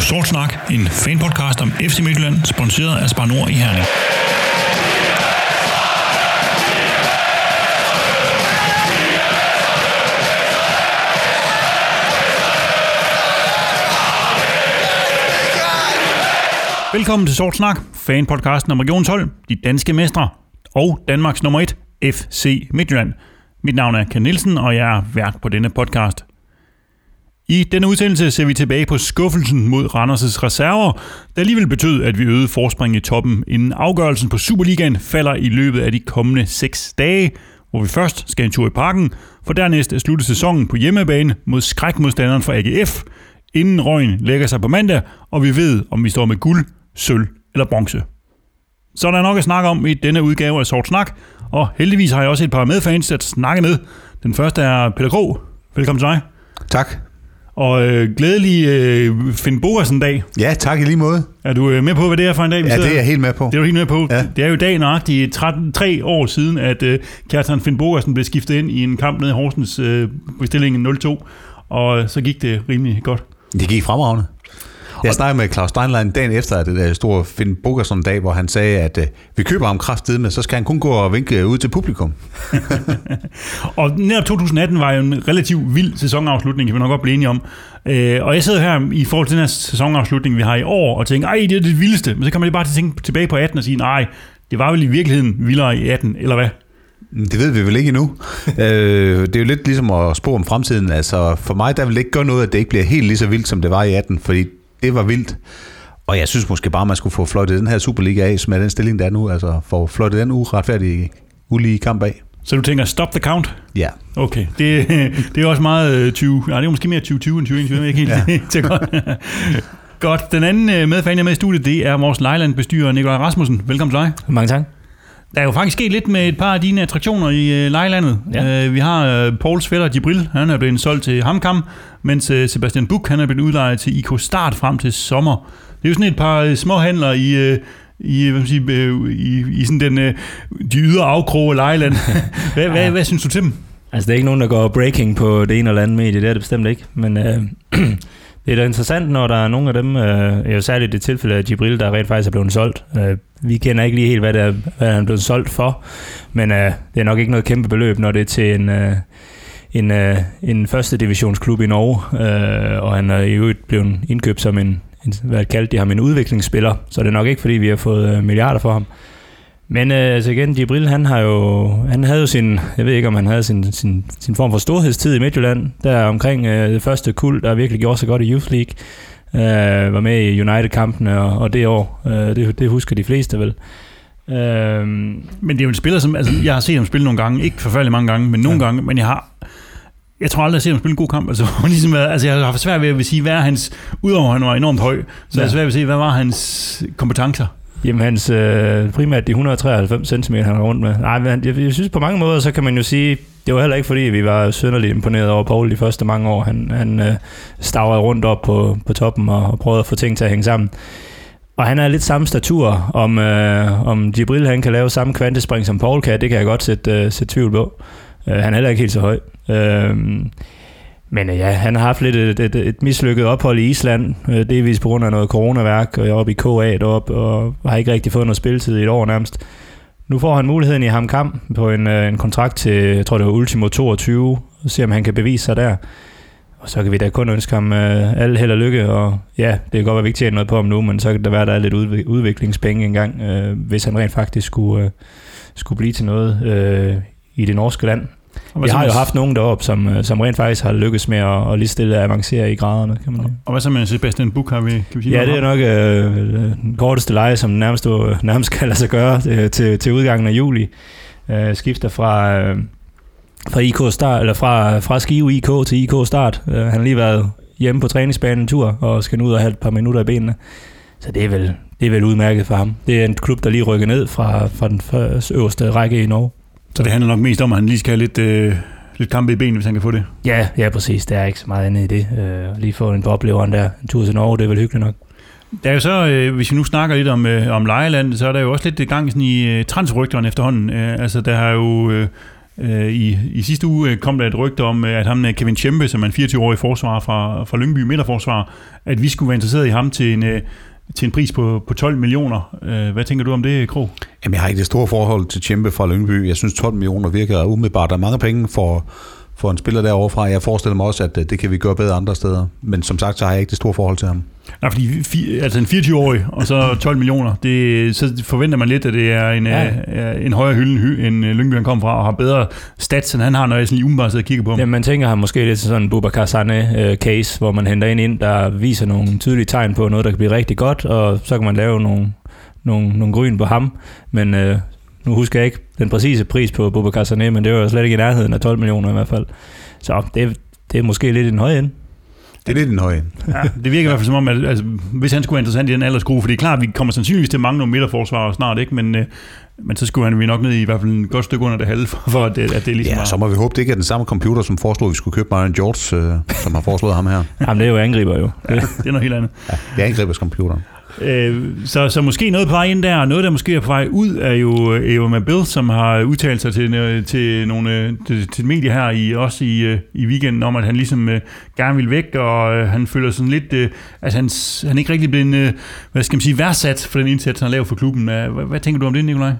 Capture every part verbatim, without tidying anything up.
Sort Snak, en fanpodcast om F C Midtjylland, sponsoreret af Spar Nord i Herning. Velkommen til Sort Snak, fanpodcasten om regionshold, de danske mestre og Danmarks nummer et, F C Midtjylland. Mit navn er Ken Nielsen, og jeg er vært på denne podcast. I denne udsendelse ser vi tilbage på skuffelsen mod Randers' reserver, der alligevel betød, at vi øgede forspring i toppen, inden afgørelsen på Superligaen falder i løbet af de kommende seks dage, hvor vi først skal en tur i parken, for dernæst at slutte sæsonen på hjemmebane mod skrækmodstanderen fra A G F, inden røgen lægger sig på mandag, og vi ved, om vi står med guld, sølv eller bronze. Så er der nok at snakke om i denne udgave af Sort Snak, og heldigvis har jeg også et par medfans at snakke med. Den første er Peter Krog. Velkommen til dig. Tak. Og øh, glædelig øh, Finn Bogersen-dag. Ja, tak i lige måde. Er du øh, med på, hvad det er for en dag, vi Ja, sidder? det er jeg helt med på. Det er du helt med på. Ja. Det er jo dag nøjagtigt tretten, tre år siden, at øh, Kjartan Finn Bogersen blev skiftet ind i en kamp nede i Horsens øh, på stillingen nul to, og så gik det rimelig godt. Det gik fremragende. Jeg snakkede med Claus Steinlein dagen efter, at det der store Finn Bogersen-dag, hvor han sagde, at øh, vi køber ham kraftedeme, så skal han kun gå og vinke ud til publikum. Og netop to tusind atten var jo en relativt vild sæsonafslutning, kan vi nok godt blive enige om. Øh, og jeg sidder her i forhold til den her sæsonafslutning, vi har i år, og tænker, ej, det er det vildeste. Men så kan man lige bare tænke tilbage på atten og sige, nej, det var vel i virkeligheden vildere i atten, eller hvad? Det ved vi vel ikke endnu. øh, det er jo lidt ligesom at spå om fremtiden. Altså, for mig, der vil det ikke gøre noget, at det ikke bliver helt lige så vildt, som det var i atten, fordi det var vildt. Og jeg synes måske bare, man skulle få fløjtet den her Superliga af, som er den stilling, der er nu. Altså, få fløjtet den uretfærdige, ulige kamp af. Så du tænker, stop the count? Ja. Okay, det, det er også meget tyve... Nej, det er måske mere tyve tyve end tyve enogtyve, jeg ikke helt til godt. Godt, den anden medfan, jeg med i studiet, det er vores Lejland-bestyrer Nikolaj Rasmussen. Velkommen til dig. Mange tak. Der er jo faktisk sket lidt med et par af dine attraktioner i uh, Lejlandet. Ja. Uh, vi har uh, Pauls fætter Jibril, han er blevet solgt til HamKam, mens uh, Sebastian Buch, han er blevet udlejet til I K Start frem til sommer. Det er jo sådan et par uh, små handler i, uh, i, hvad man siger, uh, i, i sådan den, uh, de ydre afkroge af Lejland. hvad, ja. hvad, hvad synes du til dem? Altså, det er ikke nogen, der går breaking på det ene eller andet medie, det er det bestemt ikke, men... Uh, det er da interessant, når der er nogle af dem, øh, jo særligt det tilfælde af Jibril, der rent faktisk er blevet solgt. Øh, vi kender ikke lige helt, hvad, det er, hvad han er blevet solgt for, men øh, det er nok ikke noget kæmpe beløb, når det er til en, øh, en, øh, en første divisionsklub i Norge, øh, og han er i øvrigt blevet indkøbt som en, en hvad kaldte de ham, en udviklingsspiller, så det er nok ikke, fordi vi har fået øh, milliarder for ham. Men øh, altså igen, Jibril, han har jo, han havde jo sin, jeg ved ikke om han havde sin, sin, sin form for storhedstid i Midtjylland, der omkring øh, det første kuld, der virkelig gjorde sig godt i Youth League, øh, var med i United-kampene, og, og det år, øh, det, det husker de fleste vel. Øh, men det er jo en spiller, som, altså jeg har set ham spille nogle gange, ikke forfærdeligt mange gange, men nogle ja. gange, men jeg har, jeg tror aldrig, jeg har set ham spille en god kamp, altså, ligesom, altså jeg har haft svært ved at sige, hvad er hans, udover han var enormt høj, så ja. jeg har svært ved at sige, hvad var hans kompetencer? Jamen hans øh, primært de et hundrede og treoghalvfems centimeter han var rundt med. Nej, men jeg, jeg synes på mange måder, så kan man jo sige, det var heller ikke fordi, vi var synderligt imponeret over Paul de første mange år. Han, han øh, stavrede rundt op på, på toppen og, og prøvede at få ting til at hænge sammen. Og han er lidt samme statur. Om, øh, om Jibril han kan lave samme kvantespring som Paul kan, det kan jeg godt sætte, øh, sætte tvivl på. Øh, han er heller ikke helt så høj. Øh, Men ja, han har haft lidt et, et, et mislykket ophold i Island, delvis på grund af noget coronaværk, og jeg er oppe i K A deroppe, og har ikke rigtig fået noget spilletid i et år nærmest. Nu får han muligheden i HamKam på en, en kontrakt til, jeg tror det var ultimo toogtyve, og se om han kan bevise sig der. Og så kan vi da kun ønske ham uh, alle held og lykke, og ja, det kan godt være, vi ikke tjener noget på ham nu, men så kan der være, der er lidt udviklingspenge engang, uh, hvis han rent faktisk skulle, uh, skulle blive til noget uh, i det norske land. Vi har jo haft nogen deroppe, som, som rent faktisk har lykkes med at, at lige stille at avancere i graderne, kan man sige. Og hvad så med Sebastian Buch, har vi, kan vi sige? Ja, det er nok øh, den korteste leje, som nærmest, nærmest kan lade sig gøre øh, til, til udgangen af juli. Øh, skifter fra, øh, fra, I K Start, eller fra, fra Skive I K til I K Start. Øh, han har lige været hjemme på træningsbanen en tur, og skal nu ud og have et par minutter i benene. Så det er vel, det er vel udmærket for ham. Det er en klub, der lige rykker ned fra, fra den øverste række i Norge. Så det handler nok mest om, at han lige skal have lidt, øh, lidt kampe i benene, hvis han kan få det? Ja, ja, præcis. Der er ikke så meget andet i det. Øh, lige få en på opleveren der. En tur til Norge, det er vel hyggeligt nok. Der er jo så, øh, hvis vi nu snakker lidt om, øh, om Lejeland, så er der jo også lidt gang sådan i øh, transferrygterne efterhånden. Øh, altså, der har jo... Øh, Øh, i, I sidste uge kom der et rygte om, at ham Kevin Tjempe, som er en fireogtyve-årig forsvarer fra, fra Lyngby midterforsvar, at vi skulle være interesseret i ham til en, til en pris på, på tolv millioner. Øh, hvad tænker du om det, Krog? Jamen, jeg har ikke det store forhold til Tjempe fra Lyngby. Jeg synes, tolv millioner virker umiddelbart. Der er mange penge for, for en spiller derovre fra. Jeg forestiller mig også, at det kan vi gøre bedre andre steder. Men som sagt, så har jeg ikke det store forhold til ham. Nej, fordi fi, altså en fireogtyve-årig, og så tolv millioner, det, så forventer man lidt, at det er en, ja. uh, en højere hylde, end Lyngby han kommer fra, og har bedre stats, end han har, når jeg sådan lige umiddelbart sidder og kigger på ham. Ja, man tænker ham måske lidt sådan en Boubacar Sané-case, hvor man henter en ind, der viser nogle tydelige tegn på noget, der kan blive rigtig godt, og så kan man lave nogle, nogle, nogle gryn på ham. Men uh, nu husker jeg ikke den præcise pris på Boubacar Sané, men det var jo slet ikke i nærheden af tolv millioner i hvert fald. Så det, det er måske lidt en høj ende. Det er lidt en høj ende. Ja, det virker i hvert fald som om, at altså, hvis han skulle være interessant i den aldersgruppe, for det er klart, at vi kommer sandsynligvis til at mangle nogle midterforsvarer snart, ikke? Men, øh, men så skulle han vi nok ned i, i hvert fald en godt stykke under det halve, for, for at, det, at det er ligesom ja, så må vi håbe, det ikke er den samme computer, som foreslog, at vi skulle købe Marion George, øh, som har foreslået ham her. Jamen, det er jo angriber jo. Ja, det er noget helt andet. Ja, det er angribers computer. Øh, så, så måske noget på vej ind der, noget der måske er på vej ud, er jo Eva Mabil, som har udtalt sig til, til nogle til, til medier her, i, også i, i weekenden, om at han ligesom øh, gerne vil væk, og øh, han føler sådan lidt, øh, at han, han ikke rigtig blevet, øh, hvad skal man sige, værdsat for den indsats, han har lavet for klubben. Hvad, hvad tænker du om det, Nikolaj?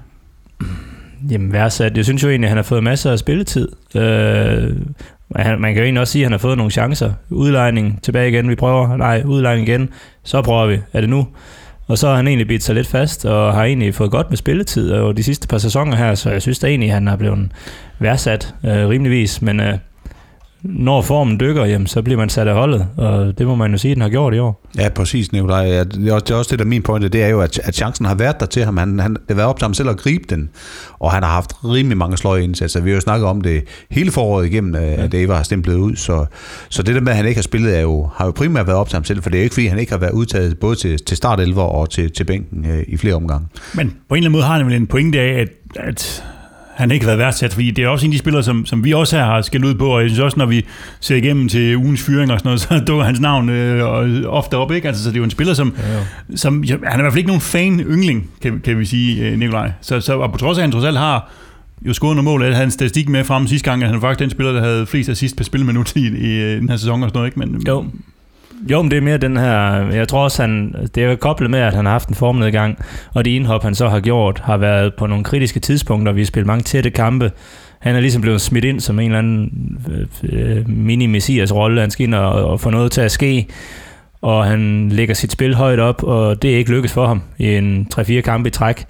Jamen værdsat, jeg synes jo egentlig, at han har fået masser af spilletid. Øh, man kan jo egentlig også sige, at han har fået nogle chancer. Udlejning, tilbage igen, vi prøver. Nej, udlejning igen, så prøver vi. Er det nu? Og så har han egentlig bidt sig lidt fast, og har egentlig fået godt med spilletid og de sidste par sæsoner her, så jeg synes da egentlig, at han har blevet værdsat øh, rimeligvis. Men øh, når formen dykker, jamen, så bliver man sat af holdet, og det må man jo sige, at den har gjort i år. Ja, præcis, Nikolaj. Ja, det er også det, er også det der min pointe, det er jo, at, at chancen har været der til ham. Han, han, det har været op til ham selv at gribe den, og han har haft rimelig mange sløje indsatser. Vi har jo snakket om det hele foråret igennem, ja. At Eva har stemplet ud, så, så det der med, at han ikke har spillet, er jo, har jo primært været op til ham selv, for det er jo ikke, fordi han ikke har været udtaget både til, til startelver og til, til bænken øh, i flere omgange. Men på en eller anden måde har han vel en pointe af, at, at han ikke har været værdsat, fordi det er også en af de spillere, som, som vi også her har skældt ud på, og jeg synes også, når vi ser igennem til ugens fyring og sådan noget, så dukker hans navn øh, ofte op, ikke? Altså, så det er jo en spiller, som, ja, som ja, han er i hvert fald ikke nogen fan-yngling, kan, kan vi sige, Nikolaj. Så, så og på trods af, at han trods alt har jo scoret nogle mål, at han en statistik med frem sidste gang, at han var faktisk den spiller, der havde flest assist per spilminut i, i den her sæson og sådan noget, ikke? Men, jo. Jo, men det er mere den her, jeg tror også, han, det er koblet med, at han har haft en formnedgang, og de indhop, han så har gjort, har været på nogle kritiske tidspunkter. Vi har spillet mange tætte kampe. Han er ligesom blevet smidt ind som en eller anden øh, mini-messias-rolle. Han skal ind og, og få noget til at ske, og han lægger sit spil højt op, og det er ikke lykkes for ham i en tre fire kampe i træk.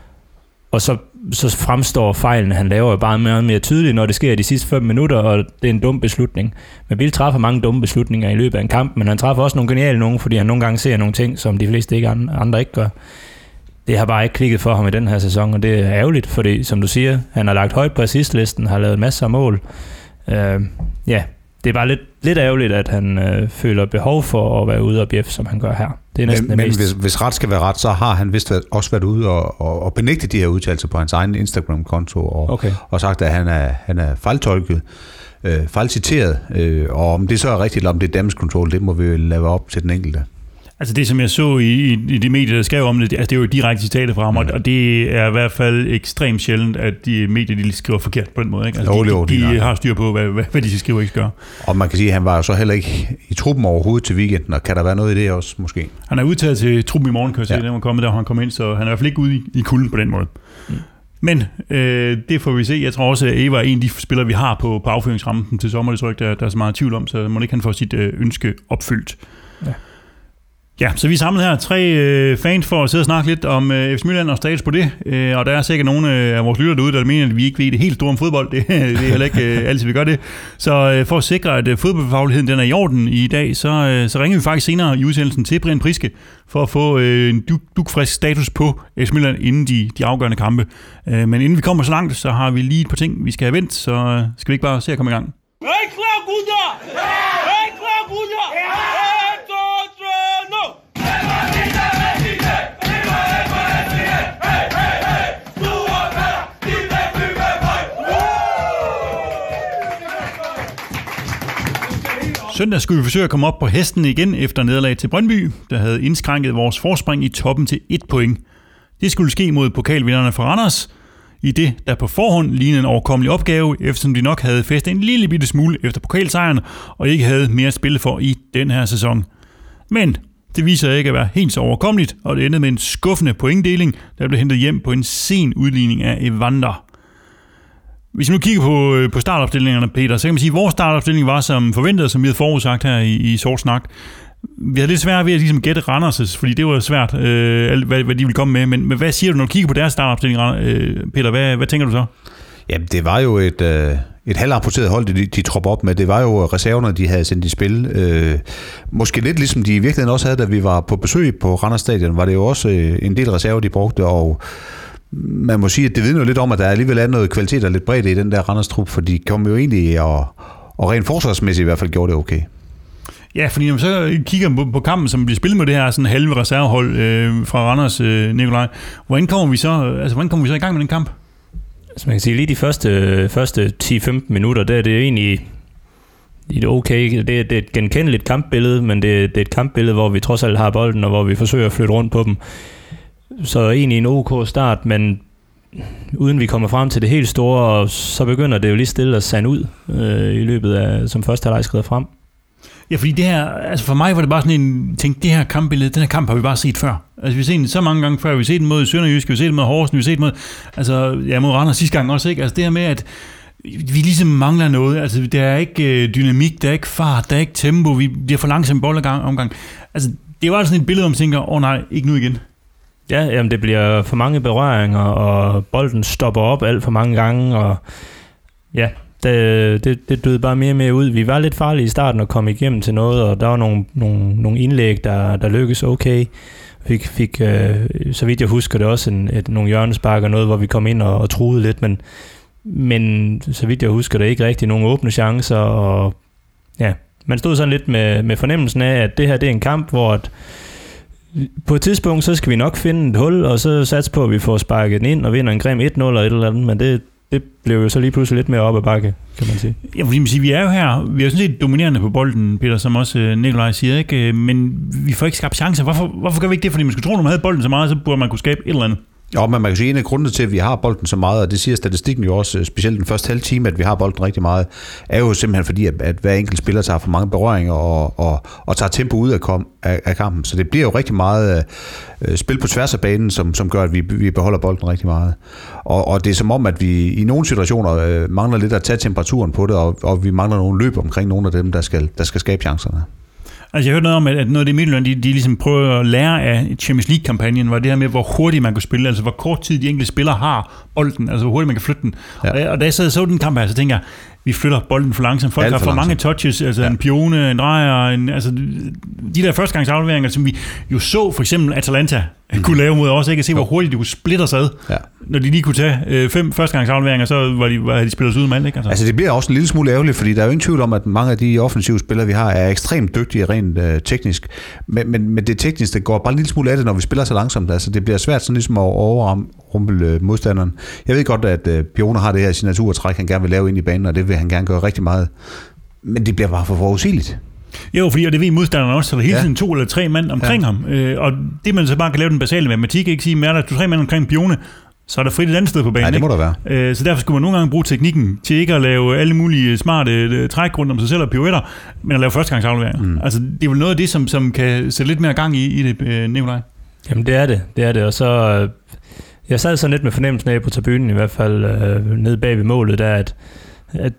Og så, så fremstår fejlen, han laver jo bare mere og mere tydeligt, når det sker i de sidste fem minutter, og det er en dum beslutning. Men Bill træffer mange dumme beslutninger i løbet af en kamp, men han træffer også nogle geniale nogle, fordi han nogle gange ser nogle ting, som de fleste ikke andre ikke gør. Det har bare ikke klikket for ham i den her sæson, og det er ærgerligt, fordi som du siger, han har lagt højt på assistlisten, har lavet masser af mål. Uh, ja, det er bare lidt, lidt ærgerligt, at han øh, føler behov for at være ude og bjeffe, som han gør her. Det er næsten men det men hvis, hvis ret skal være ret, så har han vist også været ude og, og, og benægte de her udtalelser på hans egen Instagram-konto, og, okay. og sagt, at han er, han er fejltolket, øh, fejlciteret, øh, og om det så er rigtigt, eller om det er damage control, det må vi jo lave op til den enkelte. Altså det, som jeg så i, i, i de medier, der skrev om det, altså det er jo direkte citater fra ham, mm. og det er i hvert fald ekstremt sjældent, at de medier, de skriver forkert på den måde. Ikke? Altså jo, de, jo, de, de har styr på, hvad, hvad, hvad de skal skrive og ikke skal gøre. Og man kan sige, at han var jo så heller ikke i truppen overhovedet til weekenden, og kan der være noget i det også måske? Han er udtaget til truppen i morgen, kan jeg se, ja. Den var kommet, der han kom ind, så han er i hvert fald ikke ude i, i kulden på den måde. Mm. Men øh, det får vi se. Jeg tror også, at Eva er en af de spillere, vi har på, på afføringsrammen til sommer. Det tror jeg ikke, der, der er så meget tvivl om, så må ikke han få sit øh, ønske opfyldt. Ja. Ja, så vi er samlet her tre øh, fans for at sidde og snakke lidt om øh, F C Midtjylland og status på det. Øh, og der er sikkert nogle øh, af vores lytter derude, der mener, at vi ikke ved det helt store om fodbold. Det, det er heller ikke øh, altid, vi gør det. Så øh, for at sikre, at øh, fodboldfagligheden den er i orden i dag, så, øh, så ringer vi faktisk senere i udsendelsen til Brian Priske for at få øh, en duk, dukfrisk status på F C Midtjylland inden de, de afgørende kampe. Øh, men inden vi kommer så langt, så har vi lige et par ting, vi skal have vendt, så øh, skal vi ikke bare se at komme i gang. Er I klar, gutter? Er I klar, gutter? et, to, tre, nu! Søndag skulle vi forsøge at komme op på hesten igen efter nederlag til Brøndby, der havde indskrænket vores forspring i toppen til et point. Det skulle ske mod pokalvinderne fra Randers. i det, der på forhånd lignede en overkommelig opgave, eftersom de nok havde festet en lille bitte smule efter pokalsejren, og ikke havde mere at spille for i den her sæson. Men det viser ikke at være helt så overkommeligt, og det endte med en skuffende pointdeling, der blev hentet hjem på en sen udligning af Evander. Hvis vi nu kigger på, på startopstillingerne, Peter, så kan man sige, at vores startopstilling var som forventet, som vi havde forudsagt her i, i Sort Snak. Vi havde lidt svært ved at ligesom gætte Randers', fordi det var svært, øh, hvad, hvad de ville komme med. Men, men hvad siger du, når du kigger på deres startopstilling, øh, Peter? Hvad, hvad tænker du så? Jamen, det var jo et, øh, et halvrapporteret hold, de, de tropper op med. Det var jo reserverne, de havde sendt i spil. Øh, måske lidt ligesom de i virkeligheden også havde, da vi var på besøg på Randers Stadion, var det jo også øh, en del reserver, de brugte, og man må sige, at det vidner jo lidt om, at der alligevel er noget kvalitet og lidt bredde i den der Randers-trup, for de kom jo egentlig, og, og rent forsvarsmæssigt i hvert fald gjorde det okay. Ja, fordi når man så kigger på, på kampen, som bliver spillet med det her sådan halve reservehold øh, fra Randers, øh, Nikolaj, hvordan kommer vi så, altså hvordan kommer vi så i gang med den kamp? Altså man kan sige, lige de første, første ti til femten minutter, der er det egentlig det er okay. Det er, det er et genkendeligt kampbillede, men det, det er et kampbillede, hvor vi trods alt har bolden, og hvor vi forsøger at flytte rundt på dem. Så egentlig en OK start, men uden vi kommer frem til det helt store, og så begynder det jo lige stille at sande ud øh, i løbet af, som første halvleg skrider frem. Ja, fordi det her, altså for mig var det bare sådan en, tænk, det her kampbillede, den her kamp har vi bare set før. Altså vi har set den så mange gange før, vi har set den mod Sønderjysk, vi har set den mod Horsens, vi har set den mod, altså ja, mod Randers sidste gang også, ikke? Altså det her med, at vi ligesom mangler noget, altså der er ikke dynamik, der er ikke fart, der er ikke tempo, vi bliver for langsomt boldomgang. Altså det var sådan et billede, om man tænker, åh oh, nej, ikke nu igen. Ja, jamen det bliver for mange berøringer, og bolden stopper op alt for mange gange, og ja, det, det, det døde bare mere og mere ud. Vi var lidt farlige i starten at komme igennem til noget, og der var nogle, nogle, nogle indlæg, der, der lykkedes okay. Vi fik, øh, så vidt jeg husker det, også en, et, nogle hjørnespark og noget, hvor vi kom ind og, og truede lidt, men, men så vidt jeg husker det, ikke rigtig nogen åbne chancer, og ja, man stod sådan lidt med, med fornemmelsen af, at det her det er en kamp, hvor at på et tidspunkt, så skal vi nok finde et hul, og så satse på, at vi får sparket den ind og vinder en grim et nul eller et eller andet, men det, det blev jo så lige pludselig lidt mere op ad bakke, kan man sige. Ja, fordi man siger, vi er jo her, vi er jo sådan lidt dominerende på bolden, Peter, som også Nikolaj siger, ikke? Men vi får ikke skabt chancer. Hvorfor, hvorfor gør vi ikke det? Fordi man skulle tro, når man havde bolden så meget, så burde man kunne skabe et eller andet. Ja, men man kan sige, en af grundene til, at vi har bolden så meget, og det siger statistikken jo også, specielt den første halve time, at vi har bolden rigtig meget, er jo simpelthen fordi, at, at hver enkelt spiller tager for mange berøringer og, og, og tager tempo ud af, kom, af, af kampen. Så det bliver jo rigtig meget uh, spil på tværs af banen, som, som gør, at vi, vi beholder bolden rigtig meget. Og, og det er som om, at vi i nogle situationer uh, mangler lidt at tage temperaturen på det, og, og vi mangler nogle løb omkring nogle af dem, der skal, der skal skabe chancerne. Altså jeg hørte noget om, at noget af det Midtjylland, de, de ligesom prøver at lære af Champions League-kampagnen, var det her med, hvor hurtigt man kunne spille, altså hvor kort tid de enkelte spillere har bolden, altså hvor hurtigt man kan flytte den. Ja. Og, og da jeg sad så den kamp her, så tænker jeg, vi flytter bolden for langsomt. Folk Alt har for, for mange touches, altså ja. en pione, en drejer, en, altså de der førstegangsafleveringer, som vi jo så for eksempel Atalanta mm. kunne lave mod os, ikke? At se, hvor hurtigt de kunne splitte os ad. Ja. Når de lige kunne tage øh, fem førstegangsafleveringer, så var de, var de spillet os ud med alt, ikke? Altså. altså det bliver også en lille smule ærgerligt, fordi der er jo ingen tvivl om, at mange af de offensive spillere, vi har, er ekstremt dygtige rent øh, teknisk. Men, men, men det tekniske, det går bare en lille smule af det, når vi spiller så langsomt. Altså det bliver svært sådan ligesom at overrumple øh, modstanderen. Jeg ved godt, at øh, Pione har det her signaturtræk, han gerne vil lave ind i banen, og det vil han gerne gøre rigtig meget. Men det bliver bare for forudsigeligt. Jo, fordi og det ved modstanderne også, så der er hele tiden ja. to eller tre mand omkring ja. ham. Øh, og det man så bare kan lave den basale matematik, ikke sige, at der er to-tre mand omkring Pione, så er der frit et andet sted på banen. Ja, det må der være. Øh, så derfor skulle man nogle gange bruge teknikken til ikke at lave alle mulige smarte træk rundt om sig selv og pirouetter, men at lave førstegangsafleveringer. Mm. Altså det er vel noget af det, som, som kan sætte lidt mere gang i, i det, øh, Nikolaj? Jamen det er det, det er det. Og så, øh, jeg sad sådan lidt med fornemmelsen af på tribunen i hvert fald, øh, nede bag ved målet, der at at,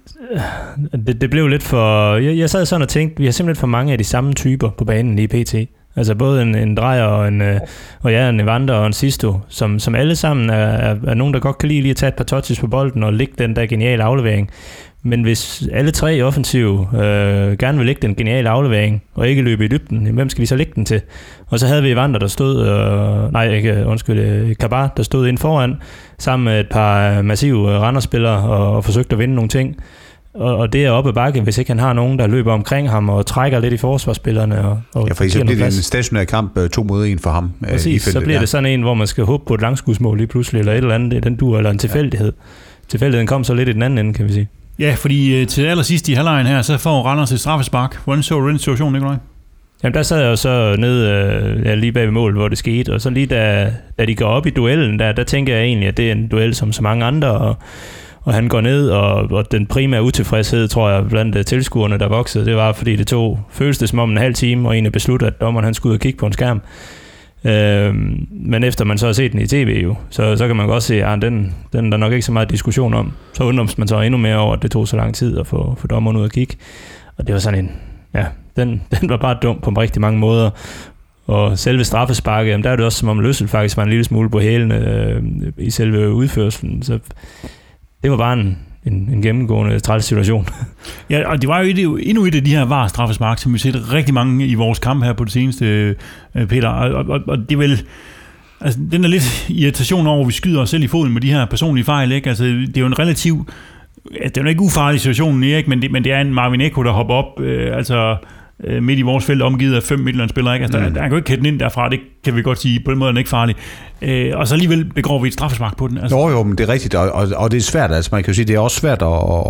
at det, det blev lidt for... Jeg, jeg sad sådan og tænkte, vi har simpelthen for mange af de samme typer på banen lige pt. Altså både en, en drejer og en, og ja, en Evander og en Sisto, som, som alle sammen er, er, er nogen, der godt kan lide lige at tage et par touches på bolden og lægge den der geniale aflevering. Men hvis alle tre offensive øh, gerne vil lægge den geniale aflevering og ikke løbe i dybden, hvem skal vi så lægge den til? Og så havde vi Evander, der stod, øh, nej ikke, undskyld, Kabar, der stod ind foran, sammen med et par massive Randers-spillere og, og forsøgte at vinde nogle ting. Og, og det er oppe ad bakke, hvis ikke han har nogen, der løber omkring ham og trækker lidt i forsvarsspillerne. Og, og ja, for så bliver det en stationær kamp to mod en for ham. Præcis, i feltet, så bliver ja. det sådan en, hvor man skal håbe på et langskudsmål lige pludselig, eller et eller andet, den dur, eller en tilfældighed. Ja. Tilfældigheden kom så lidt i den anden ende, kan vi sige. Ja, fordi til allersidst i halvlejen her, så får Randers et straffespark. Hvordan så du den situation, Nikolaj? Jamen der sad jeg jo så nede øh, ja, lige bag ved mål, hvor det skete, og så lige da, da de går op i duellen, der, der tænker jeg egentlig, at det er en duel som så mange andre, og, og han går ned, og, og den primære utilfredshed, tror jeg, blandt tilskuerne, der voksede, det var, fordi det tog, føles det som om en halv time, og egentlig besluttede, at dommeren han skulle ud og kigge på en skærm. Øh, men efter man så har set den i tv jo, så, så kan man godt se, at den, den er der nok ikke så meget diskussion om. Så undrer man så endnu mere over, at det tog så lang tid at få, få dommeren ud og kigge. Og det var sådan en, ja, den, den var bare dum på rigtig mange måder. Og selve straffesparket, jamen, der er det også som om Løssel faktisk var en lille smule på hælene øh, i selve udførselen. Så det var bare en, en, en gennemgående træls situation. Ja, og det var jo et, endnu et af de her var straffespark, som vi har set rigtig mange i vores kamp her på det seneste, Peter. Og, og, og det er vel... Altså, den er lidt irritation over, at vi skyder os selv i foden med de her personlige fejl, ikke? Altså, det er jo en relativ... Det er jo ikke ufarlig situation, ikke? Men det, men det er en Marvin Eko, der hopper op, øh, altså øh, midt i vores felt, omgivet af fem Midtjylland-spillere, ikke? Altså, mm. der, der kan jo ikke kætte den ind derfra, det kan vi godt sige. På den måde er den ikke farlig. Øh, og så alligevel begår vi et straffespark på den. Altså. Jo, jo, men det er rigtigt, og, og, og det er svært. Altså, man kan jo sige, det er også svært at...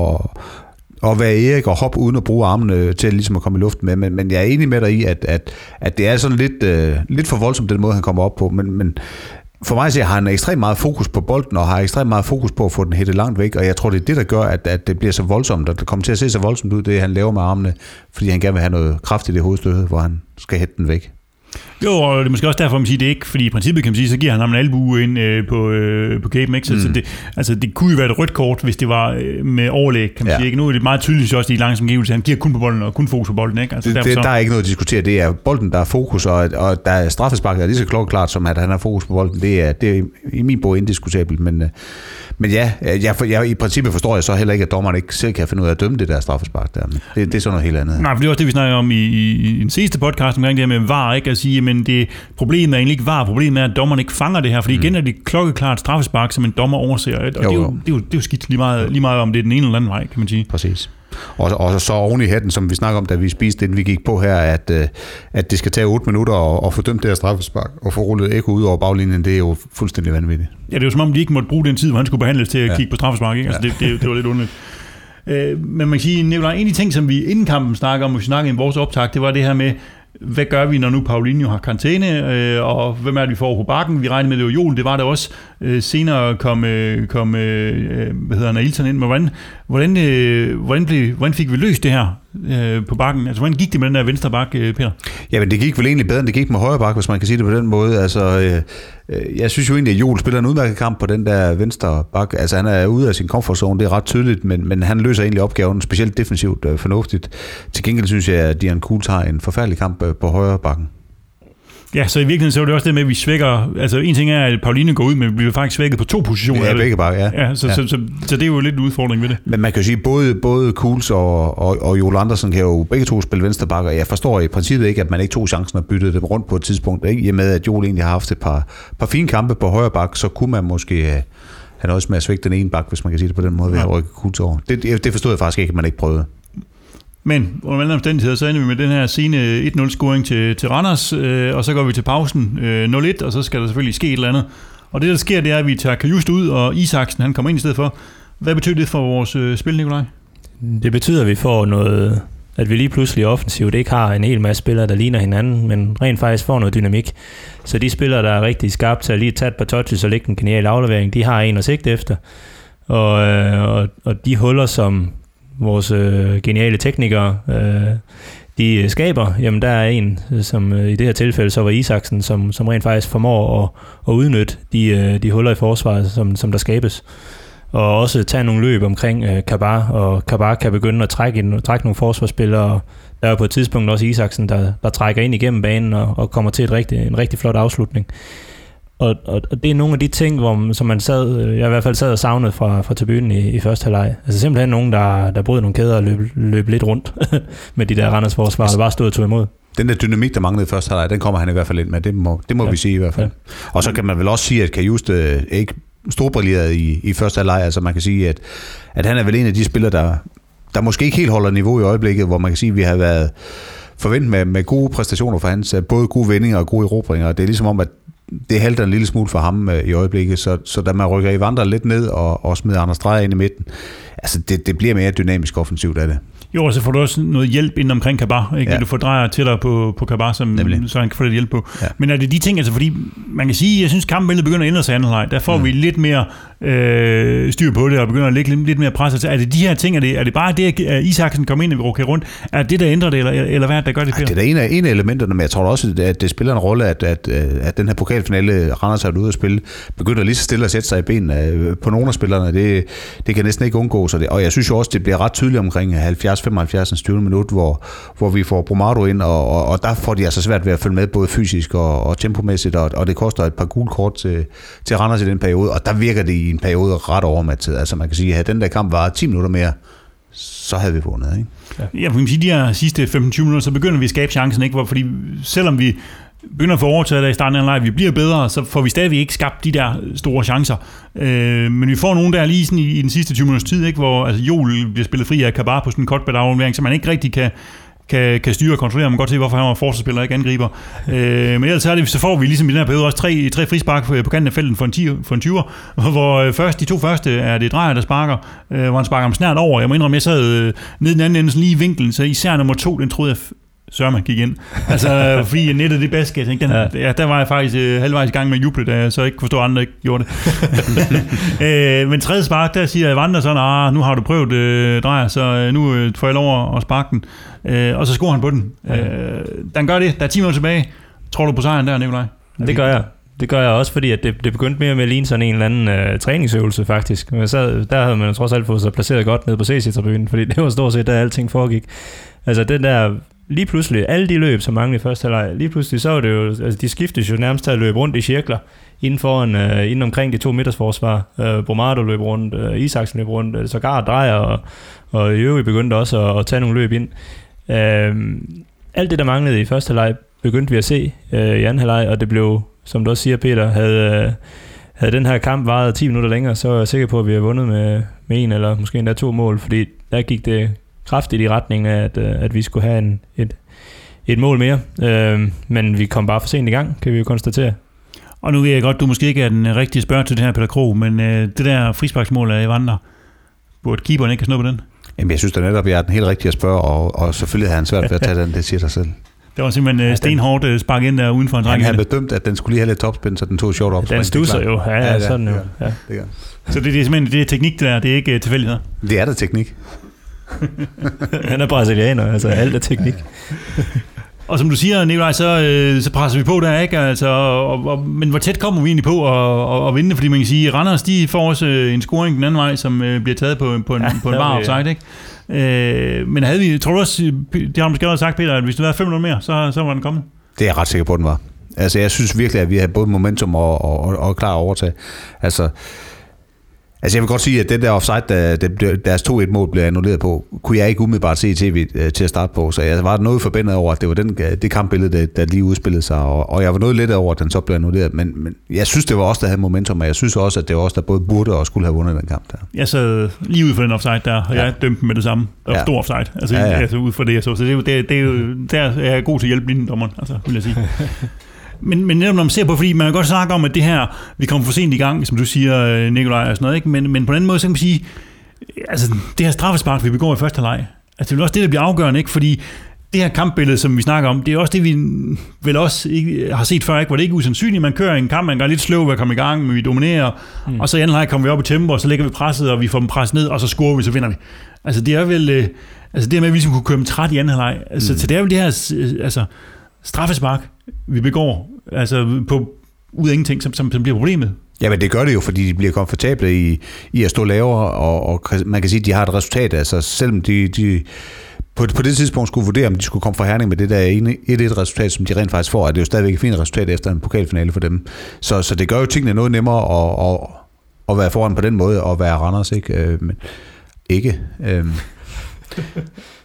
at at være Erik og hoppe uden at bruge armene til ligesom at komme i luften med, men, men jeg er enig med dig i, at, at, at det er sådan lidt, øh, lidt for voldsomt, den måde, han kommer op på, men, men for mig så har han ekstremt meget fokus på bolden, og har ekstremt meget fokus på at få den hættet langt væk, og jeg tror, det er det, der gør, at, at det bliver så voldsomt, og det kommer til at se så voldsomt ud, det han laver med armene, fordi han gerne vil have noget kraft i det hovedstød, hvor han skal hætte den væk. Jo, og det er måske også derfor, man siger det ikke, fordi i princippet kan man sige, så giver han ham en albue ind øh, på, øh, på Cape Mix, mm. så det, altså det kunne jo være et rødt kort, hvis det var øh, med overlæg, kan man ja. sige. Ikke? Nu er det meget tydeligt også i langsom givelse, han giver kun på bolden og kun fokus på bolden. Ikke? Altså, det, det, så... Der er ikke noget at diskutere, det er bolden, der er fokus, og, og der er straffespark, der er lige så klokkeklart, som at han har fokus på bolden. Det er, det er i min bog indiskutabelt, men, men ja, jeg, jeg, i princippet forstår jeg så heller ikke, at dommeren ikke selv kan finde ud af at dømme det der straffespark der. Men det, det er sådan noget helt andet. Nej, for det er også det, vi snakker om i, i, i den sidste podcast omkring det her med V A R, ikke? At sige, men det problemet er egentlig ikke V A R, problemet er, at dommeren ikke fanger det her, fordi mm. igen er det klokkeklart straffespark, som en dommer overser, og jo, det, er jo, det, er jo, det er jo skidt lige meget, lige meget om det er den ene eller anden vej, kan man sige. Præcis. Og, og så oven i hatten, som vi snakker om, da vi spiste, inden vi gik på her, at, at det skal tage otte minutter og, og få dømt det her straffespark, og få rullet Eko ud over baglinjen, det er jo fuldstændig vanvittigt. Ja, det er jo som om, de ikke måtte bruge den tid, hvor han skulle behandles til at ja. kigge på straffespark, ikke? Altså, ja. det, det, det var lidt underligt. Øh, men man kan sige, Nicolaj, en af de ting, som vi inden kampen snakker om, hvis vi snakker i vores optag, det var det her med, hvad gør vi, når nu Paulinho har karantæne, øh, og hvem er det, vi får på bakken? Vi regnede med, det var Joel, det var det også. Øh, senere kom, øh, kom øh, hvad hedder han, Ailton ind. Men hvordan, hvordan, øh, hvordan, blev, hvordan fik vi løst det her øh, på bakken? Altså, hvordan gik det med den der venstre bak, øh, Peter? Jamen, det gik vel egentlig bedre, end det gik med højre bak, hvis man kan sige det på den måde. Altså, øh, jeg synes jo egentlig, at Joel spiller en udmærket kamp på den der venstre bak. Altså, han er ude af sin comfort zone, det er ret tydeligt, men, men han løser egentlig opgaven, specielt defensivt øh, fornuftigt. Til gengæld synes jeg, at Dian Kuhls har en forfærdelig kamp øh, på højre bakken. Ja, så i virkeligheden så er det også det med, at vi svækker... Altså, en ting er, at Paulinho går ud, men vi bliver faktisk svækket på to positioner. Ja, begge bakker, ja. ja, så, ja. Så, så, så, så det er jo lidt en udfordring ved det. Men man kan jo sige, at både, både Kuhls og, og, og Joel Andersen kan jo begge to spille venstre bakker. Jeg forstår i princippet ikke, at man ikke tog chancen at bytte dem rundt på et tidspunkt. Ikke? I og med, at Joel egentlig har haft et par, par fine kampe på højre bak, så kunne man måske have også med at svække den ene bak, hvis man kan sige det på den måde, ved at rykke Kuhls over. Det, det forstod jeg faktisk ikke, at man ikke prøvede. Men under alle omstændigheder, så ender vi med den her sene et nul-scoring til, til Randers, øh, og så går vi til pausen øh, nul et, og så skal der selvfølgelig ske et eller andet. Og det, der sker, det er, at vi tager Kajust ud, og Isaksen, han kommer ind i stedet for. Hvad betyder det for vores øh, spil, Nicolaj? Det betyder, at vi får noget, at vi lige pludselig offensivt ikke har en hel masse spillere, der ligner hinanden, men rent faktisk får noget dynamik. Så de spillere, der er rigtig skarpt til at lige tage et par touches og lægge en genial aflevering, de har en at sigte efter. Og, øh, og, og de huller, som vores øh, geniale teknikere, øh, de skaber, jamen der er en, som øh, i det her tilfælde så var Isaksen, som, som rent faktisk formår at, at udnytte de, øh, de huller i forsvaret, som, som der skabes. Og også tage nogle løb omkring øh, Kabar, og Kabar kan begynde at trække, trække nogle forsvarsspillere. Der er på et tidspunkt også Isaksen, der, der trækker ind igennem banen og, og kommer til et rigtig, en rigtig flot afslutning. Og, og, og det er nogle af de ting, hvor, som man sad, jeg i hvert fald sad og savnede fra, fra tribunen i, i første halvleg. Altså simpelthen nogen, der, der brød nogle kæder og løb, løb lidt rundt med de der Randers forsvar, og bare stod og tog imod. Den der dynamik, der manglede i første halvleg, den kommer han i hvert fald ind med. Det må, det må ja. vi sige i hvert fald. Ja. Og så kan man vel også sige, at Kajust øh, ikke storbrilleret i, i første halvleg. Altså man kan sige, at, at han er vel en af de spillere, der, der måske ikke helt holder niveau i øjeblikket, hvor man kan sige, at vi har været forventet med, med gode præstationer for hans, både gode vendinger og gode erobringer. Det er ligesom om, at det halter en lille smule for ham øh, i øjeblikket, så, så da man rykker i vandre lidt ned og, og smider Anders Dreyer ind i midten, altså det, det bliver mere dynamisk offensivt af det. Jo, og så får du også noget hjælp inden omkring Kabar, ikke? Ja. Du får drejer til dig på, på Kabar, som, så han kan få lidt hjælp på. Ja. Men er det de ting, altså fordi man kan sige, jeg synes kampbilledet begynder at ændre sig anden leg. Der får mm. vi lidt mere øh, styr på det, og begynder at lægge lidt, lidt mere pres. Er det de her ting, er det, er det bare det, at Isaksen kommer ind og rokerer rundt? Er det, der ændrer det, eller, eller hvad er det, der gør det? Ej, det er da en af, en af elementerne, men jeg tror også, at det spiller en rolle, at, at, at den her pokalfinale Randers har ud at spille, begynder lige så stille at sætte sig i benene på nogle af spillerne. Det, det kan næsten ikke undgås. Og jeg synes jo også, det bliver ret tydeligt omkring halvfjerds femoghalvfjerds tyve minut, hvor, hvor vi får Brumado ind, og, og, og der får de altså svært ved at følge med, både fysisk og, og tempomæssigt, og, og det koster et par gule kort til, til Randers i den periode, og der virker det i en periode ret overmattet. Altså man kan sige, at den der kamp var ti minutter mere, så havde vi vundet, ikke? Ja, jeg kan sige, de her sidste femten tyve minutter, så begynder vi at skabe chancen, ikke? Fordi selvom vi begynder at få overtaget der i starten af en leg, vi bliver bedre, så får vi stadigvæk ikke skabt de der store chancer. Øh, men vi får nogle der lige sådan i, i den sidste tyve minutters tid, ikke? Hvor altså, Joel bliver spillet fri af Kabar på sådan en kort-bed-aflevering, så man ikke rigtig kan, kan, kan styre og kontrollere. Man kan godt se, hvorfor han var forsvarsspiller, ikke angriber. Øh, men ellers er det, så får vi ligesom i den her periode også tre, tre frispark på kanten af felten for en, ti, for en tyver, hvor først de to første er det Drejer, der sparker, øh, hvor han sparker ham snært over. Jeg må indrømme, jeg sad øh, nede i den anden ende, lige i vinklen, så især nummer to, den troede jeg Sørman gik ind. Altså, fordi nettet det basket, ikke? Den, ja. Ja, der var jeg faktisk øh, halvvejs i gang med at juble, da jeg så ikke kunne forstå, at andre ikke gjorde det. øh, men tredje spark, der siger Evander sådan, ah, nu har du prøvet øh, Drejer, så øh, nu øh, får jeg lov at sparke den. Øh, og så scorer han på den. Ja. Øh, den gør det. Der er ti minutter tilbage. Tror du på sejren der, Nikolaj? Det gør jeg. Det gør jeg også, fordi at det, det begyndte mere med at ligne sådan en eller anden øh, træningsøvelse, faktisk. Men så, der havde man trods alt fået sig placeret godt ned på C C-tribunen, fordi det var stort set, der alting foregik. Altså den der, lige pludselig, alle de løb, som manglede i første halvleg, lige pludselig, så var det jo, altså de skiftes jo nærmest til at løbe rundt i cirkler, inden foran, øh, inden omkring de to midtersforsvar. Øh, Brumado løb rundt, øh, Isaksen løb rundt, øh, sågar Drejer, og, og i øvrigt begyndte også at, at tage nogle løb ind. Øh, alt det, der manglede i første halvleg, begyndte vi at se øh, i anden halvleg, og det blev, som du også siger, Peter, havde, øh, havde den her kamp varet ti minutter længere, så er jeg sikker på, at vi har vundet med, med en eller måske endda to mål, fordi der gik det kraftigt i retning af, at, at vi skulle have en, et, et mål mere. Øh, men vi kom bare for sent i gang, kan vi jo konstatere. Og nu ved jeg godt, du måske ikke er den rigtige spørger til det her, Peter Krog, men øh, det der frisparksmål af Evander, burde keeperen ikke have snuppet den? Jamen, jeg synes da netop, at jeg er den helt rigtige at spørge, og, og selvfølgelig har han svært ved at tage den, det siger sig selv. Det var simpelthen ja, stenhårdt den, spark ind der uden for en dreng. Han havde bedømt, at den skulle lige have lidt topspin, så den tog short op. Den stusser jo. Ja, ja, sådan jo. Ja. Det gør. Så det, det er simpelthen det er teknik, det der. Det er ikke tilfældighed. Det er da teknik. Han er brasilianer, altså alt er teknik. Og som du siger, Nikolaj, så, øh, så presser vi på der, ikke? Altså, og, og, men hvor tæt kommer vi egentlig på at, at, at vinde? Fordi man kan sige, at Randers, de får også en scoring den anden vej, som øh, bliver taget på, på en, ja, på en bar offside, ikke? Øh, men havde vi, tror du også, det har måske også sagt, Peter, at hvis det var fem minutter mere, så, så var den kommet? Det er jeg ret sikker på, den var. Altså, jeg synes virkelig, at vi har både momentum og, og, og, og klar overtag. Altså, Altså jeg vil godt sige, at det der offside, der, der deres to et mål blev annulleret på, kunne jeg ikke umiddelbart se i tv til at starte på. Så jeg var noget forbandet over, at det var den, det kampbillede, der, der lige udspillede sig. Og, og jeg var noget lidt over, at den så blev annulleret. Men, men jeg synes, det var også der havde momentum, og jeg synes også, at det var også der både burde og skulle have vundet den kamp der. Jeg sad lige ud for den offside der, og ja. jeg dømte med det samme. Der var ja. stor offside. Altså, ja, ja. altså ud for det, jeg så. Så det, det, det er jo, der er jeg god til at hjælpe linjedommeren, altså, vil jeg sige. Men, men netop når man ser på, fordi man kan godt snakke om, at det her, vi kommer for sent i gang, som du siger, Nikolaj, og sådan noget, ikke? Men, men på den anden måde, så kan man sige, altså det her straffespark, vi begår i første halvleg, altså det er også det, der bliver afgørende, ikke? Fordi det her kampbillede, som vi snakker om, det er også det, vi vel også ikke har set før, ikke? Hvor det ikke er usandsynligt, man kører en kamp, man går lidt sløv ved at komme i gang, men vi dominerer, mm. og så i anden halvleg kommer vi op i tempo, og så lægger vi presset, og vi får dem presset ned, og så scorer vi, så vinder vi. Altså det er vel, altså det er med, at vi ligesom kunne køre dem træt i anden halvleg. Altså, mm. Så det er vel det her, altså straffespark, vi begår, altså på ud af ingenting, som, som, som bliver problemet. Ja, men det gør det jo, fordi de bliver komfortable i, i at stå lavere, og, og man kan sige, at de har et resultat, altså selvom de, de på, på det tidspunkt skulle vurdere, om de skulle komme fra Herning med det der et et resultat, som de rent faktisk får, er det jo stadigvæk et fint resultat efter en pokalfinale for dem. Så, så det gør jo tingene noget nemmere at, at, at være foran på den måde, og være Randers, ikke? Øh, men ikke. Øh.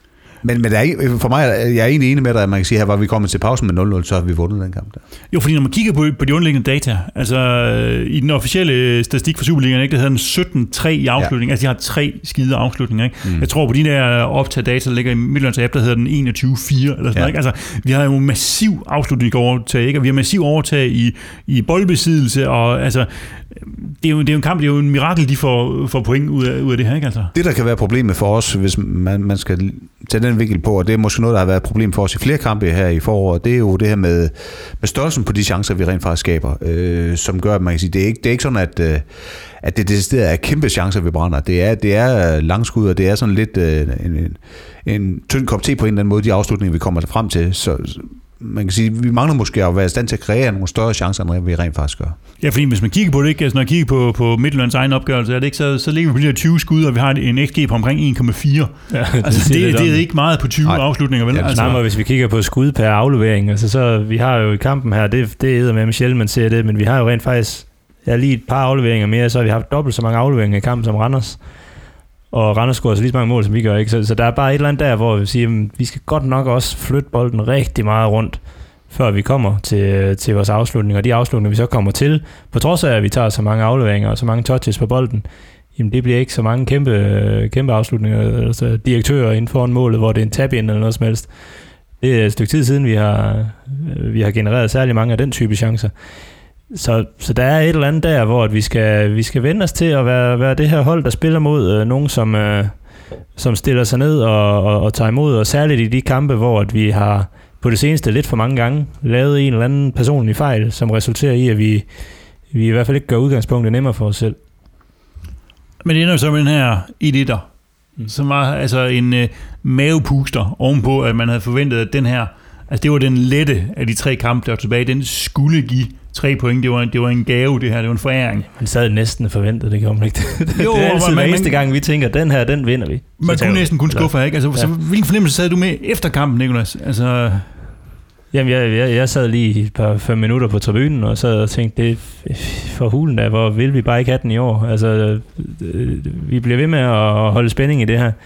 Men, men der er, for mig jeg er egentlig enig med dig, at man kan sige, at var vi kommet til pausen med nul nul, så har vi vundet den kamp der. Jo, fordi når man kigger på, på de underliggende data, altså i den officielle statistik for Superligaen, ikke, der hedder den sytten tre i afslutning, ja. Altså de har tre skide afslutninger. Ikke? Mm. Jeg tror på de der optag-data, der ligger i Midtjyllands app, der hedder den enogtyve fire eller sådan ja. Noget. Ikke? Altså vi har jo massiv afslutning overtag, ikke? Og vi har massiv overtag i, i boldbesiddelse, og altså det er, jo, det er jo en kamp, det er jo en mirakel, de får, får point ud af, ud af det her, ikke altså? Det, der kan være problemet for os, hvis man, man skal tage den vinkel på, og det er måske noget, der har været et problem for os i flere kampe her i foråret, det er jo det her med, med størrelsen på de chancer, vi rent faktisk skaber, øh, som gør, at man kan sige, det er ikke, det er ikke sådan, at, øh, at det decideret er kæmpe chancer, vi brænder. Det er, det er langskud, og det er sådan lidt øh, en, en, en tynd kop te på en eller anden måde, de afslutninger, vi kommer frem til. Så man kan sige, vi mangler måske at være i stand til at kreere nogle større chancer, end vi rent faktisk gør. Ja, fordi hvis man kigger på det, ikke? Altså, når jeg kigger på, på Midtjyllands egen opgørelse, er det ikke, så, så ligger vi på de her tyve skud, og vi har en X G på omkring en komma fire. Ja, altså, det, det, det er ikke meget på tyve Nej. Afslutninger, vel? Ja, altså. Nej, hvis vi kigger på skud per aflevering, altså, så vi har jo i kampen her, det, det er med sjældent, man ser det, men vi har jo rent faktisk ja, lige et par afleveringer mere, så har vi haft dobbelt så mange afleveringer i kampen som Randers. Og Randers scorer så lige så mange mål, som vi gør, ikke? Så, så der er bare et eller andet der, hvor vi siger, at vi skal godt nok også flytte bolden rigtig meget rundt, før vi kommer til, til vores afslutninger. Og de afslutninger, vi så kommer til, på trods af, at vi tager så mange afleveringer og så mange touches på bolden, jamen det bliver ikke så mange kæmpe, kæmpe afslutninger, altså direktører inden foran målet, hvor det er en tap-in eller noget som helst. Det er et stykke tid siden, vi har, vi har genereret særlig mange af den type chancer. Så, så der er et eller andet der, hvor vi skal, vi skal vende os til at være, være det her hold, der spiller mod øh, nogen, som, øh, som stiller sig ned og, og, og tager imod, og særligt i de kampe, hvor at vi har på det seneste lidt for mange gange lavet en eller anden personlig fejl, som resulterer i, at vi, vi i hvert fald ikke gør udgangspunktet nemmere for os selv. Men det ender jo så med den her et-etter, mm. som var altså en øh, mavepuster ovenpå, at man havde forventet, at den her, altså det var den lette af de tre kampe, der var tilbage, den skulle give tre point. Det var, en, det var en gave, det her. Det var en foræring. Man sad næsten forventet, det gjorde man ikke. Det, jo, det er altid man, hver eneste gang, vi tænker, den her, den vinder vi. Man kunne næsten kun skuffe her, ikke? Altså, ja. Så hvilken fornemmelse sad du med efter kampen, Nicolas? Altså... Jamen, jeg, jeg, jeg sad lige et par fem minutter på tribunen, og sad og tænkte, det for hulen der, hvor vil vi bare ikke have den i år? Altså, vi bliver ved med at holde spænding i det her.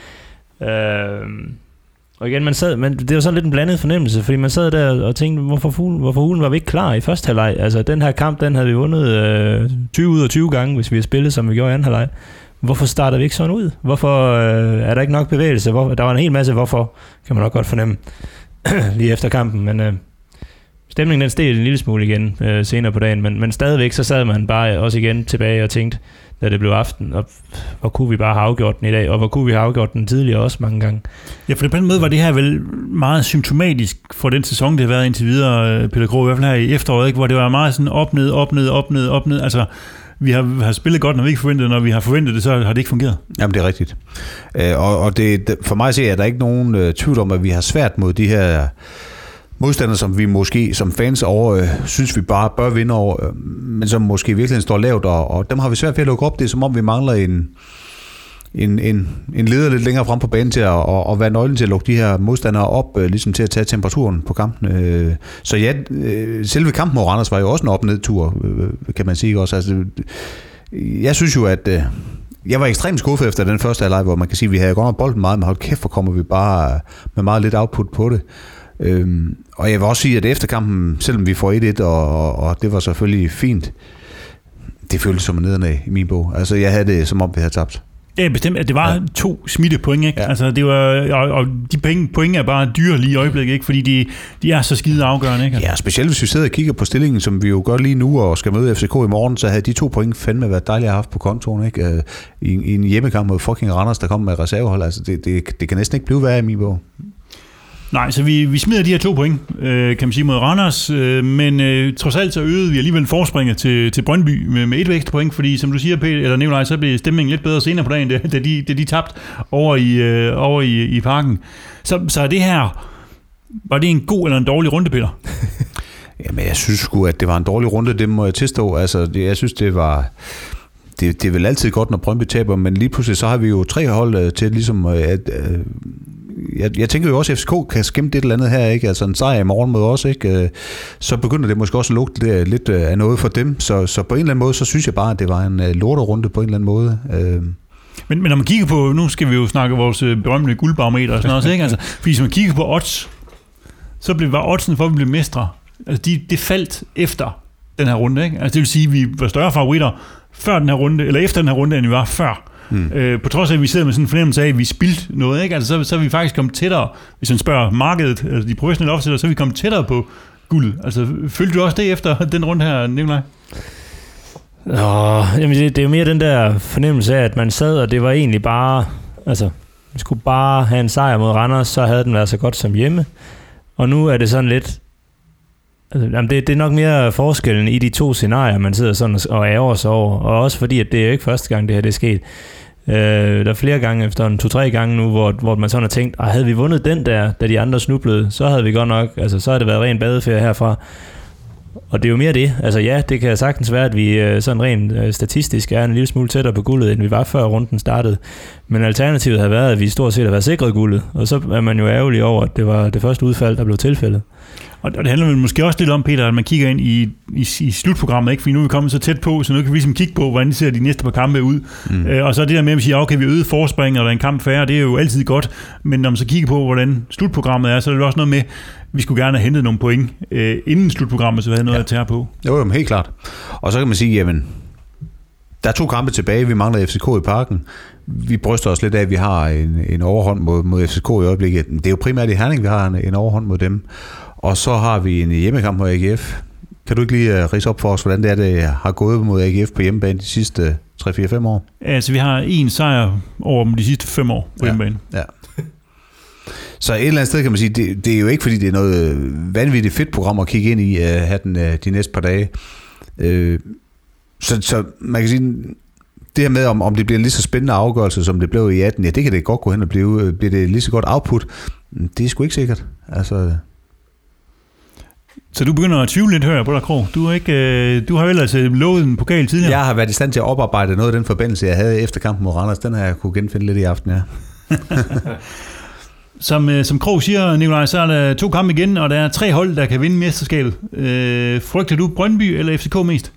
Øh, og igen, man sad, man, det var sådan lidt en blandet fornemmelse, fordi man sad der og tænkte, hvorfor hulen, hvorfor hulen var vi ikke klar i første halvleg? Altså, den her kamp, den havde vi vundet øh, tyve ud af tyve gange, hvis vi havde spillet, som vi gjorde i anden halvleg. Hvorfor starter vi ikke sådan ud? Hvorfor øh, er der ikke nok bevægelse? Hvor, der var en hel masse hvorfor, kan man nok godt fornemme. Lige efter kampen, men øh, stemningen den steg en lille smule igen øh, senere på dagen, men, men stadigvæk så sad man bare også igen tilbage og tænkte, da det blev aften, og hvor kunne vi bare have afgjort den i dag, og hvor kunne vi have afgjort den tidligere også mange gange. Ja, for på den måde var det her vel meget symptomatisk for den sæson, det har været indtil videre, Peter Krog, i hvert fald her i efteråret, ikke? Hvor det var meget sådan op, ned, op, ned, op, ned, op, ned, altså vi har, har spillet godt, når vi ikke forventede det, når vi har forventet det, så har det ikke fungeret. Jamen, det er rigtigt. Øh, og og det, for mig ser jeg, at der ikke nogen øh, tvivl om, at vi har svært mod de her modstandere, som vi måske som fans over, øh, synes vi bare bør vinde over, øh, men som måske virkelig står lavt, og, og dem har vi svært ved at lukke op. Det er som om, vi mangler en, en, en, en leder lidt længere frem på banen til at og, og være nøglen til at lukke de her modstandere op, øh, ligesom til at tage temperaturen på kampen. Øh, så ja, øh, selve kampen mod Randers var jo også en op-ned-tur, øh, kan man sige også. Altså, jeg synes jo, at øh, jeg var ekstremt skuffet efter den første halvleg, hvor man kan sige, at vi havde godt nok bolden meget, men hold kæft, hvor kommer vi bare med meget lidt output på det. Øhm, og jeg vil også sige, at efter kampen, selvom vi får et-et, og, og det var selvfølgelig fint, det føltes som en nederlag i min bog. Altså, jeg havde det, som om vi havde tabt. Ja, bestemt, at det var ja. to smittepoint, ikke? Ja. Altså, det var, og, og de penge, point er bare dyre lige i øjeblikket, ikke? Fordi de, de er så skide afgørende, ikke? Ja, specielt hvis vi sidder og kigger på stillingen, som vi jo gør lige nu, og skal møde F C K i morgen, så havde de to point fandme været dejligt at have haft på kontoen, ikke? I, i en hjemmekamp mod fucking Randers, der kom med reservehold, altså, det, det, det kan næsten ikke blive værre i min bog. Nej, så vi, vi smider de her to point, øh, kan man sige, mod Randers, øh, men øh, trods alt så øgede vi alligevel forspringet til, til Brøndby med, med et ekstra point, fordi som du siger, Peter, eller Nikolaj, så blev stemningen lidt bedre senere på dagen, da, da, de, da de tabte over i, øh, over i, i parken. Så, så er det her, var det en god eller en dårlig runde, Peter? Jamen, jeg synes sgu, at det var en dårlig runde, det må jeg tilstå. Altså, det, jeg synes, det var... Det, det er vel altid godt, når Brøndby taber, men lige pludselig så har vi jo tre hold til ligesom at... Øh, Jeg, jeg tænker jo også, at F C K kan skimte et eller andet her, ikke? Altså en sejr i morgen mod os, ikke? Så begynder det måske også at lugte lidt af noget for dem. Så, så på en eller anden måde, så synes jeg bare, at det var en lorterunde på en eller anden måde. Men, men når man kigger på, nu skal vi jo snakke vores berømte guldbarometer og sådan noget, ikke? Altså, fordi hvis man kigger på odds, så blev, var oddsen for, at vi blev mestre, altså de, det faldt efter den her runde, ikke? Altså det vil sige, at vi var større favoritter før den her runde, eller efter den her runde, end vi var før. Hmm. Øh, på trods af, at vi sidder med sådan en fornemmelse af, at vi spildte noget, ikke? Altså så, så er vi faktisk kommet tættere, hvis man spørger markedet, altså de professionelle opsætter, så er vi kommet tættere på guld. Altså følte du også det efter den runde her, Nikolaj? Nå, jamen det, det er jo mere den der fornemmelse af, at man sad, og det var egentlig bare, altså, man skulle bare have en sejr mod Randers, så havde den været så godt som hjemme. Og nu er det sådan lidt, altså, jamen det, det er nok mere forskellen i de to scenarier, man sidder sådan og ærger sig over, og også fordi, at det er jo ikke første gang, det her det er sket. Øh, der er flere gange efter en to-tre gange nu, hvor, hvor man sådan har tænkt, at havde vi vundet den der, da de andre snublede, så havde vi godt nok, altså så havde det været ren badeferie herfra. Og det er jo mere det. Altså ja, det kan sagtens være, at vi sådan rent statistisk er en lille smule tættere på guldet, end vi var før runden startede. Men alternativet har været, at vi stort set har været sikret guldet. Og så er man jo ærgerlig over, at det var det første udfald, der blev tilfældet. Og det handler måske også lidt om, Peter, at man kigger ind i, i, i slutprogrammet, ikke? Fordi nu er vi kommet så tæt på, så nu kan vi ligesom kigge på, hvordan de ser de næste par kampe ud. Mm. Øh, og så det der med, at vi siger, okay, vi øget forspring, og der er en kamp færre, det er jo altid godt. Men når man så kigger på, hvordan slutprogrammet er, så er det også noget med, vi skulle gerne have hentet nogle point øh, inden slutprogrammet, så vi havde noget ja. at tage på. Jo, jo, helt klart. Og så kan man sige, jamen, der er to kampe tilbage, vi mangler F C K i Parken. Vi bryster os lidt af, at vi har en, en overhånd mod, mod F C K i øjeblikket. Det er jo primært i Herning, vi har en, en overhånd mod dem. Og så har vi en hjemmekamp mod A G F. Kan du ikke lige uh, ridse op for os, hvordan det er, det har gået mod A G F på hjemmebane de sidste tre fire fem år? Altså, vi har en sejr over de sidste fem år på ja. hjemmebane. Ja. Så et eller andet sted kan man sige, det, det er jo ikke, fordi det er noget vanvittigt fedt program at kigge ind i uh, her den, uh, de næste par dage. Uh, så, så man kan sige, det her med, om, om det bliver en lige så spændende afgørelse, som det blev i atten, ja, det kan det godt gå hen og blive. Bliver det lige så godt output? Det er sgu ikke sikkert. Altså... Så du begynder at tvivle lidt, hører jeg på dig, Krog. Du, er ikke, øh, du har jo ellers lovet en pokal tidligere. Jeg har været i stand til at oparbejde noget af den forbindelse, jeg havde efter kampen mod Randers. Den har jeg kunne genfinde lidt i aften, ja. som, øh, som Krog siger, Nikolaj, så er der to kampe igen, og der er tre hold, der kan vinde mesterskabet. Øh, frygter du Brøndby eller F C K mest?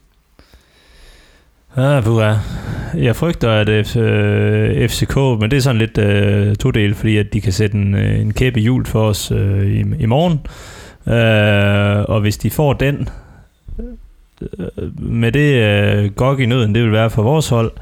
Ja, puha. Jeg frygter, at øh, F C K, men det er sådan lidt øh, todel, fordi at de kan sætte en, en kæppe i hjul for os øh, i, i morgen. Uh, og hvis de får den uh, med det uh, gok i nøden, det vil være for vores hold,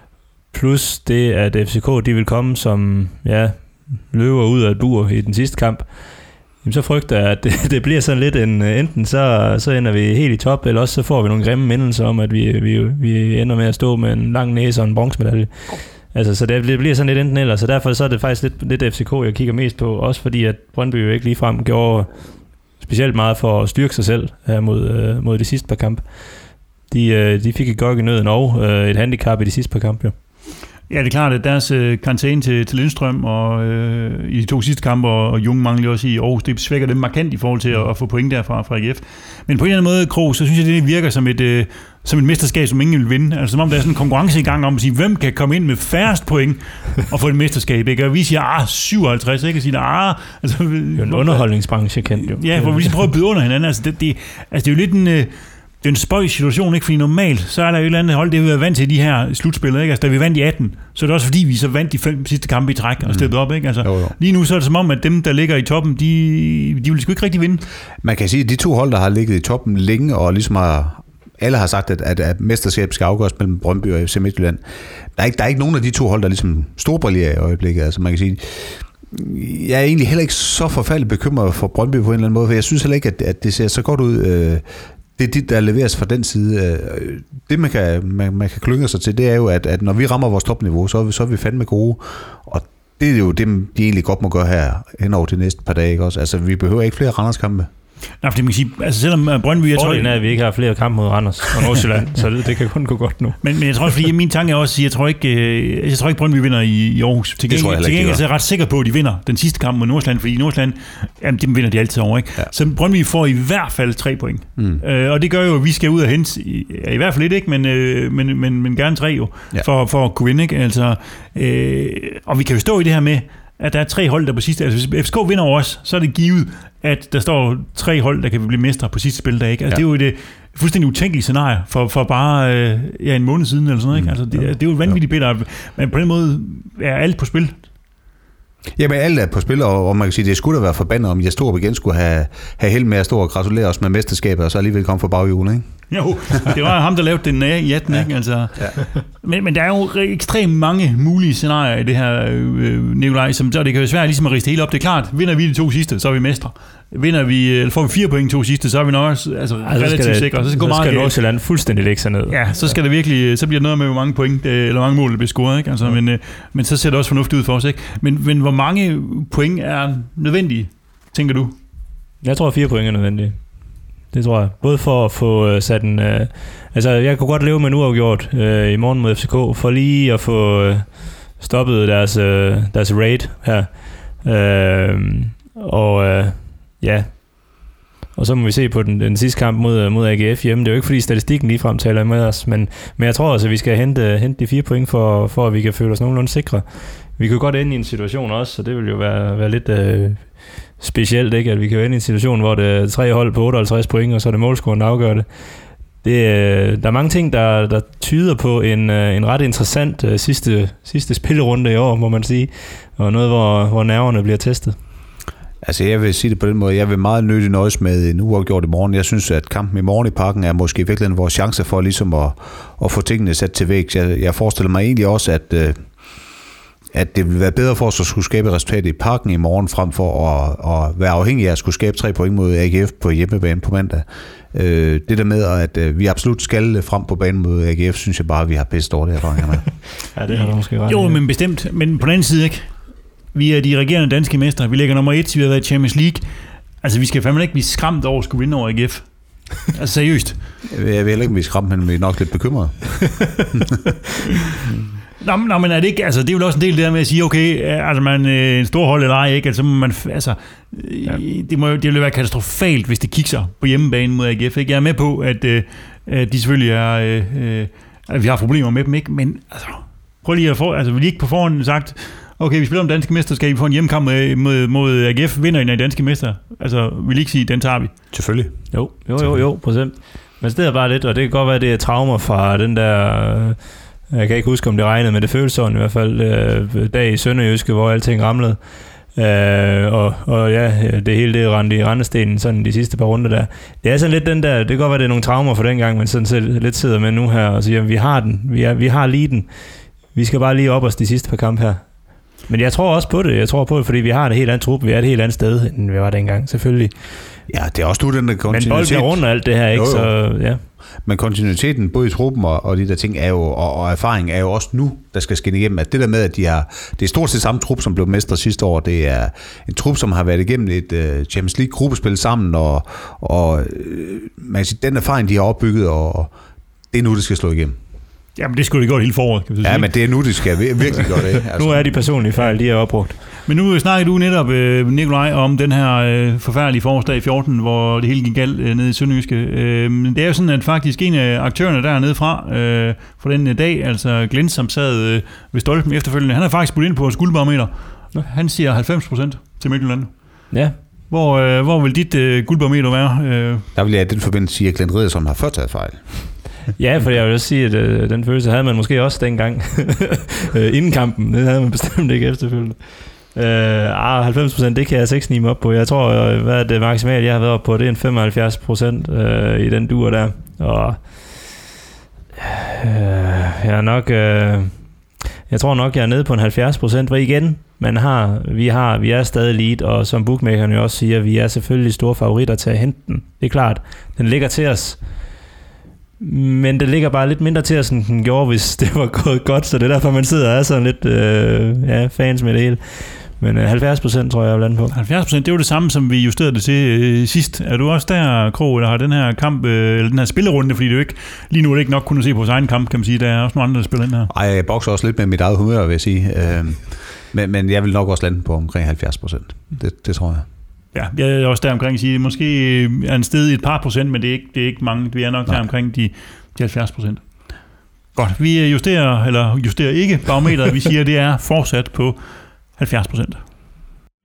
plus det, at F C K de vil komme som ja, løver ud af et bur i den sidste kamp, jamen, så frygter jeg, at det, det bliver sådan lidt en, enten så, så ender vi helt i top, eller også så får vi nogle grimme mindelser om, at vi, vi, vi ender med at stå med en lang næse og en bronzemedalje. Altså, så det bliver sådan lidt enten eller, så derfor så er det faktisk lidt, lidt F C K, jeg kigger mest på, også fordi at Brøndby jo ikke ligefrem gjorde specielt meget for at styrke sig selv her mod, øh, mod de sidste par kampe. De, øh, de fik et gok i nøden og øh, et handicap i de sidste par kampe. Jo. Ja, det er klart, at deres øh, karantæne til, til Lindstrøm og, øh, i de to sidste kampe, og, og Jung mangler også i Aarhus, det svækker dem markant i forhold til at, at få point derfra fra A G F. Men på en eller anden måde, Krog, så synes jeg, det virker som et, øh, som et mesterskab, som ingen vil vinde. Altså som om der er sådan en konkurrence i gang om at sige, hvem kan komme ind med færrest point og få et mesterskab. Ikke? Og vi siger, ah, syvoghalvtreds, ikke? Og siger, ah... Altså, det er jo en underholdningsbranche, kendt jo. Ja, hvor vi lige prøver at byde under hinanden. Altså det, det, altså, det er jo lidt en... Øh, det er en spøjs situation, ikke? Fordi normalt, så er der jo et eller andet hold, det vi har vant til de her slutspillere, ikke? Altså, da vi vandt i atten, så er det også fordi, vi så vandt de fem sidste kampe i træk og steppede op, ikke? Altså, jo, jo. Lige nu så er det som om, at dem, der ligger i toppen, de, de vil sgu ikke rigtig vinde. Man kan sige, at de to hold, der har ligget i toppen længe, og ligesom har, alle har sagt, at, at, at mesterskabet skal afgøres mellem Brøndby og F C Midtjylland. Der er ikke, der er ikke nogen af de to hold, der ligesom storbrillerer i øjeblikket. Altså, man kan sige, jeg er egentlig heller ikke så forfærdeligt bekymret for Brøndby på en eller anden måde, for jeg synes heller ikke, at, at det ser så godt ud. Øh, Det er det, der leveres fra den side. Det, man kan, man, man kan klynge sig til, det er jo, at, at når vi rammer vores topniveau, så er vi, så er vi fandme gode. Og det er jo det, de egentlig godt må gøre her hen over de næste par dage. Ikke også? Altså, vi behøver ikke flere Randerskampe. Nej, fordi man kan sige, altså selvom Brøndby... Jeg tror, er, at vi ikke har flere kampe mod Randers og Nordsjælland, så det, det kan kun gå godt nu. Men, men jeg tror, fordi min tanke er også, jeg tror ikke, jeg tror ikke Brøndby vinder i, i Aarhus. Til gengæld, til gengæld er jeg ret sikker på, at de vinder den sidste kamp mod Nordsjælland, fordi Nordsjælland, jamen, dem vinder de altid over, ikke? Ja. Så Brøndby får i hvert fald tre point. Mm. Øh, og det gør jo, at vi skal ud og hente, i, i hvert fald lidt, ikke? Men, øh, men, men, men gerne tre jo, ja. for, for at kunne vinde, ikke? Altså, øh, og vi kan jo stå i det her med, at der er tre hold, der på sidste... Altså, hvis F C K vinder over os, så er det givet, at der står tre hold, der kan blive mestre på sidste spildag, ikke? Altså, ja. Det er jo et fuldstændig utænkeligt scenarie for, for bare øh, ja, en måned siden, eller sådan noget, ikke? Altså, det, det er jo vanvittigt bitter, men på den måde er alt på spil. Jamen alt er på spil, og, og man kan sige, det skulle da være forbandet, om Jastrup igen skulle have, have held med at stå og gratulere os med mesterskabet, og så alligevel komme for baghjulet, ikke? Jo, det var ham, der lavede den i atten, ikke? Altså, ja. men, men der er jo ekstremt mange mulige scenarier i det her, øh, Nikolaj, som så det kan være svært ligesom at riste hele op. Det er klart, vinder vi de to sidste, så er vi mestre. Vinder vi, eller får vi fire point to sidste, så er vi nok også altså, altså, relativt sikre. Så skal, så skal Nordsjælland fuldstændig lægge sig ned. Ja, så skal det virkelig, så bliver det noget med, hvor mange point, eller mange mål, der bliver scoret, ikke? Altså, ja. men, men så ser det også fornuftigt ud for os, ikke? Men, men hvor mange point er nødvendige, tænker du? Jeg tror, fire point er nødvendige. Det tror jeg. Både for at få uh, sat en... Uh, altså, jeg kunne godt leve med en uafgjort uh, i morgen mod F C K, for lige at få uh, stoppet deres, uh, deres raid her. Uh, og uh, ja... Og så må vi se på den, den sidste kamp mod, mod A G F hjemme. Det er jo ikke, fordi statistikken ligefrem taler med os, men, men jeg tror også, at vi skal hente, hente de fire point, for, for at vi kan føle os nogenlunde sikre. Vi kan godt ende i en situation også, så det vil jo være, være lidt øh, specielt, ikke? At vi kan ende i en situation, hvor det er tre hold på otteoghalvtreds point, og så er det målscoren, der afgør det. det øh, der er mange ting, der, der tyder på en, øh, en ret interessant øh, sidste, sidste spillerunde i år, må man sige. Og noget, hvor, hvor nerverne bliver testet. Altså jeg vil sige det på den måde, jeg vil meget nødig nøjes med en uafgjort i morgen. Jeg synes, at kampen i morgen i Parken er måske virkelig vores chance for ligesom at, at få tingene sat til væk. Jeg, jeg forestiller mig egentlig også, at, at det vil være bedre for os at skulle skabe resultat i Parken i morgen, frem for at, at være afhængig af at skulle skabe tre point mod A G F på hjemmebane på mandag. Det der med, at vi absolut skal frem på banen mod A G F, synes jeg bare, at vi har bedst over det her. Ja, det har du måske ret. Jo, men bestemt. Men på den anden side ikke. Vi er de regerende danske mestre. Vi ligger nummer et, vi har været i Champions League. Altså, vi skal fandme ikke blive skræmt over at skulle vinde over A G F. Altså, seriøst. Jeg vil heller ikke blive skræmt, men vi er nok lidt bekymrede. Nå, nå, men er det ikke, altså, det er jo også en del der med at sige, okay, altså, man en stor hold eller ej, ikke? Altså, man, altså, ja. det, må, det vil være katastrofalt, hvis det kigger på hjemmebane mod A G F, ikke? Jeg er med på, at, at de selvfølgelig er, øh, at vi har problemer med dem, ikke? Men, altså, prøv lige at få, altså, vi ikke på forhånd sagt, okay, vi spiller om danske mesterskab, vi får en hjemmekamp mod, mod A G F, vinder en af danske mester. Altså, vil ikke sige, den tager vi. Selvfølgelig. Jo, jo, jo, jo, procent. Men det er bare lidt, og det kan godt være, det er traumer fra den der, jeg kan ikke huske, om det regnede, men det føles sådan i hvert fald, øh, dag i Sønderjyske, hvor alting ramlede. Øh, og, og ja, det hele det rendte i rendestenen sådan de sidste par runder der. Det er sådan lidt den der, det kan godt være, det er nogle traumer for den gang, men sådan selv lidt sidder med nu her og siger, vi har den, vi, er, vi har lige den. Vi skal bare lige op os de sidste par kampe her. Men jeg tror også på det. Jeg tror på det, fordi vi har et helt andet trup. Vi er et helt andet sted, end vi var dengang, selvfølgelig. Ja, det er også nu den der kontinuitet. Men bolden er rundt og alt det her, ikke? Jo, jo. Så, ja. Men kontinuiteten, både i truppen og, og de der ting, er jo, og, og erfaring er jo også nu, der skal skinne igennem. At det der med, at de har, det er stort set samme trup, som blev mestre sidste år. Det er en trup, som har været igennem et uh, Champions League gruppespil sammen, og, og uh, man kan sige, den erfaring, de har opbygget, og det er nu, det skal slå igennem. Jamen, det skulle de godt hele foråret, kan vi sige. Ja, men det er nu, de skal virkelig gøre det. Altså. Nu er de personlige fejl, de er opbrugt. Men nu snakker du netop, Nikolaj, om den her forfærdelige forårsdag i fjorten, hvor det hele gik galt nede i Sønderjyske. Det er jo sådan, at faktisk en af aktørerne dernede fra for den dag, altså Glenn, som sad ved stolpen efterfølgende, han har faktisk budt ind på guldbarometer. Han siger halvfems procent til Midtjylland. Ja. Hvor, hvor vil dit uh, guldbarometer være? Der vil jeg i den forbindelse sige, at Glenn Riddersson har førtaget fejl. Ja, for jeg vil også sige, at øh, den følelse havde man måske også dengang inden kampen. Det havde man bestemt ikke efterfølgende. Øh, halvfems procent, det kan jeg altså ikke snige mig op på. Jeg tror, øh, hvad er det maksimalt, jeg har været op på, det er en femoghalvfjerds procent øh, i den duer der. Og øh, jeg er nok... Øh, jeg tror nok, jeg er nede på en halvfjerds procent, hvor igen, man har, vi, har, vi er stadig lead, og som bookmakerne jo også siger, vi er selvfølgelig store favoritter til at hente den. Det er klart, den ligger til os. Men det ligger bare lidt mindre til os, end den gjorde, hvis det var gået godt, så det er derfor, man sidder og er sådan lidt øh, ja, fans med det hele. Men øh, halvfjerds procent tror jeg, jeg vil lande på. halvfjerds procent, det var det samme, som vi justerede det til øh, sidst. Er du også der, Krog, eller har den her kamp, øh, eller den her spillerunde, fordi det jo ikke, lige nu er det ikke nok kun at se på vores egen kamp, kan man sige. Der er også nogle andre, der spiller ind her. Ej, jeg bokser også lidt med mit eget humør, vil jeg sige. Øh, men, men jeg vil nok også lande på omkring halvfjerds procent. Det, det tror jeg. Ja, jeg er også der omkring at sige, måske er en sted i et par procent, men det er ikke, det er ikke mange. Vi er nok Nej. der omkring de, de halvfjerds procent. Godt, vi justerer, eller justerer ikke barometeret, vi siger, det er fortsat på halvfjerds procent.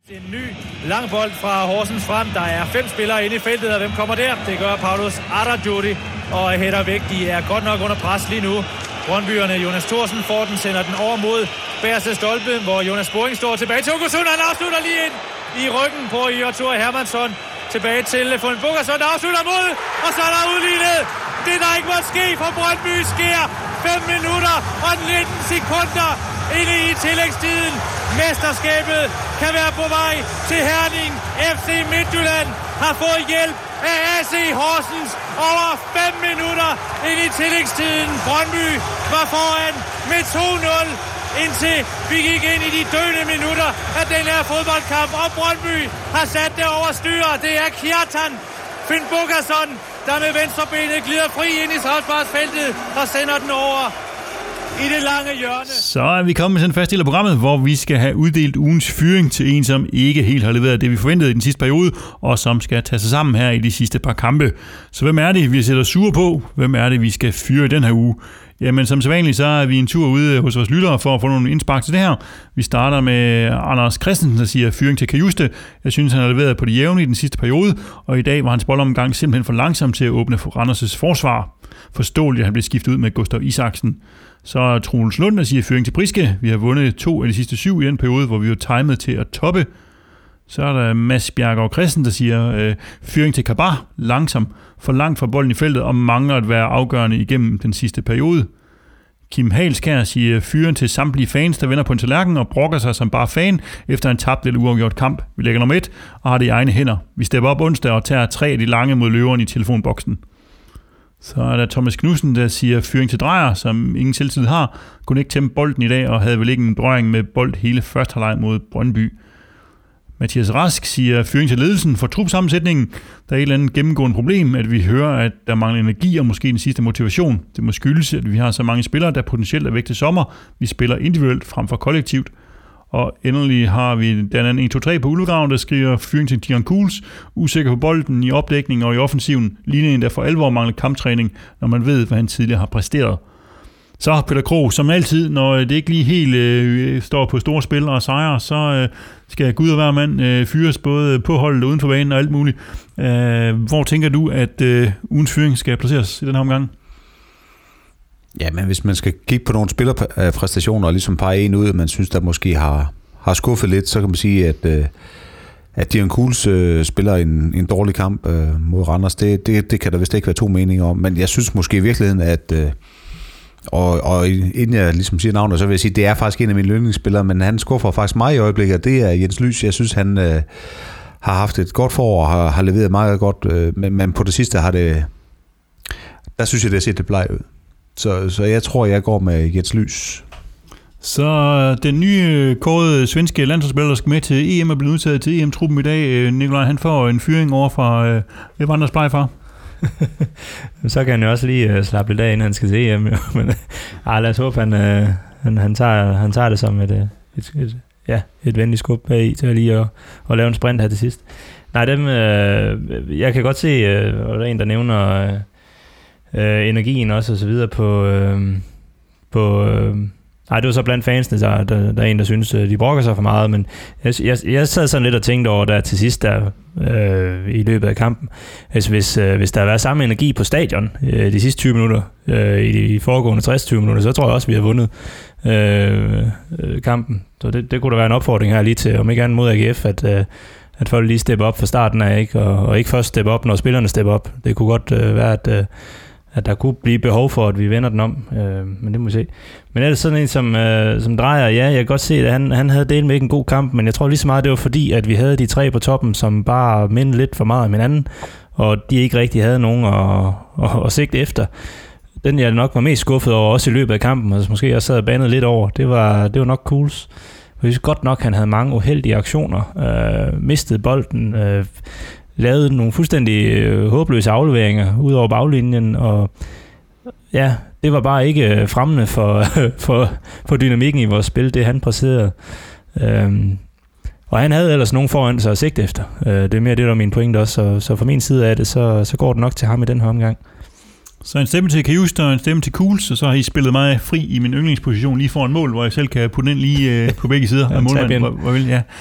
En ny lang bold fra Horsens frem. Der er fem spillere inde i feltet, og hvem kommer der? Det gør Paulus Arradjuri og hætter væk. De er godt nok under pres lige nu. Brøndbyerne, Jonas Thorsen får den, sender den over mod bagerste stolpe, hvor Jonas Boring står tilbage til Okusund. Han afslutter lige ind i ryggen på Jørtur Hermansson. Tilbage til Fon Bogason, der afslutter mod, og så er der udlignet. Det, der ikke må ske for Brøndby, sker fem minutter og nitten sekunder inde i tillægstiden. Mesterskabet kan være på vej til Herning. F C Midtjylland har fået hjælp af A C Horsens over fem minutter ind i tillægstiden. Brøndby var foran med to nul, indtil vi gik ind i de døende minutter af den her fodboldkamp. Og Brøndby har sat det over styr. Det er Kjartan Finn Bogason, der med venstrebenet glider fri ind i straffesparksfeltet og sender den over i det lange hjørne. Så er vi kommet med sådan en fast del af programmet, hvor vi skal have uddelt ugens fyring til en, som ikke helt har leveret det, vi forventede i den sidste periode, og som skal tage sig sammen her i de sidste par kampe. Så hvem er det, vi sætter sure på? Hvem er det, vi skal fyre i den her uge? Jamen som sædvanligt, så er vi en tur ude hos vores lyttere for at få nogle indspark til det her. Vi starter med Anders Christensen, der siger fyring til Kajuste. Jeg synes, han har leveret på det jævne i den sidste periode, og i dag var hans boldomgang simpelthen for langsom til at åbne for Randers' forsvar. Forståeligt, at han blev skiftet ud med Gustav Isaksen. Så er Troels Lund, der siger fyring til Priske. Vi har vundet to af de sidste syv i den periode, hvor vi var timet til at toppe. Så er der Mads Bjergaard Christen, der siger øh, fyring til Kabar. Langsom, for langt fra bolden i feltet og mangler at være afgørende igennem den sidste periode. Kim Halskær siger fyring til samtlige fans, der vender på en tallerken og brokker sig som bare fan efter en tabt eller uafgjort kamp. Vi lægger nummer et og har det i egne hænder. Vi stepper op onsdag og tager tre af de lange mod løverne i telefonboksen. Så er der Thomas Knudsen, der siger fyring til Drejer, som ingen selvtid har. Kunne ikke tæmme bolden i dag og havde vel ikke en berøring med bold hele første halvleg mod Brøndby. Mathias Rask siger fyring til ledelsen for trupsammensætningen. Der er et eller andet gennemgående problem, at vi hører, at der mangler energi og måske den sidste motivation. Det må skyldes, at vi har så mange spillere, der potentielt er væk til sommer. Vi spiller individuelt frem for kollektivt. Og endelig har vi den anden en to tre på Ulvegraven, der skriver fyring til Dion Kuhls. Usikker på bolden i opdækning og i offensiven. Ligner en, der for alvor mangler kamptræning, når man ved, hvad han tidligere har præsteret. Så Peter Krog, som altid, når det ikke lige helt øh, står på store spil og sejre, så øh, skal Gud og hver mand øh, fyres både på holdet og uden for banen og alt muligt. Øh, hvor tænker du, at øh, ugens fyring skal placeres i den her omgang? Ja, men hvis man skal kigge på nogle spillerpræstationer og ligesom pege en ud, man synes, der måske har, har skuffet lidt, så kan man sige, at, øh, at Dion Kuhls øh, spiller en, en dårlig kamp øh, mod Randers. Det, det, det kan der vist ikke være to meninger om, men jeg synes måske i virkeligheden, at øh, Og, og inden jeg ligesom siger navnet, så vil jeg sige, at det er faktisk en af mine yndlingsspillere, men han skuffer faktisk mig i øjeblikket, og det er Jens Lys. Jeg synes, han øh, har haft et godt forår og har, har leveret meget godt, øh, men, men på det sidste har det, der synes jeg, det har set det blege ud. Så, så jeg tror, jeg går med Jens Lys. Så den nye kårede svenske landsholdsspiller, der skal med til E M, er blevet udtaget til E M-truppen i dag. Nikolaj, han får en fyring over fra øh, Randers plejefar. Så kan han jo også lige uh, slappe lidt af, inden han skal se hjem. Men uh, lad os håbe, han, uh, han, han, tager, han tager det som et, et, et, ja, et venligt skub bag i til at lige at, at lave en sprint her til sidst. Nej, dem, uh, jeg kan godt se, uh, og der er en, der nævner uh, uh, energien også og så videre på... Uh, på uh, Nej, det var så blandt fansene, der, der, der er en, der synes, de brokker sig for meget, men jeg, jeg, jeg sad sådan lidt og tænkte over der til sidst der, øh, i løbet af kampen. Altså, hvis, øh, hvis der har været samme energi på stadion øh, de sidste tyve minutter, øh, i de foregående tres til tyve minutter, så tror jeg også, vi har vundet øh, øh, kampen. Så det, det kunne da være en opfordring her lige til, om ikke andet mod A G F, at, øh, at folk lige stepper op fra starten af, ikke? Og, og ikke først stepper op, når spillerne stepper op. Det kunne godt øh, være, at... Øh, at der kunne blive behov for, at vi vender den om, øh, men det må vi se. Men er det sådan en, som, øh, som Drejer, ja, jeg kan godt se, at han, han havde delt med ikke en god kamp, men jeg tror lige så meget, det var fordi, at vi havde de tre på toppen, som bare mindede lidt for meget om hinanden, og de ikke rigtig havde nogen at, at, at sigte efter. Den, jeg nok var mest skuffet over, også i løbet af kampen, og måske også sad banet lidt over, det var, det var nok Kuhls. Jeg synes godt nok, han havde mange uheldige aktioner, øh, mistede bolden, øh, lavede nogle fuldstændig øh, håbløse afleveringer ud over baglinjen, og ja, det var bare ikke øh, fremmende for, for, for dynamikken i vores spil, det han præsterede. Øhm, og han havde ellers nogen foran sig at sigte efter. Øh, det er mere det, der er min pointe også, så, så fra min side af det, så, så går det nok til ham i den her omgang. Så en stemme til Kajuste og en stemme til Kuhls, og så har I spillet mig fri i min yndlingsposition lige foran mål, hvor jeg selv kan putte den lige øh, på begge sider af målmanden. Hvor, hvor vil, ja.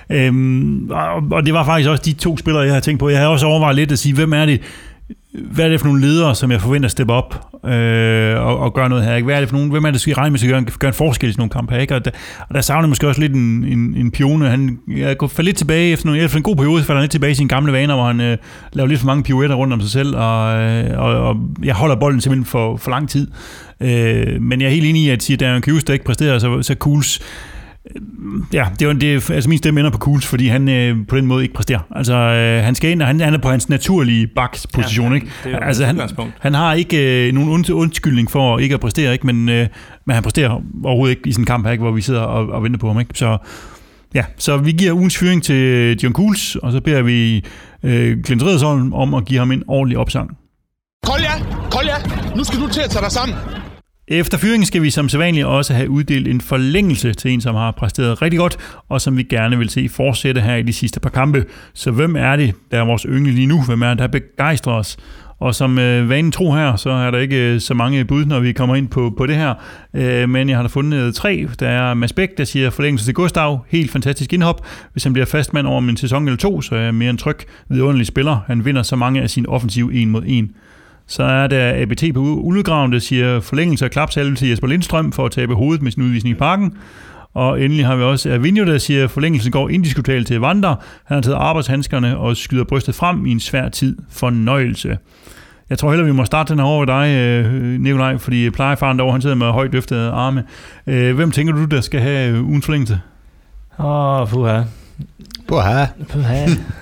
Øhm, og, og det var faktisk også de to spillere, jeg havde tænkt på. Jeg havde også overvejet lidt at sige, hvem er det, hvad er det for nogle ledere, som jeg forventer at steppe op øh, og, og gøre noget her? Ikke? Hvad er det for nogle, hvem er det, der skal regne med, at gøre en, gøre en forskel i sådan nogle kampe her? Ikke? Og, der, og der savner måske også lidt en, en, en pione. Han faldt lidt tilbage efter, nogle, efter en god periode, falder han lidt tilbage i sine gamle vaner, hvor han øh, laver lidt for mange pirouetter rundt om sig selv, og, øh, og, og jeg holder bolden simpelthen for, for lang tid. Øh, men jeg er helt enig i, at siger Darian Hughes, der ikke præsterer, så, så Kuhls. Ja, det er, det er altså min stemme ender på Kuhls, fordi han øh, på den måde ikke præsterer. Altså øh, han skal ind, og han, han er på hans naturlige baksposition, ja, ikke? Altså han, han har ikke øh, nogen und, undskyldning for ikke at præstere, ikke, men øh, men han præsterer overhovedet ikke i sådan en kamp her, ikke, hvor vi sidder og, og venter på ham, ikke? Så ja, så vi giver ugens fyring til Dion Kuhls, og så beder vi øh, Clint Riddersholm om at give ham en ordentlig opsang. Kolja, Kolja, nu skal du til at tage dig sammen. Efter fyringen skal vi som sædvanligt også have uddelt en forlængelse til en, som har præsteret rigtig godt, og som vi gerne vil se fortsætte her i de sidste par kampe. Så hvem er det, der er vores yndling lige nu? Hvem er det, der begejstrer os? Og som øh, vanen tro her, så er der ikke øh, så mange bud, når vi kommer ind på, på det her. Øh, men jeg har da fundet tre. Der er Mads Bæk, der siger forlængelse til Gustav. Helt fantastisk indhop. Hvis han bliver fastmand over en sæson eller to, så er jeg mere en tryg, vidunderlig spiller. Han vinder så mange af sine offensive en mod en. Så er der A B T på Ulvegraven, der siger forlængelse af klapsalve til Jesper Lindstrøm for at tabe hovedet med sin udvisning i parken. Og endelig har vi også Avinio, der siger forlængelsen går indiskutabelt til Wander. Han har taget arbejdshandskerne og skyder brystet frem i en svær tid. Fornøjelse. Jeg tror heller, vi må starte den her over ved dig, Nikolaj, fordi plejefaren derovre, han sidder med højt løftede arme. Hvem tænker du, der skal have ugens forlængelse? Åh, oh, puha. Puha. Puha.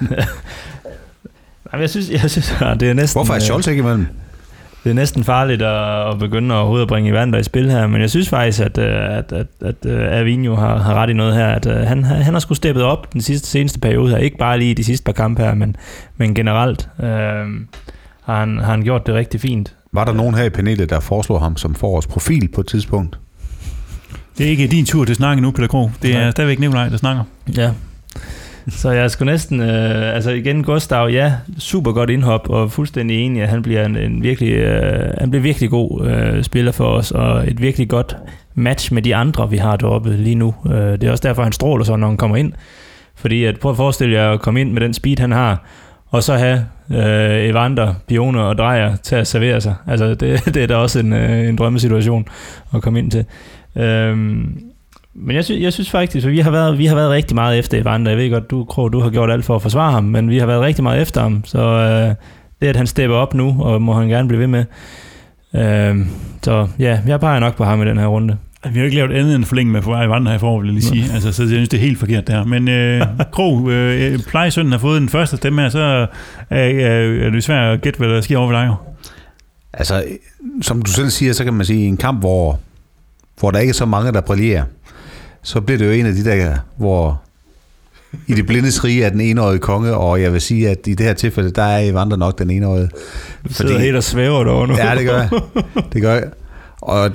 Jeg synes, jeg synes, det er næsten... Hvorfor er Scholz ikke imellem? Det er næsten farligt at, at begynde overhovedet at bringe Wander i spil her, men jeg synes faktisk, at, at, at, at Avinio har, har ret i noget her, at han, han har sgu steppet op den sidste, seneste periode her, ikke bare lige de sidste par kampe her, men, men generelt øh, har, han, har han gjort det rigtig fint. Var der nogen her i panelet, der foreslår ham som forårsprofil på et tidspunkt? Det er ikke din tur til at snakke nu, Peter Krog. Det er ja. stadigvæk Nikolaj, der snakker. Ja. Så jeg skulle næsten, øh, altså igen Gustav, ja, super godt indhop, og fuldstændig enig, at han bliver en, en virkelig, øh, han bliver virkelig god øh, spiller for os, og et virkelig godt match med de andre, vi har deroppe lige nu. Øh, det er også derfor, han stråler så, når han kommer ind. Fordi at, prøv at forestille jer at komme ind med den speed, han har, og så have øh, Evander, Pione og Drejer til at servere sig. Altså det, det er da også en, øh, en drømmesituation at komme ind til. Øh, Men jeg synes, jeg synes faktisk, at vi har været, vi har været rigtig meget efter Evander. Jeg ved godt, du, Krog, du har gjort alt for at forsvare ham, men vi har været rigtig meget efter ham. Så øh, det, at han stepper op nu, og må han gerne blive ved med. Øh, så ja, jeg peger nok på ham i den her runde. Vi har jo ikke lavet andet end forlænge med for Evander her i forår, vil jeg lige sige. Altså, så jeg synes, det er helt forkert det her. Men øh, Krog, øh, plejesønnen har fået den første stemme her, så er, er, er det svært at gætte, hvad der sker over ved dig. Altså, som du selv siger, så kan man sige, i en kamp, hvor, hvor der ikke er så mange, der brillerer, så bliver det jo en af de der, hvor i det blindes rige er den enårige konge, og jeg vil sige, at i det her tilfælde, der er Evander nok den enårige. Du sidder helt og svæver derovre nu. Ja, det gør jeg. Det gør jeg. Og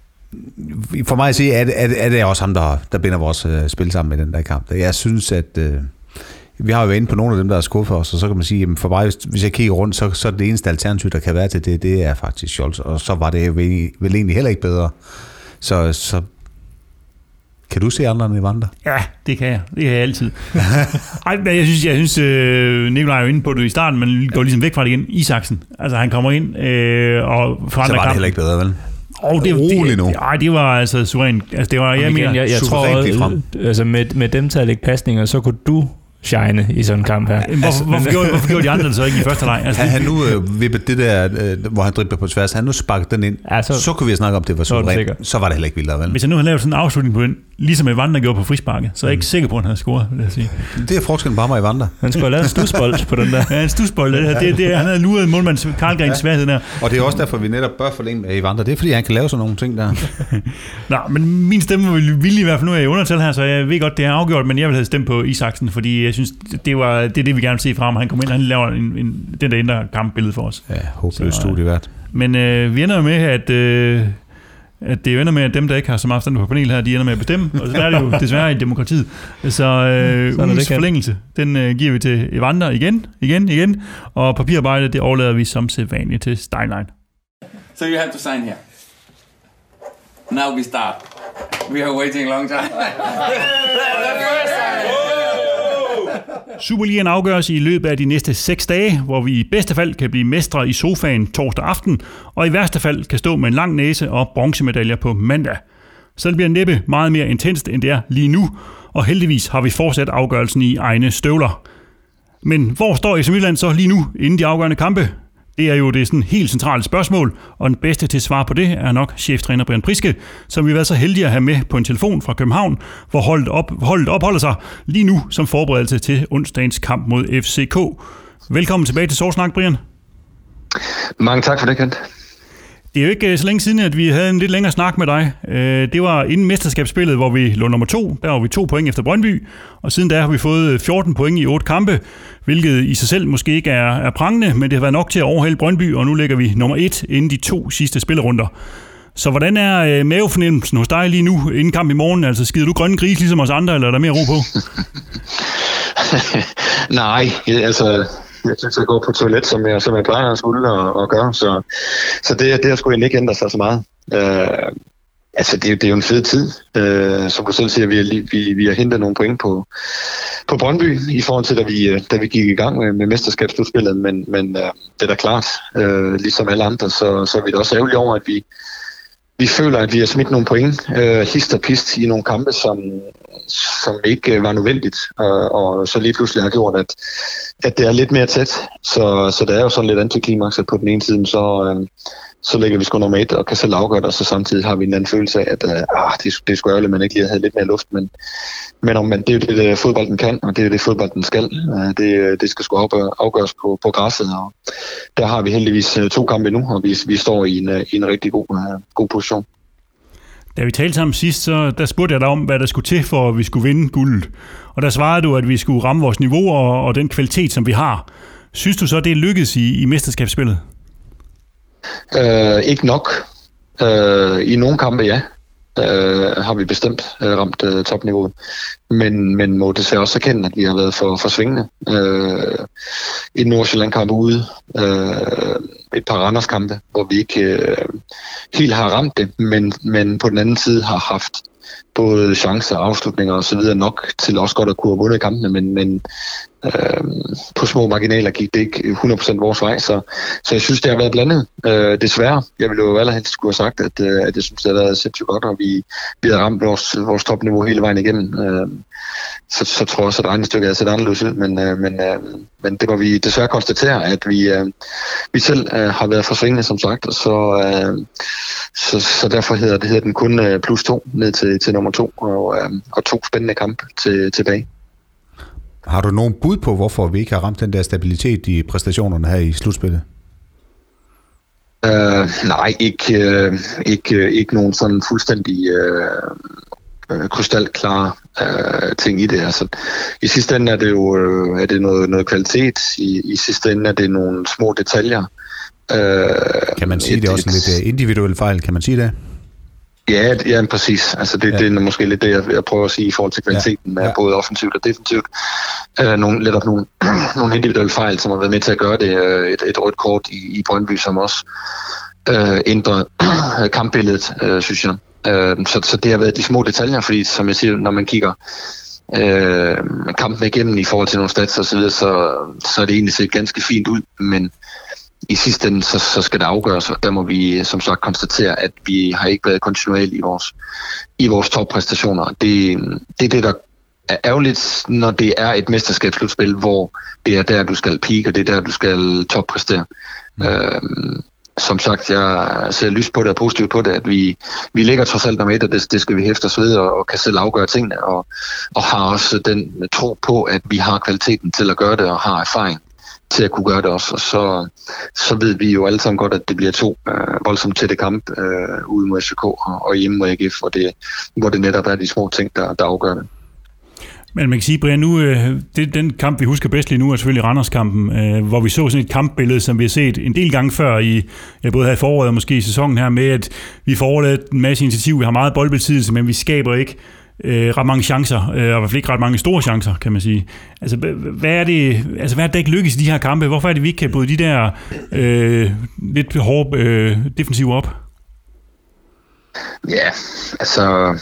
for mig at sige, er det, er det også ham, der, der binder vores uh, spil sammen med den der kamp. Jeg synes, at uh, vi har jo været inde på nogle af dem, der er skuffet os, og så kan man sige, at for mig, hvis, hvis jeg kigger rundt, så, så er det eneste alternativ, der kan være til det, det er faktisk Scholz, og så var det vel, vel egentlig heller ikke bedre. Så, så kan du se andre end Evander? Ja, det kan jeg. Det kan jeg altid. Ej, jeg synes, jeg synes uh, Nikolaj er jo inde på det i starten, men går ligesom væk fra det igen. Isaksen. Altså, han kommer ind øh, og forandrer kampen. Så var det heller ikke bedre, vel? Oh, det, roligt nu. Nej, det var altså suverænt. Altså, det var, jeg, igen, mener, jeg, jeg tror, altså med, med dem til at lægge pasninger, så kunne du shine i sådan en kamp her. Hvorfor, altså, hvorfor, gjorde, hvorfor gjorde de andre det så ikke i første leg? Altså, han, han nu øh, vippet det der, øh, hvor han dribler på tværs, han nu sparket den ind, ja, så, så kunne vi snakke om, det var suverænt. Så var det heller ikke vildere, vel? Hvis han nu havde lavet sådan en afslutning på den, ligesom Evander gjorde på frisparket, så er jeg ikke sikker på, at han havde scoret, vil jeg sige. Det er forskellen på ham og Evander. Han skulle have lavet en stusbold på den der. Ja, en stusbold. Det, det, det, han havde luret målmand Karlgrens ja. sværhed der. Og det er også derfor, vi netop bør forlænge med Evander. Det er, fordi han kan lave sådan nogle ting der. Nå, men min stemme vil, vil i hvert fald nu er i undertal her, så jeg ved godt, det er afgjort, men jeg vil have stemt på Isaksen, fordi jeg synes, det, var, det er det, vi gerne vil se fra ham. Han kommer ind, han laver en, en, den der ændrer kampbillede for os. Ja, håbløst studievært. Men øh, vi ender jo med, at... Øh, at det ender med, at dem, der ikke har så meget forstand på panel her, de ender med at bestemme, og så er det jo desværre i demokratiet. Så øh, ugens forlængelse, den øh, giver vi til Evander igen, igen, igen, og papirarbejdet, det overlader vi som sædvanligt til Steinlein. So you have to sign here. Now we start. We are waiting a long time. The first time. Superligaen afgøres i løbet af de næste seks dage, hvor vi i bedste fald kan blive mestre i sofaen torsdag aften, og i værste fald kan stå med en lang næse og bronzemedaljer på mandag. Så det bliver næppe meget mere intenst, end det er lige nu, og heldigvis har vi fortsat afgørelsen i egne støvler. Men hvor står F C Midtjylland så lige nu inden de afgørende kampe? Det er jo det sådan helt centrale spørgsmål, og den bedste til at svare på det er nok cheftræner Brian Priske, som vi har været så heldige at have med på en telefon fra København, hvor holdet, op, holdet opholder sig lige nu som forberedelse til onsdagens kamp mod F C K. Velkommen tilbage til Sortsnak, Brian. Mange tak for det, Kent. Det er jo ikke så længe siden, at vi havde en lidt længere snak med dig. Det var inden mesterskabsspillet, hvor vi lå nummer to. Der var vi to point efter Brøndby, og siden da har vi fået fjorten point i otte kampe, hvilket i sig selv måske ikke er, er prangende, men det har været nok til at overhælde Brøndby, og nu ligger vi nummer et inden de to sidste spillerunder. Så hvordan er mavefornemmelsen hos dig lige nu inden kamp i morgen? Altså skider du grønne gris ligesom os andre, eller er der mere ro på? Nej, altså... Jeg synes, jeg går på toilet, som jeg, som jeg plejer at skulle og, og gøre, så, så det, det har sgu egentlig ikke ændret sig så meget. Uh, altså, det, det er jo en fed tid. Uh, som du selv siger, vi har, vi, vi har hentet nogle point på, på Brøndby i forhold til, da vi, da vi gik i gang med, med mesterskabsslutspillet, men, men uh, det er da klart, uh, ligesom alle andre, så, så er vi da også ærgerlige over, at vi, vi føler, at vi har smidt nogle point, uh, hist og pist i nogle kampe, som, som ikke var nødvendigt, uh, og så lige pludselig har gjort, at at det er lidt mere tæt, så, så det er jo sådan lidt antiklimaks, at på den ene side, så, øh, så lægger vi sgu nummer et og kan selv afgøre det, og så samtidig har vi en anden følelse af, at øh, det, det er sgu ærgerligt, man ikke lige havde lidt mere luft, men, men, om, men det er jo det, det, fodbolden kan, og det er det, fodbolden skal. Øh, det, det skal sgu afgøres på, på græsset, og der har vi heldigvis to kampe nu, og vi, vi står i en, i en rigtig god, uh, god position. Da vi talte sammen sidst, så der spurgte jeg dig om, hvad der skulle til, for at vi skulle vinde guldet. Og der svarede du, at vi skulle ramme vores niveau og, og den kvalitet, som vi har. Synes du så, det er lykkedes i, i mesterskabsspillet? Uh, ikke nok. Uh, I nogle kampe, ja. Uh, har vi bestemt uh, ramt uh, topniveauet. Men, men må desværre også erkende, at vi har været for, for svingende. Uh, I Nordsjælland-kampe ude. Uh, et par Randers-kampe, hvor vi ikke uh, helt har ramt det, men, men på den anden side har haft både chancer, afslutninger og så videre nok til også godt at kunne have vundet kampene, men, men øh, på små marginaler gik det ikke hundrede procent vores vej, så, så jeg synes, det har været blandet. Øh, desværre. Jeg ville jo allerhelst skulle have sagt, at, at jeg synes, det har været sindssygt godt, og vi, vi har ramt vores, vores topniveau hele vejen igennem. Øh, så, så tror jeg også, at regnestykket havde set anderledes ud, men, øh, men, øh, men det må vi desværre konstatere, at vi, øh, vi selv øh, har været forsvingende, som sagt, og så, øh, så, så derfor hedder, det hedder den kun øh, plus to ned til, til nummer to, og, øh, og to spændende kampe til, tilbage. Har du nogen bud på, hvorfor vi ikke har ramt den der stabilitet i præstationerne her i slutspillet? Uh, nej, ikke, uh, ikke, uh, ikke nogen sådan fuldstændig uh, krystalklare uh, ting i det. Altså, i sidste ende er det jo uh, er det noget, noget kvalitet. I, I sidste ende er det nogle små detaljer. Uh, kan man sige et, det er også et, lidt individuelle fejl? Kan man sige det? Ja, ja, præcis. Altså det, ja. det er måske lidt det, jeg, jeg prøver at sige i forhold til kvaliteten, ja. Ja. Både offensivt og defensivt. Uh, nogle, lidt af nogle, nogle individuelle fejl, som har været med til at gøre det. Uh, et, et rødt kort i, i Brøndby, som også uh, ændrer kampbilledet, uh, synes jeg. Uh, så, så det har været de små detaljer, fordi som jeg siger, når man kigger uh, kampen igennem i forhold til nogle stats og så videre, så, så er det egentlig set ganske fint ud, men i sidste ende, så, så skal det afgøres, og der må vi som sagt konstatere, at vi har ikke været kontinuerlige i vores, i vores toppræstationer. Det, det er det, der er ærgerligt, når det er et mesterskabsslutspil, hvor det er der, du skal peak, og det er der, du skal toppræstere. Mm. Øhm, som sagt, jeg ser lyst på det og positivt på det, at vi, vi ligger trods alt nummer et, og det, det skal vi hæfte os ved, og, og kan selv afgøre tingene, og, og har også den tro på, at vi har kvaliteten til at gøre det, og har erfaring til at kunne gøre det også, og så, så ved vi jo alle sammen godt, at det bliver to øh, voldsomt tætte kamp øh, ude mod F C K og, og hjemme mod A G F, hvor det, hvor det netop er de små ting, der, der afgør det. Men man kan sige, Brian, nu, øh, det, den kamp, vi husker bedst lige nu, er selvfølgelig Randers-kampen, øh, hvor vi så sådan et kampbillede, som vi har set en del gange før, i ja, både her i foråret og måske i sæsonen her, med at vi får overladet en masse initiativ, vi har meget boldbesiddelse, men vi skaber ikke Øh, ret mange chancer, øh, og i hvert fald ikke ret mange store chancer, kan man sige. Altså, hvad er det, altså, hvad er det, der ikke lykkes i de her kampe? Hvorfor er det, vi ikke kan bryde de der øh, lidt hårde øh, defensive op? Ja, altså,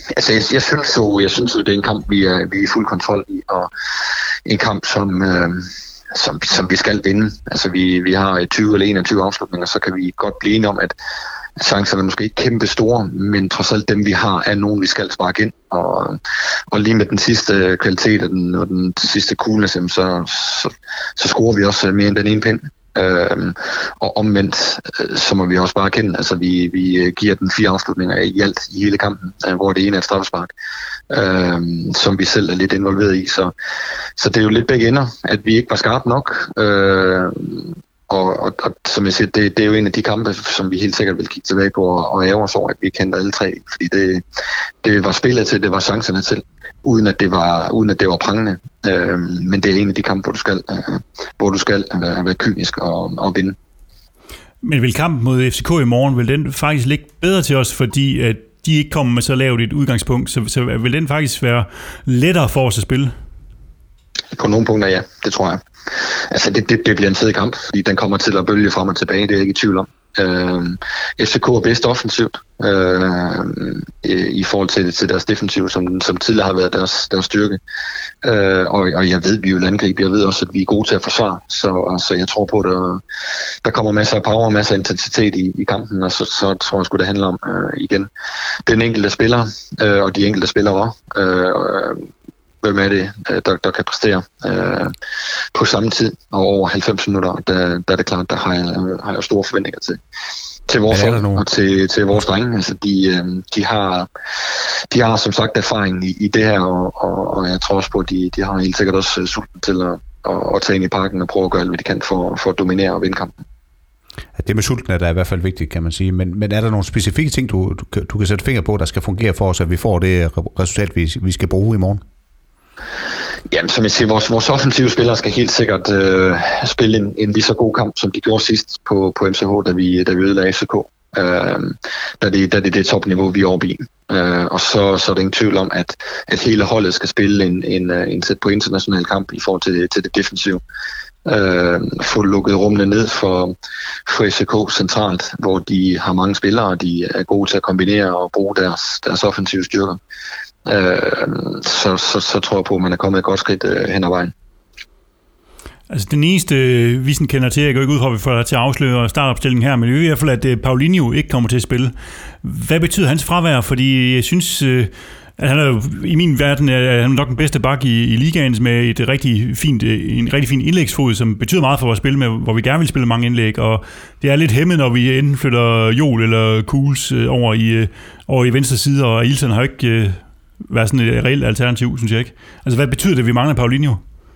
Altså, jeg, jeg synes jo, jeg synes jo, det er en kamp, vi er, vi er i fuld kontrol i, og en kamp, som, øh, som, som vi skal vinde. Altså, vi, vi har tyve eller enogtyve afslutninger, så kan vi godt blive enige om, at chancerne er måske ikke kæmpe store, men trods alt dem, vi har, er nogen, vi skal sparke ind. Og, og lige med den sidste kvalitet og den, og den sidste coolness, så, så, så scorer vi også mere end den ene pind. Øhm, og omvendt, så må vi også bare erkende, altså vi, vi giver den fire afslutninger i alt i hele kampen, hvor det ene er et straffespark, øhm, som vi selv er lidt involveret i. Så, så det er jo lidt begge ender, at vi ikke var skarpe nok. Øhm, Og, og, og som jeg siger, det, det er jo en af de kampe, som vi helt sikkert vil kigge tilbage på og, og ære os over, at vi kendte alle tre. Fordi det, det var spillet til, det var chancerne til, uden at det var, uden at det var prangende. Øh, men det er en af de kampe, hvor du skal, øh, hvor du skal være, være kynisk og, og vinde. Men vil kampen mod F C K i morgen, vil den faktisk ligge bedre til os, fordi at de ikke kommer med så lavt et udgangspunkt, så, så vil den faktisk være lettere for os at spille? På nogle punkter, ja. Det tror jeg. Altså, det, det, det bliver en fed kamp, fordi den kommer til at bølge frem og tilbage, det er jeg ikke i tvivl om. Øh, F C K er bedst offensivt øh, i forhold til, til deres defensiv, som, som tidligere har været deres, deres styrke. Øh, og, og jeg ved, vi vil angribe. Jeg ved også, at vi er gode til at forsvare. Så, så jeg tror på, at der, der kommer masser af power og masser af intensitet i, i kampen, og så, så tror jeg sgu, det handler om øh, igen den enkelte spiller, øh, og de enkelte spillere. Øh, hvem er det, der, der kan præstere øh, på samme tid og over halvfems minutter, der, der er det klart, der har jeg, har jeg store forventninger til. Til vores hold og til, til vores drenge. Altså, de, de, har, de har som sagt erfaring i, i det her, og, og, og jeg tror også på, at de, de har helt sikkert også sulten til at, at, at tage ind i parken og prøve at gøre alt, hvad de kan for, for at dominere og vinde kampen. Det med sulten er der i hvert fald vigtigt, kan man sige. Men, men er der nogle specifikke ting, du, du, du kan sætte finger på, der skal fungere for os, at vi får det resultat, vi, vi skal bruge i morgen? Jamen, som jeg siger, vores, vores offensive spillere skal helt sikkert øh, spille en, en lige så god kamp, som de gjorde sidst på, på M C H, da vi, da vi ødelagde F C K. Øh, da det er det, det topniveau, vi er oppe i. Øh, og så, så er der ingen tvivl om, at, at hele holdet skal spille en, en, en sæt på international kamp i forhold til, til det defensive. Øh, få lukket rummene ned for, for F C K centralt, hvor de har mange spillere, og de er gode til at kombinere og bruge deres, deres offensive styrker. Øh, så, så, så tror jeg på, at man er kommet et godt skridt øh, hen ad vejen. Altså den eneste, vi sådan kender til, jeg går ikke ud fra, at vi får til at afsløre startopstillingen her, men det er i hvert fald, at Paulinho ikke kommer til at spille. Hvad betyder hans fravær? Fordi jeg synes, at han er jo, i min verden er han nok den bedste bak i, i ligaen med et rigtig fint, en rigtig fin indlægsfod, som betyder meget for vores spil, med, hvor vi gerne vil spille mange indlæg, og det er lidt hæmmet, når vi enten flytter Joel eller Kuhls over i, over i venstre side, og Ilsen har ikke været sådan et reelt alternativ, synes jeg ikke. Altså hvad betyder det, at vi mangler Paulinho?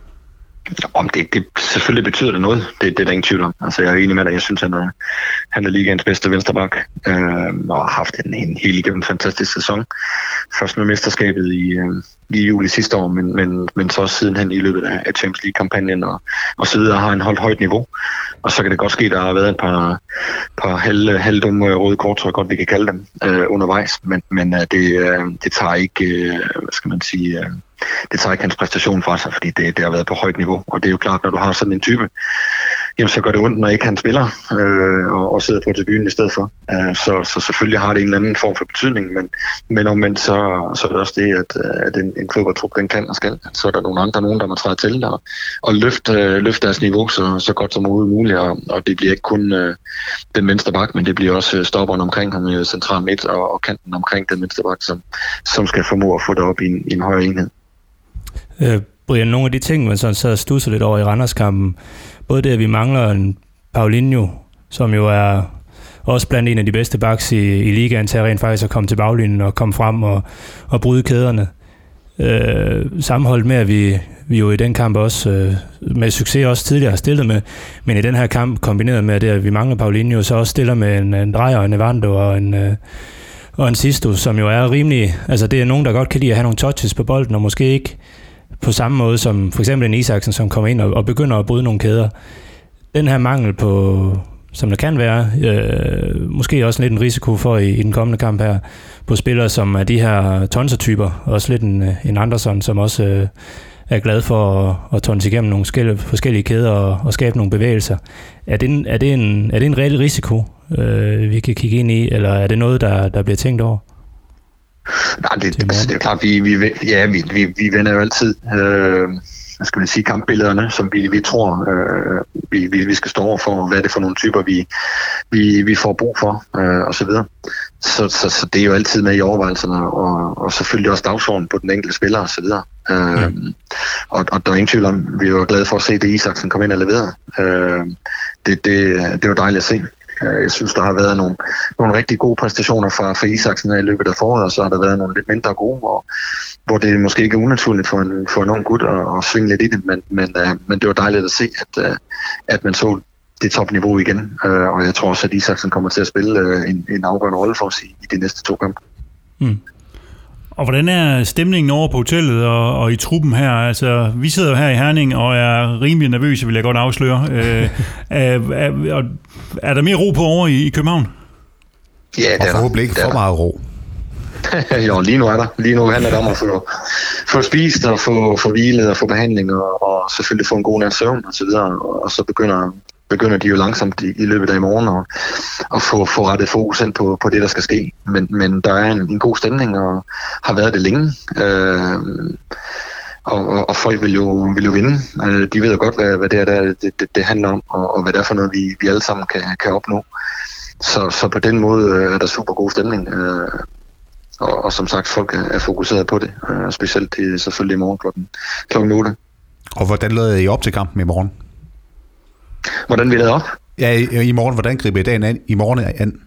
Om det, det selvfølgelig betyder det noget, det, det er der ingen tvivl om. Altså jeg er enig med dig, jeg synes han er, han er ligaens bedste vensterbak, øh, og har haft en, en helt igennem fantastisk sæson. Først med mesterskabet i, øh, i juli sidste år, men, men, men så også sidenhen i løbet af, af Champions League-kampagnen og, og så videre har han holdt højt niveau. Og så kan det godt ske, der har været et par, par halv, halvdumme røde kort, tror jeg godt, vi kan kalde dem, øh, undervejs, men, men øh, det, øh, det tager ikke, øh, hvad skal man sige... Øh, det tager ikke hans præstation fra sig, fordi det, det har været på højt niveau. Og det er jo klart, når du har sådan en type, jamen, så gør det ondt, når ikke han spiller øh, og, og sidder på tribunen i stedet for. Øh, så, så selvfølgelig har det en eller anden form for betydning, men, men omvendt så, så er det også det, at, at en, en klub og trup, den kan og skal. Så er der nogle andre, nogen, der må træde til og, og løfte, øh, løfte deres niveau så, så godt som muligt. Og, og det bliver ikke kun øh, den venstre bak, men det bliver også stopperen omkring ham i central midt og, og kanten omkring den venstre bak, som, som skal formå at få det op i en, i en højere enhed. Øh, Brian, nogle af de ting, man sådan sad og stusser lidt over i Randerskampen, både det, at vi mangler en Paulinho, som jo er også blandt en af de bedste backs i, i ligaen, til at rent faktisk at komme til baglinjen og komme frem og, og bryde kæderne. Øh, sammenholdt med, at vi, vi jo i den kamp også øh, med succes også tidligere har stillet med, men i den her kamp kombineret med det, at vi mangler Paulinho, så også stiller med en, en Drejer, en Evando og en... Øh, og en Sisto, som jo er rimelig... Altså, det er nogen, der godt kan lide at have nogle touches på bolden, og måske ikke på samme måde som for eksempel en Isaksen, som kommer ind og, og begynder at bryde nogle kæder. Den her mangel på, som der kan være, øh, måske også lidt en risiko for i, i den kommende kamp her, på spillere, som er de her tonsertyper, også lidt en, en Andersson, som også øh, er glad for at, at tonse igennem nogle skille, forskellige kæder og, og skabe nogle bevægelser. Er det en, er det en, er det en reel risiko, øh, vi kan kigge ind i, eller er det noget, der, der bliver tænkt over? Nej, det, altså, det er klart, vi, vi, ja, vi, vi, vi vender jo altid øh, hvad skal man sige, kampbillederne, som vi, vi tror, øh, vi, vi, vi skal stå over for, hvad er det for nogle typer, vi, vi, vi får brug for, øh, og så videre. Så, så, så det er jo altid med i overvejelserne, og, og selvfølgelig også dagsordenen på den enkelte spiller, og så videre. Øh, mm. og, og der er ingen tvivl om, vi er jo glade for at se det, Isaksen kom ind og leverede. Øh, det, det, det er jo dejligt at se. Jeg synes, der har været nogle, nogle rigtig gode præstationer fra, fra Isaksen i løbet af foråret, og så har der været nogle lidt mindre gode, hvor, hvor det måske ikke er unaturligt for en, for en ung gut at, at svinge lidt i det, men, men, uh, men det var dejligt at se, at, uh, at man så det topniveau igen, uh, og jeg tror også, at Isaksen kommer til at spille uh, en, en afgørende rolle for os i, i de næste to kampe. Mm. Og hvordan er stemningen over på hotellet og, og i truppen her? Altså, vi sidder jo her i Herning og er rimelig nervøse, vil jeg godt afsløre. øh, er, er, er der mere ro på over i, i København? Ja, det er og forhåbentlig ikke for meget ro. Jo, lige nu er der. Lige nu handler det om at få, få spist og få, få hvilet og få behandling og, og selvfølgelig få en god nat søvn og så videre. Og så begynder begynder de jo langsomt i, i løbet af i morgen og, og få, få rettet fokus ind på, på det, der skal ske. Men, men der er en, en god stemning, og har været det længe. Øh, og, og, og folk vil jo, vil jo vinde. Øh, de ved jo godt, hvad, hvad det er, der, det, det, det handler om, og, og hvad det er for noget, vi, vi alle sammen kan, kan opnå. Så, så på den måde er der super god stemning. Øh, og, og som sagt, folk er, er fokuseret på det. Øh, specielt i, selvfølgelig i morgen klokken, klokken otte. Og hvordan lavede I op til kampen i morgen? Hvordan vi lavede op? Ja, i, i morgen. Hvordan griber I dagen an? I morgen an?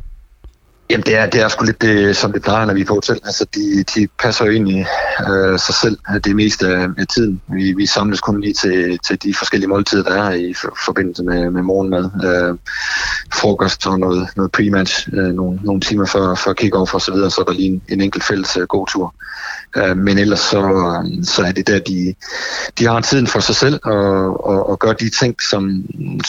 Jamen, det er, det er sgu lidt det, som det plejer, når vi er på hotel. Altså, de, de passer jo ind i øh, sig selv det meste af, af tiden. Vi, vi samles kun lige til, til de forskellige måltider, der er i for, forbindelse med, med morgenmad. Øh, frokost og noget, noget pre-match, øh, nogle, nogle timer før, før kick-off og så videre, så er der lige en, en enkelt fælles øh, god tur. Øh, men ellers så, så er det der, de, de har tiden for sig selv og, og, og gør de ting, som...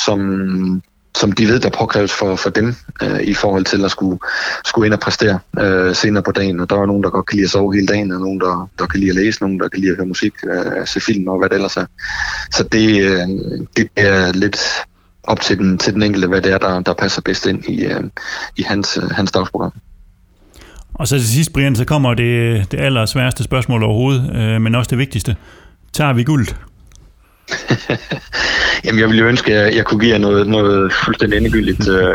som som de ved, der påkræves for, for dem øh, i forhold til at skulle, skulle ind og præstere øh, senere på dagen. Og der er nogen, der godt kan lide at sove hele dagen, og nogen, der, der kan lide at læse, nogen, der kan lide at høre musik, øh, se film og hvad det ellers er. Så det, øh, det er lidt op til den, til den enkelte, hvad det er, der, der passer bedst ind i, øh, i hans, øh, hans dagsprogram. Og så til sidst, Brian, så kommer det, det allersværeste spørgsmål overhovedet, øh, men også det vigtigste. Tager vi guld? Jamen, jeg ville jo ønske, at jeg kunne give jer noget, noget fuldstændig endegyldigt øh,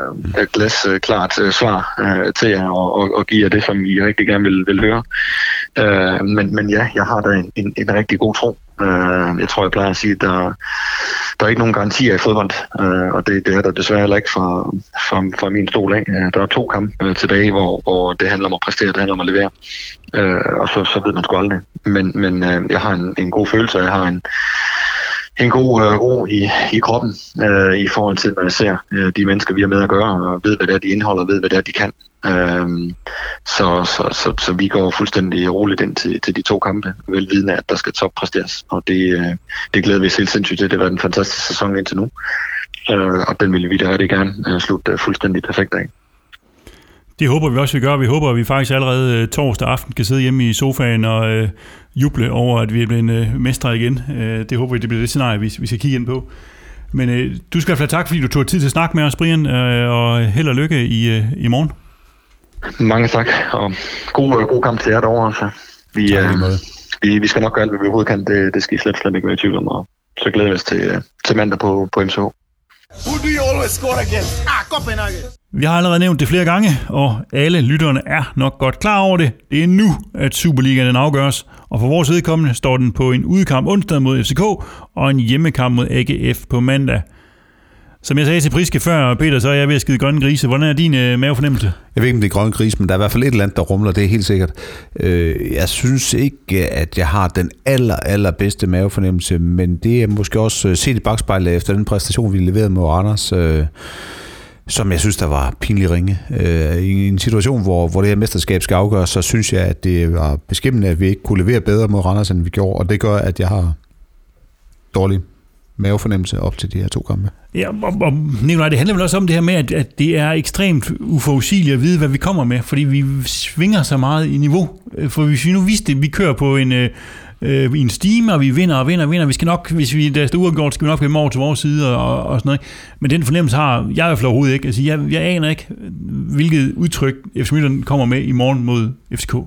glasklart øh, svar øh, til jer, og, og, og give jer det, som I rigtig gerne vil, vil høre. Øh, men, men ja, jeg har da en, en, en rigtig god tro. Øh, jeg tror, jeg plejer at sige, at der, der er ikke nogen garantier i fodbold, øh, og det, det er der desværre heller ikke fra, fra, fra min stol af. Der er to kampe øh, tilbage, hvor, hvor det handler om at præstere, det handler om at levere, øh, og så, så ved man sgu aldrig. Men, men øh, jeg har en, en god følelse, og jeg har en en god øh, ro i, i kroppen øh, i forhold til, når jeg ser øh, de mennesker, vi har med at gøre, og ved, hvad det er, de indeholder, og ved, hvad det er, de kan. Øh, så, så, så, så vi går fuldstændig roligt ind til, til de to kampe, velvidende, at der skal toppræsteres, og det, øh, det glæder vi os helt sindssygt til. Det har været en fantastisk sæson indtil nu, øh, og den vil vi da rigtig gerne øh, slutte øh, fuldstændig perfekt af. Det håber vi også, vi gør. Vi håber, at vi faktisk allerede torsdag aften kan sidde hjemme i sofaen og øh, juble over, at vi er blevet øh, mestre igen. Øh, det håber vi, det bliver det scenarie, vi, vi skal kigge ind på. Men øh, du skal i hvert fald tak, fordi du tog tid til at snakke med os, Brian, øh, og held og lykke i, øh, i morgen. Mange tak, og god, øh, god kamp til jer derovre. Altså. Vi, øh, vi, vi skal nok gøre alt, hvad vi overhovedet kan. Det, det skal I slet, slet ikke være i tvivl om, og så glæder vi os til, øh, til mandag på, på M C H. Who do you always score against? Ah, Copenhagen. Vi har allerede nævnt det flere gange, og alle lytterne er nok godt klar over det. Det er nu, at Superligaen afgøres, og for vores vedkommende står den på en udekamp onsdag mod F C K og en hjemmekamp mod A G F på mandag. Som jeg sagde til Priske før, Peter, så er jeg ved at skide grønne grise. Hvordan er din øh, mavefornemmelse? Jeg ved ikke, om det er grønne grise, men der er i hvert fald et eller andet, der rumler, det er helt sikkert. Øh, jeg synes ikke, at jeg har den aller, aller bedste mavefornemmelse, men det er måske også set i bagspejlet efter den præstation, vi leverede mod Randers, øh, som jeg synes, der var pinlig ringe. Øh, I en situation, hvor, hvor det her mesterskab skal afgøres, så synes jeg, at det var beskæmmende, at vi ikke kunne levere bedre mod Randers, end vi gjorde, og det gør, at jeg har dårlig mavefornemmelse op til de her to kampe. Ja, og, og Nicolaj, det handler vel også om det her med, at, at det er ekstremt uforudsigeligt at vide, hvad vi kommer med, fordi vi svinger så meget i niveau. For hvis vi nu vidste, at vi kører på en, øh, i en stime, og vi vinder og vinder og vinder. Vi skal nok, hvis vi der er uafgjort, skal vi nok komme over til vores side og, og sådan noget. Men den fornemmelse har jeg i hvert fald overhovedet ikke. Altså, jeg, jeg aner ikke, hvilket udtryk F C Midtjylland kommer med i morgen mod F C K.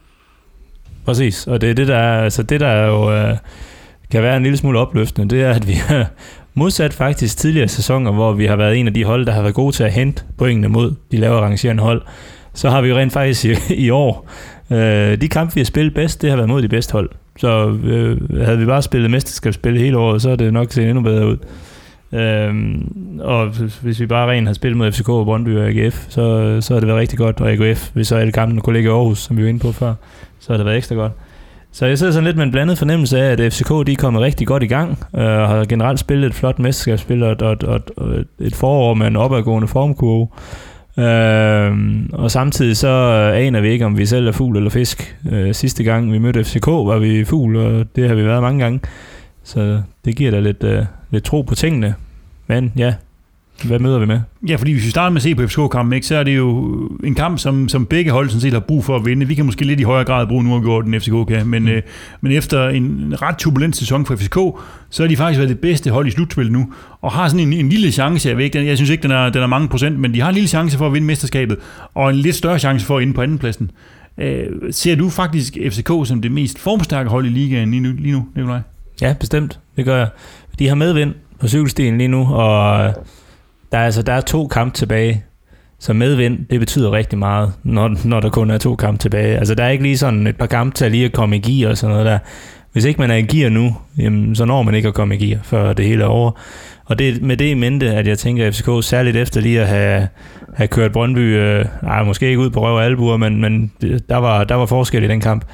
Præcis, og det er det, der, altså det, der jo øh, kan være en lille smule opløftende, det er, at vi har modsat faktisk tidligere sæsoner, hvor vi har været en af de hold, der har været gode til at hente pointene mod de lavere rangerende hold, så har vi jo rent faktisk i, i år, øh, de kampe, vi har spillet bedst, det har været mod de bedste hold. Så øh, havde vi bare spillet mesterskabsspil hele året, så er det nok set endnu bedre ud. Øhm, og hvis vi bare rent har spillet mod F C K, Brøndby og A G F, så, så har det været rigtig godt, og A G F, hvis så alle kampene kunne ligge i Aarhus, som vi var inde på før, så har det været ekstra godt. Så jeg sidder sådan lidt med en blandet fornemmelse af, at F C K de er kommet rigtig godt i gang, øh, og har generelt spillet et flot mesterskabsspil, og, og, og, og et forår med en opadgående formkurve. Øh, og samtidig så aner vi ikke, om vi selv er fugl eller fisk. Øh, sidste gang vi mødte F C K, var vi fugl, og det har vi været mange gange. Så det giver da lidt, øh, lidt tro på tingene. Men ja, hvad møder vi med? Ja, fordi hvis vi starter med at se på F C K-kampen, ikke, så er det jo en kamp, som, som begge hold sådan set har brug for at vinde. Vi kan måske lidt i højere grad bruge nu uafgjort, end F C K kan, men, mm. øh, men efter en ret turbulent sæson for F C K, så har de faktisk været det bedste hold i slutspillet nu, og har sådan en, en lille chance, jeg ved ikke, jeg synes ikke, den er, den er mange procent, men de har en lille chance for at vinde mesterskabet, og en lidt større chance for at inde på andenpladsen. Øh, ser du faktisk F C K som det mest formstærke hold i ligaen lige nu, lige nu Nikolaj? Ja, bestemt. Det gør jeg. De har medvind på cykelstien lige nu, og der er, altså, der er to kampe tilbage. Så medvind, det betyder rigtig meget, når, når der kun er to kampe tilbage. Altså, der er ikke lige sådan et par kampe til at lige at komme i gear og sådan noget der. Hvis ikke man er i gear nu, jamen, så når man ikke at komme i gear, før det hele er over. Og det med det i mente, at jeg tænker, at F C K særligt efter lige at have, have kørt Brøndby, øh, nej, måske ikke ud på røv og albuer, men, men der, var, der var forskel i den kamp.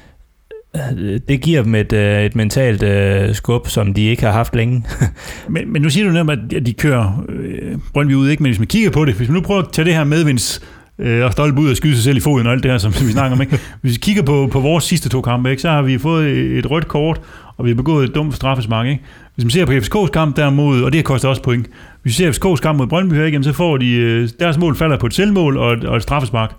Det giver dem et, et mentalt uh, skub, som de ikke har haft længe. men, men nu siger du nemlig, at de kører øh, Brøndby ud, ikke? Men hvis man kigger på det, hvis man nu prøver at tage det her medvinds øh, og stolpe ud og skyde sig selv i foden og alt det her, som vi snakker om, ikke? Hvis vi kigger på, på vores sidste to kampe, ikke? Så har vi fået et rødt kort, og vi har begået et dumt straffespark, ikke? Hvis man ser på F C K's kamp derimod, og det har kostet også point, hvis vi ser F C K's kamp mod Brøndby, ikke? Så får de, deres mål falder på et selvmål og et, og et straffespark.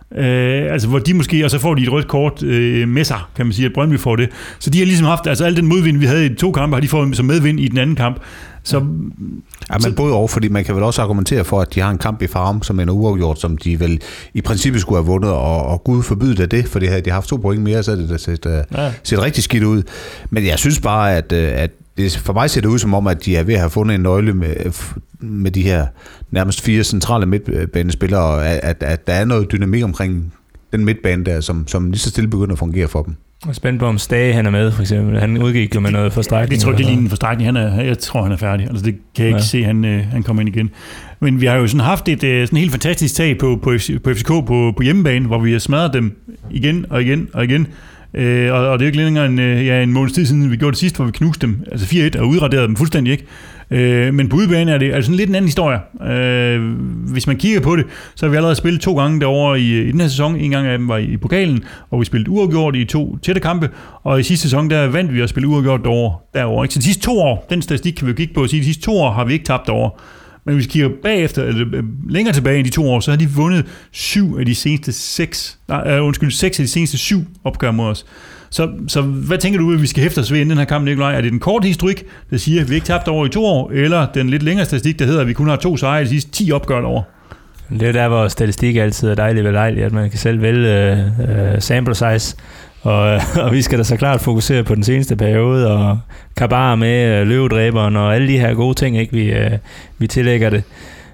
Øh, altså hvor de måske, og så får de et rødt kort øh, med sig, kan man sige, at Brøndby får det. Så de har ligesom haft, altså al den modvind, vi havde i to kampe, har de fået som medvind i den anden kamp. Så, ja, men både over, fordi man kan vel også argumentere for, at de har en kamp i Farum, som er uafgjort, som de vel i princippet skulle have vundet, og, og Gud forbyde af det, for de havde de har haft to point mere, så det, det set, ja. set rigtig skidt ud. Men jeg synes bare, at, at det, for mig ser det ud som om, at de er ved at have fundet en nøgle med, med de her nærmest fire centrale midtbanespillere, at, at, at der er noget dynamik omkring den midtbane der, som, som lige så stille begynder at fungere for dem. Jeg er spændt på, om Stage han er med, for eksempel. Han udgik jo med noget forstrækning. Jeg tror ikke, det ligner en forstrækning. Han er, jeg tror, han er færdig. Altså, det kan jeg ikke ja. se, han, øh, han kommer ind igen. Men vi har jo sådan haft et øh, sådan helt fantastisk tag på, på, F C, på F C K på, på hjemmebane, hvor vi har smadret dem igen og igen og igen. Øh, og, og det er jo ikke længere en, øh, ja, en måneds tid siden, vi gjorde det sidst, hvor vi knuste dem, altså fire et, og udraderede dem fuldstændig, ikke? Øh, men på udebane er det altså sådan lidt en anden historie. Øh, hvis man kigger på det, så har vi allerede spillet to gange derovre i, i den her sæson. En gang af dem var i, i pokalen, og vi spillede uafgjort i to tætte kampe, og i sidste sæson, der vandt vi at spille uafgjort derovre. derovre ikke? Så de sidste to år, den statistik kan vi jo kigge på og sige, de sidste to år har vi ikke tabt derovre. Men hvis vi kigger bagefter, eller længere tilbage end de to år, så har de vundet syv af de seneste seks, nej, undskyld, seks af de seneste syv opgør mod os. Så, så hvad tænker du, at vi skal hæfte os ved inden den her kamp, Nikolaj? Er det den korte historik, der siger, at vi ikke tabte over i to år, eller den lidt længere statistik, der hedder, at vi kun har to sejre i de sidste ti opgør over? Det er der, hvor statistik altid er dejligt ved dejligt, at man kan selv vælge uh, sample size. Og, og vi skal da så klart fokusere på den seneste periode, og Kabar med uh, løvedræberen, og alle de her gode ting, ikke vi, uh, vi tillægger det.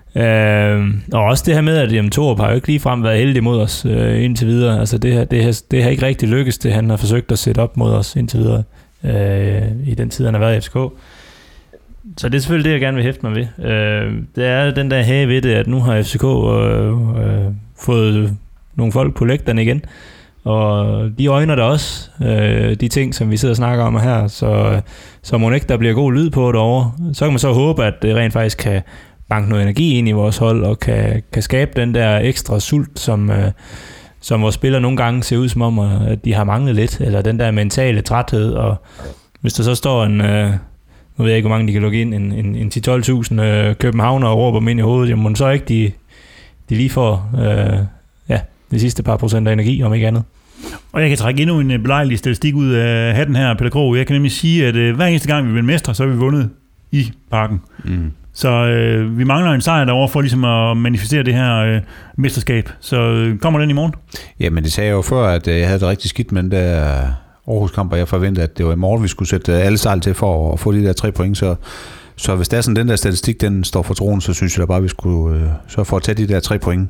Uh, og også det her med, at jamen, Torup har jo ikke ligefrem været heldig mod os uh, indtil videre. Altså det her, det, her, det har ikke rigtig lykkes, det han har forsøgt at sætte op mod os indtil videre uh, i den tid, han har været i F C K. Så det er selvfølgelig det, jeg gerne vil hæfte mig ved. Uh, det er den der hage ved det, at nu har F C K uh, uh, fået nogle folk på lægterne igen. Og de øjner der også, øh, de ting, som vi sidder og snakker om her, så, så må ikke der bliver god lyd på derovre. Så kan man så håbe, at det rent faktisk kan banke noget energi ind i vores hold, og kan, kan skabe den der ekstra sult, som, øh, som vores spillere nogle gange ser ud som om, at de har manglet lidt, eller den der mentale træthed. Og hvis der så står en, øh, nu ved jeg ikke, hvor mange de kan lukke ind, en, en, en ti til tolv tusind øh, københavner og råber dem ind i hovedet, jamen så ikke de, de lige får... Øh, de sidste par procent af energi, om ikke andet. Og jeg kan trække endnu en belejlig statistik ud af hatten her, Peter Krog. Jeg kan nemlig sige, at øh, hver eneste gang vi bliver mestre, så har vi vundet i Parken. Mm. Så øh, vi mangler en sejr derovre for ligesom at manifestere det her øh, mesterskab. Så øh, kommer den i morgen? Jamen det sagde jeg jo før, at jeg havde det rigtig skidt med den der Aarhus-kamp, og jeg forventede, at det var i morgen, vi skulle sætte alle sejl til for at få de der tre point. Så, så hvis der er sådan, den der statistik, den står for troen, så synes jeg da bare, at vi skulle øh, sørge for at tage de der tre point.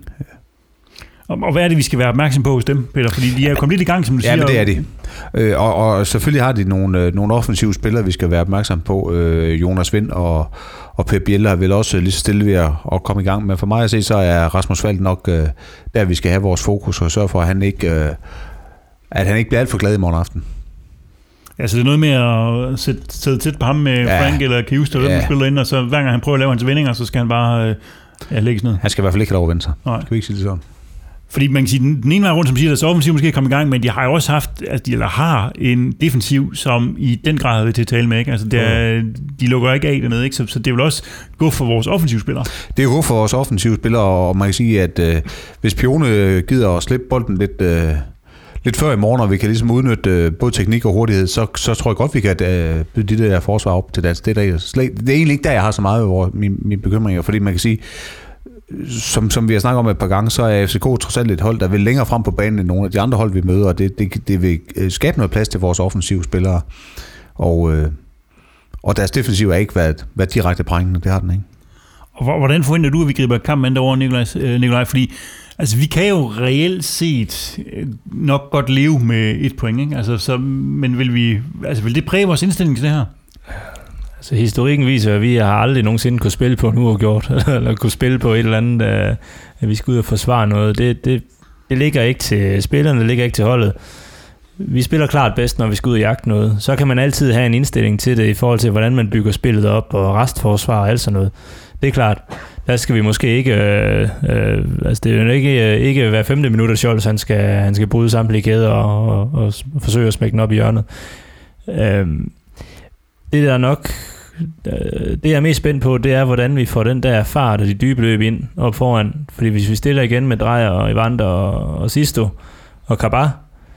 Og hvad er det, vi skal være opmærksom på hos dem, Peter? Fordi de er kommet lidt i gang, som du ja, siger. Ja, det er de. Øh, og, og selvfølgelig har de nogle, øh, nogle offensive spillere, vi skal være opmærksom på. Øh, Jonas Vind og, og Pep Biel er vel også lige så stille ved at, at komme i gang. Men for mig at se, så er Rasmus Falk nok øh, der, vi skal have vores fokus og sørge for, at han ikke, øh, at han ikke bliver alt for glad i morgen aften. Altså det er noget med at sætte, sætte tæt på ham med ja. Frank eller Kius, der ja. spiller ind, og så hver gang han prøver at lave hans vendinger, så skal han bare øh, ja, lægge ned. Han skal i hvert fald ikke have lov at vende sig. Nej. Kan vi ikke sige det sådan? Fordi man kan sige, den ene vej rundt, som siger, at så offensiv måske er kommet i gang, men de har jo også haft, altså de eller har en defensiv, som i den grad har været til at tale med, ikke? Altså er, de lukker ikke af dernede, ikke? Så, så det vil også gå for vores offensive spillere. Det er jo gå for vores offensive spillere, og man kan sige, at øh, hvis Pione gider at slippe bolden lidt, øh, lidt før i morgen, og vi kan ligesom udnytte øh, både teknik og hurtighed, så, så tror jeg godt, vi kan øh, byde de der forsvar op til dans. Det er, der, slet, det er egentlig ikke der, jeg har så meget over mine, mine bekymringer, fordi man kan sige, Som, som vi har snakket om et par gange, så er F C K trods alt et hold, der vil længere frem på banen end nogle af de andre hold, vi møder, og det, det, det vil skabe noget plads til vores offensive spillere. Og, øh, og deres defensiv er ikke været, været direkte prængende, det har den ikke. Og hvordan forventer du, at vi griber kampen derovre, Nikolaj? Nikolaj? Fordi altså, vi kan jo reelt set nok godt leve med et point, ikke? Altså, så, men vil, vi, altså, vil det præge vores indstilling til det her? Altså, historikken viser, at vi har aldrig nogensinde kunne spille på en uafgjort, eller kunne spille på et eller andet, at vi skal ud og forsvare noget. Det, det, det ligger ikke til spillerne, det ligger ikke til holdet. Vi spiller klart bedst, når vi skal ud og jagte noget. Så kan man altid have en indstilling til det, i forhold til, hvordan man bygger spillet op, og restforsvar og alt sådan noget. Det er klart. Der skal vi måske ikke... Øh, øh, altså, det er jo ikke, øh, ikke hver femte minut, at Scholz, han skal, han skal bryde samtlige kæder og, og, og forsøge at smække den op i hjørnet. Øh, det der nok... Det jeg er mest spændt på, det er, hvordan vi får den der fart og de dybe løb ind op foran. Fordi hvis vi stiller igen med Dreyer og Evander og, og Sisto og Kabar,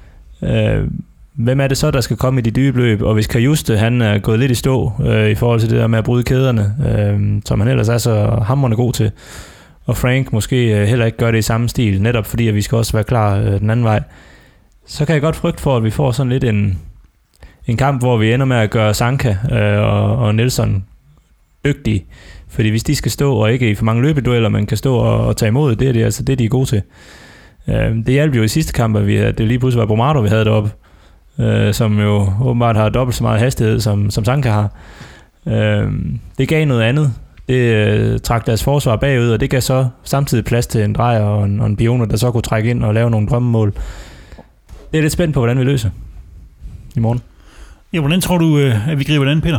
øh, hvem er det så, der skal komme i de dybe løb? Og hvis Kajuste, han er gået lidt i stå øh, i forhold til det der med at bryde kæderne, øh, som han ellers er så hamrende god til, og Frank måske øh, heller ikke gør det i samme stil, netop fordi at vi skal også være klar øh, den anden vej, så kan jeg godt frygte for, at vi får sådan lidt en... En kamp, hvor vi ender med at gøre Sanka øh, og, og Nelson dygtige. Fordi hvis de skal stå, og ikke i for mange løbedueller, man kan stå og, og tage imod, det er det, altså det, de er gode til. Øh, det hjalp jo i sidste kamp, at vi, at det lige pludselig var Bromado, vi havde deroppe, øh, som jo åbenbart har dobbelt så meget hastighed, som, som Sanka har. Øh, det gav noget andet. Det øh, trak deres forsvar bagud, og det gav så samtidig plads til en Dreyer og en, og en Pione, der så kunne trække ind og lave nogle drømmemål. Det er lidt spændt på, hvordan vi løser i morgen. Ja, hvordan tror du, at vi griber den, Peter?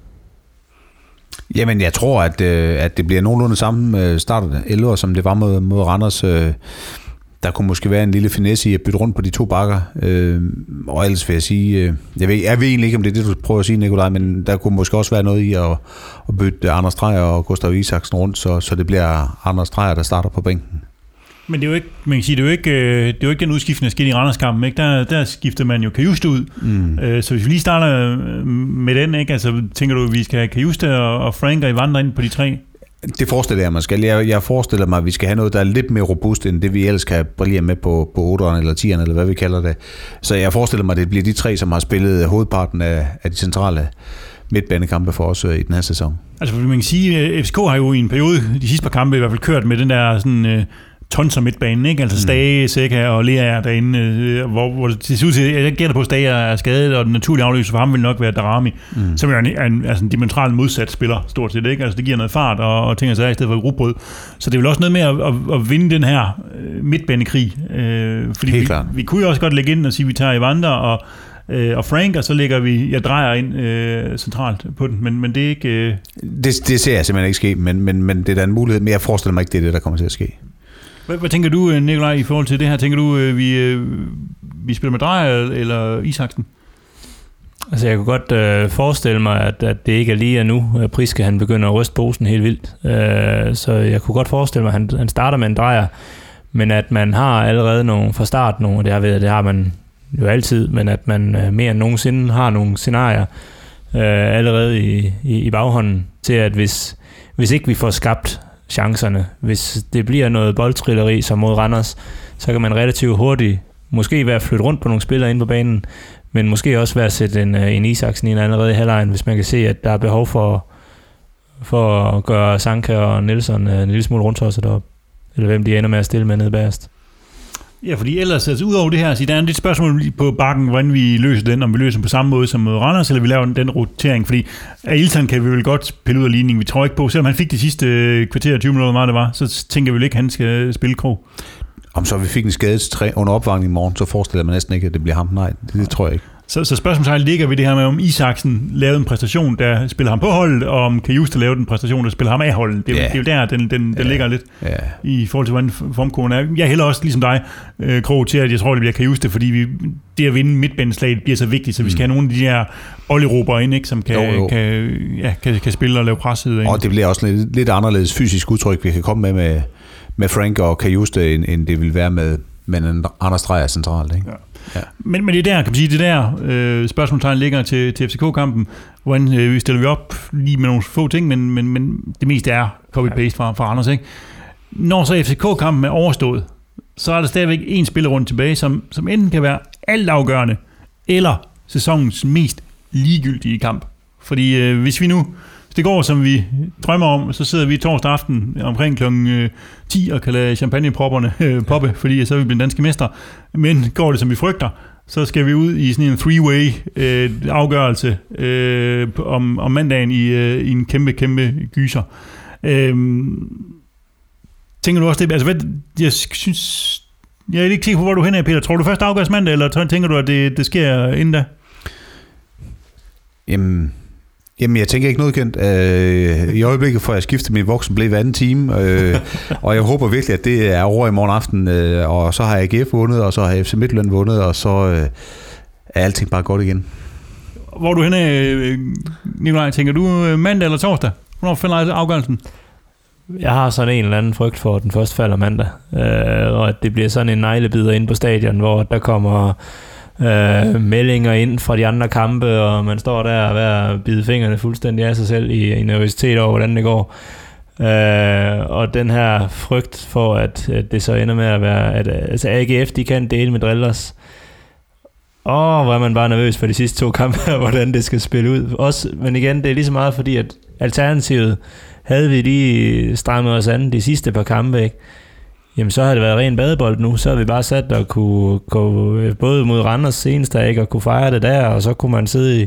Jamen, jeg tror, at, at det bliver nogenlunde samme startet elleve, som det var mod, mod Randers. Der kunne måske være en lille finesse i at bytte rundt på de to bakker. Og ellers vil jeg sige, jeg ved, jeg ved egentlig ikke, om det er det, du prøver at sige, Nikolaj, men der kunne måske også være noget i at, at bytte Anders Dreyer og Gustav Isaksen rundt, så, så det bliver Anders Dreyer, der starter på bænken. Men det er jo ikke, man kan sige, det er jo ikke, det er jo ikke den udskiftning, der skete i Randerskampen, ikke? Der, der skifter man jo Kajuste ud. Mm. Så hvis vi lige starter med den, ikke? Altså, tænker du, at vi skal have Kajuste og Frank og Evander ind på de tre? Det forestiller jeg mig skal. Jeg, jeg forestiller mig, at vi skal have noget, der er lidt mere robust, end det vi ellers kan brillere med på, på otteren eller tieren, eller hvad vi kalder det. Så jeg forestiller mig, at det bliver de tre, som har spillet hovedparten af, af de centrale midtbanekampe for os i den her sæson. Altså, man kan sige, at F C K har jo i en periode, de sidste par kampe i hvert fald kørt med den der sådan... tonser midtbanen, ikke? Altså Stage, Sækka og Lea derinde, øh, hvor, hvor det ser ud til, jeg gætter på, at Stage er skadet, og den naturlige afløser for ham vil nok være Darami, mm. som er en, en, altså en dimensionalt modsat spiller, stort set, ikke? Altså det giver noget fart og, og ting og sager i stedet for rugbrød. Så det er vel også noget med at, at, at vinde den her midtbanekrig. Øh, fordi vi, vi kunne jo også godt lægge ind og sige, at vi tager Evander og øh, og Frank, og så lægger vi, jeg drejer ind øh, centralt på den, men, men det er ikke... Øh... Det, det ser jeg simpelthen ikke ske, men, men, men det er da en mulighed, men jeg forestiller mig ikke, det er det, der kommer til at ske. Hvad, hvad tænker du, Nikolaj, i forhold til det her? Tænker du, vi, vi spiller med Dreyer eller Isaksen? Altså, jeg kunne godt øh, forestille mig, at, at det ikke er lige nu, at Priske han begynder at ryste posen helt vildt. Øh, så jeg kunne godt forestille mig, at han, han starter med en Dreyer. Men at man har allerede nogle fra start nogle, det har, været, det har man jo altid, men at man øh, mere end nogensinde har nogle scenarier øh, allerede i, i, i baghånden til, at hvis, hvis ikke vi får skabt chancerne, hvis det bliver noget boldtrilleri som mod Randers, så kan man relativt hurtigt måske være at flytte rundt på nogle spillere inde på banen, men måske også være at sætte en, en Isaksen ind allerede i halvlejen, hvis man kan se, at der er behov for, for at gøre Sanka og Nielsen en lille smule rundt også deroppe. Eller hvem de ender med at stille med nede bagerst. Ja, fordi ellers, altså udover det her, så der er et spørgsmål på bakken, hvordan vi løser den, om vi løser den på samme måde som mod Randers, eller vi laver den rotering, fordi Ailton kan vi vel godt pille ud af ligningen. Vi tror ikke på, selvom han fik de sidste kvarter tyve minutter, hvor meget det var, så tænker vi vel ikke, at han skal spille Krog. Om så vi fik en skade under opvarmning i morgen, så forestiller man næsten ikke, at det bliver ham. Nej, det, det tror jeg ikke. Så, så spørgsmålet ligger ved det her med, om Isaksen lavede en præstation, der spiller ham på holdet, og om Kajuste lavede en præstation, der spiller ham af holdet. Det er, yeah. det er jo der, den, den, den yeah. ligger lidt yeah. i forhold til, hvordan formkurven er. Jeg hælder også, ligesom dig, øh, Krog, til, at jeg tror, det bliver Kajuste, fordi vi, det at vinde midtbaneslaget bliver så vigtigt, så vi skal mm. have nogle af de her oljeråbere ind, ikke, som kan, jo, jo. Kan, ja, kan, kan spille og lave presset. Og det bliver også lidt, lidt anderledes fysisk udtryk, vi kan komme med med, med Frank og Kajuste, end, end det vil være med, med en Anders Dreyer centralt, ikke? Ja. Ja. Men, men det er der, kan man sige, det der øh, spørgsmålstegn ligger til, til F C K-kampen, hvordan øh, stiller vi op lige med nogle få ting, men, men, men det meste er copy-paste fra, fra Anders, ikke? Når så F C K-kampen er overstået, så er der stadigvæk en spiller rundt tilbage, som, som enten kan være altafgørende, eller sæsonens mest ligegyldige kamp. Fordi øh, hvis vi nu, hvis det går, som vi drømmer om, så sidder vi torsdag aften omkring klokken ti og kan lade champagnepropperne øh, poppe, fordi så er vi blevet danske mestre. Men går det, som vi frygter, så skal vi ud i sådan en three-way øh, afgørelse øh, om, om mandagen i, øh, i en kæmpe, kæmpe gyser. Øh, tænker du også det? Altså, hvad, jeg synes... Jeg er ikke sikker på, hvor du hen er, Peter. Tror du først afgøres mandag, eller tænker du, at det, det sker inden da? Jamen... Jamen, jeg tænker ikke noget kendt. Øh, I øjeblikket får jeg skiftet min voksen blev hver anden time, øh, og jeg håber virkelig, at det er over i morgen aften, øh, og så har jeg A G F vundet, og så har F C Midtjylland vundet, og så øh, er alting bare godt igen. Hvor er du henne, øh, Nikolaj? Tænker du mandag eller torsdag? Hvornår finder afgørelsen? Jeg har sådan en eller anden frygt for, at den først falder mandag, øh, og at det bliver sådan en neglebider inde på stadion, hvor der kommer... Øh, meldinger ind fra de andre kampe, og man står der og er ved at bide fingrene fuldstændig af sig selv i, i nervøsitet over, hvordan det går. Øh, og den her frygt for, at, at det så ender med at være, at altså A G F, de kan dele med Drillers. Åh, hvor er man bare nervøs for de sidste to kampe, hvordan det skal spille ud. Også, men igen, det er lige så meget fordi, at alternativet havde vi lige strammet os an de sidste par kampe, ikke? Jamen så har det været ren badebold nu, så har vi bare sat og kunne gå både mod Randers senest, ikke, og kunne fejre det der, og så kunne man sidde i,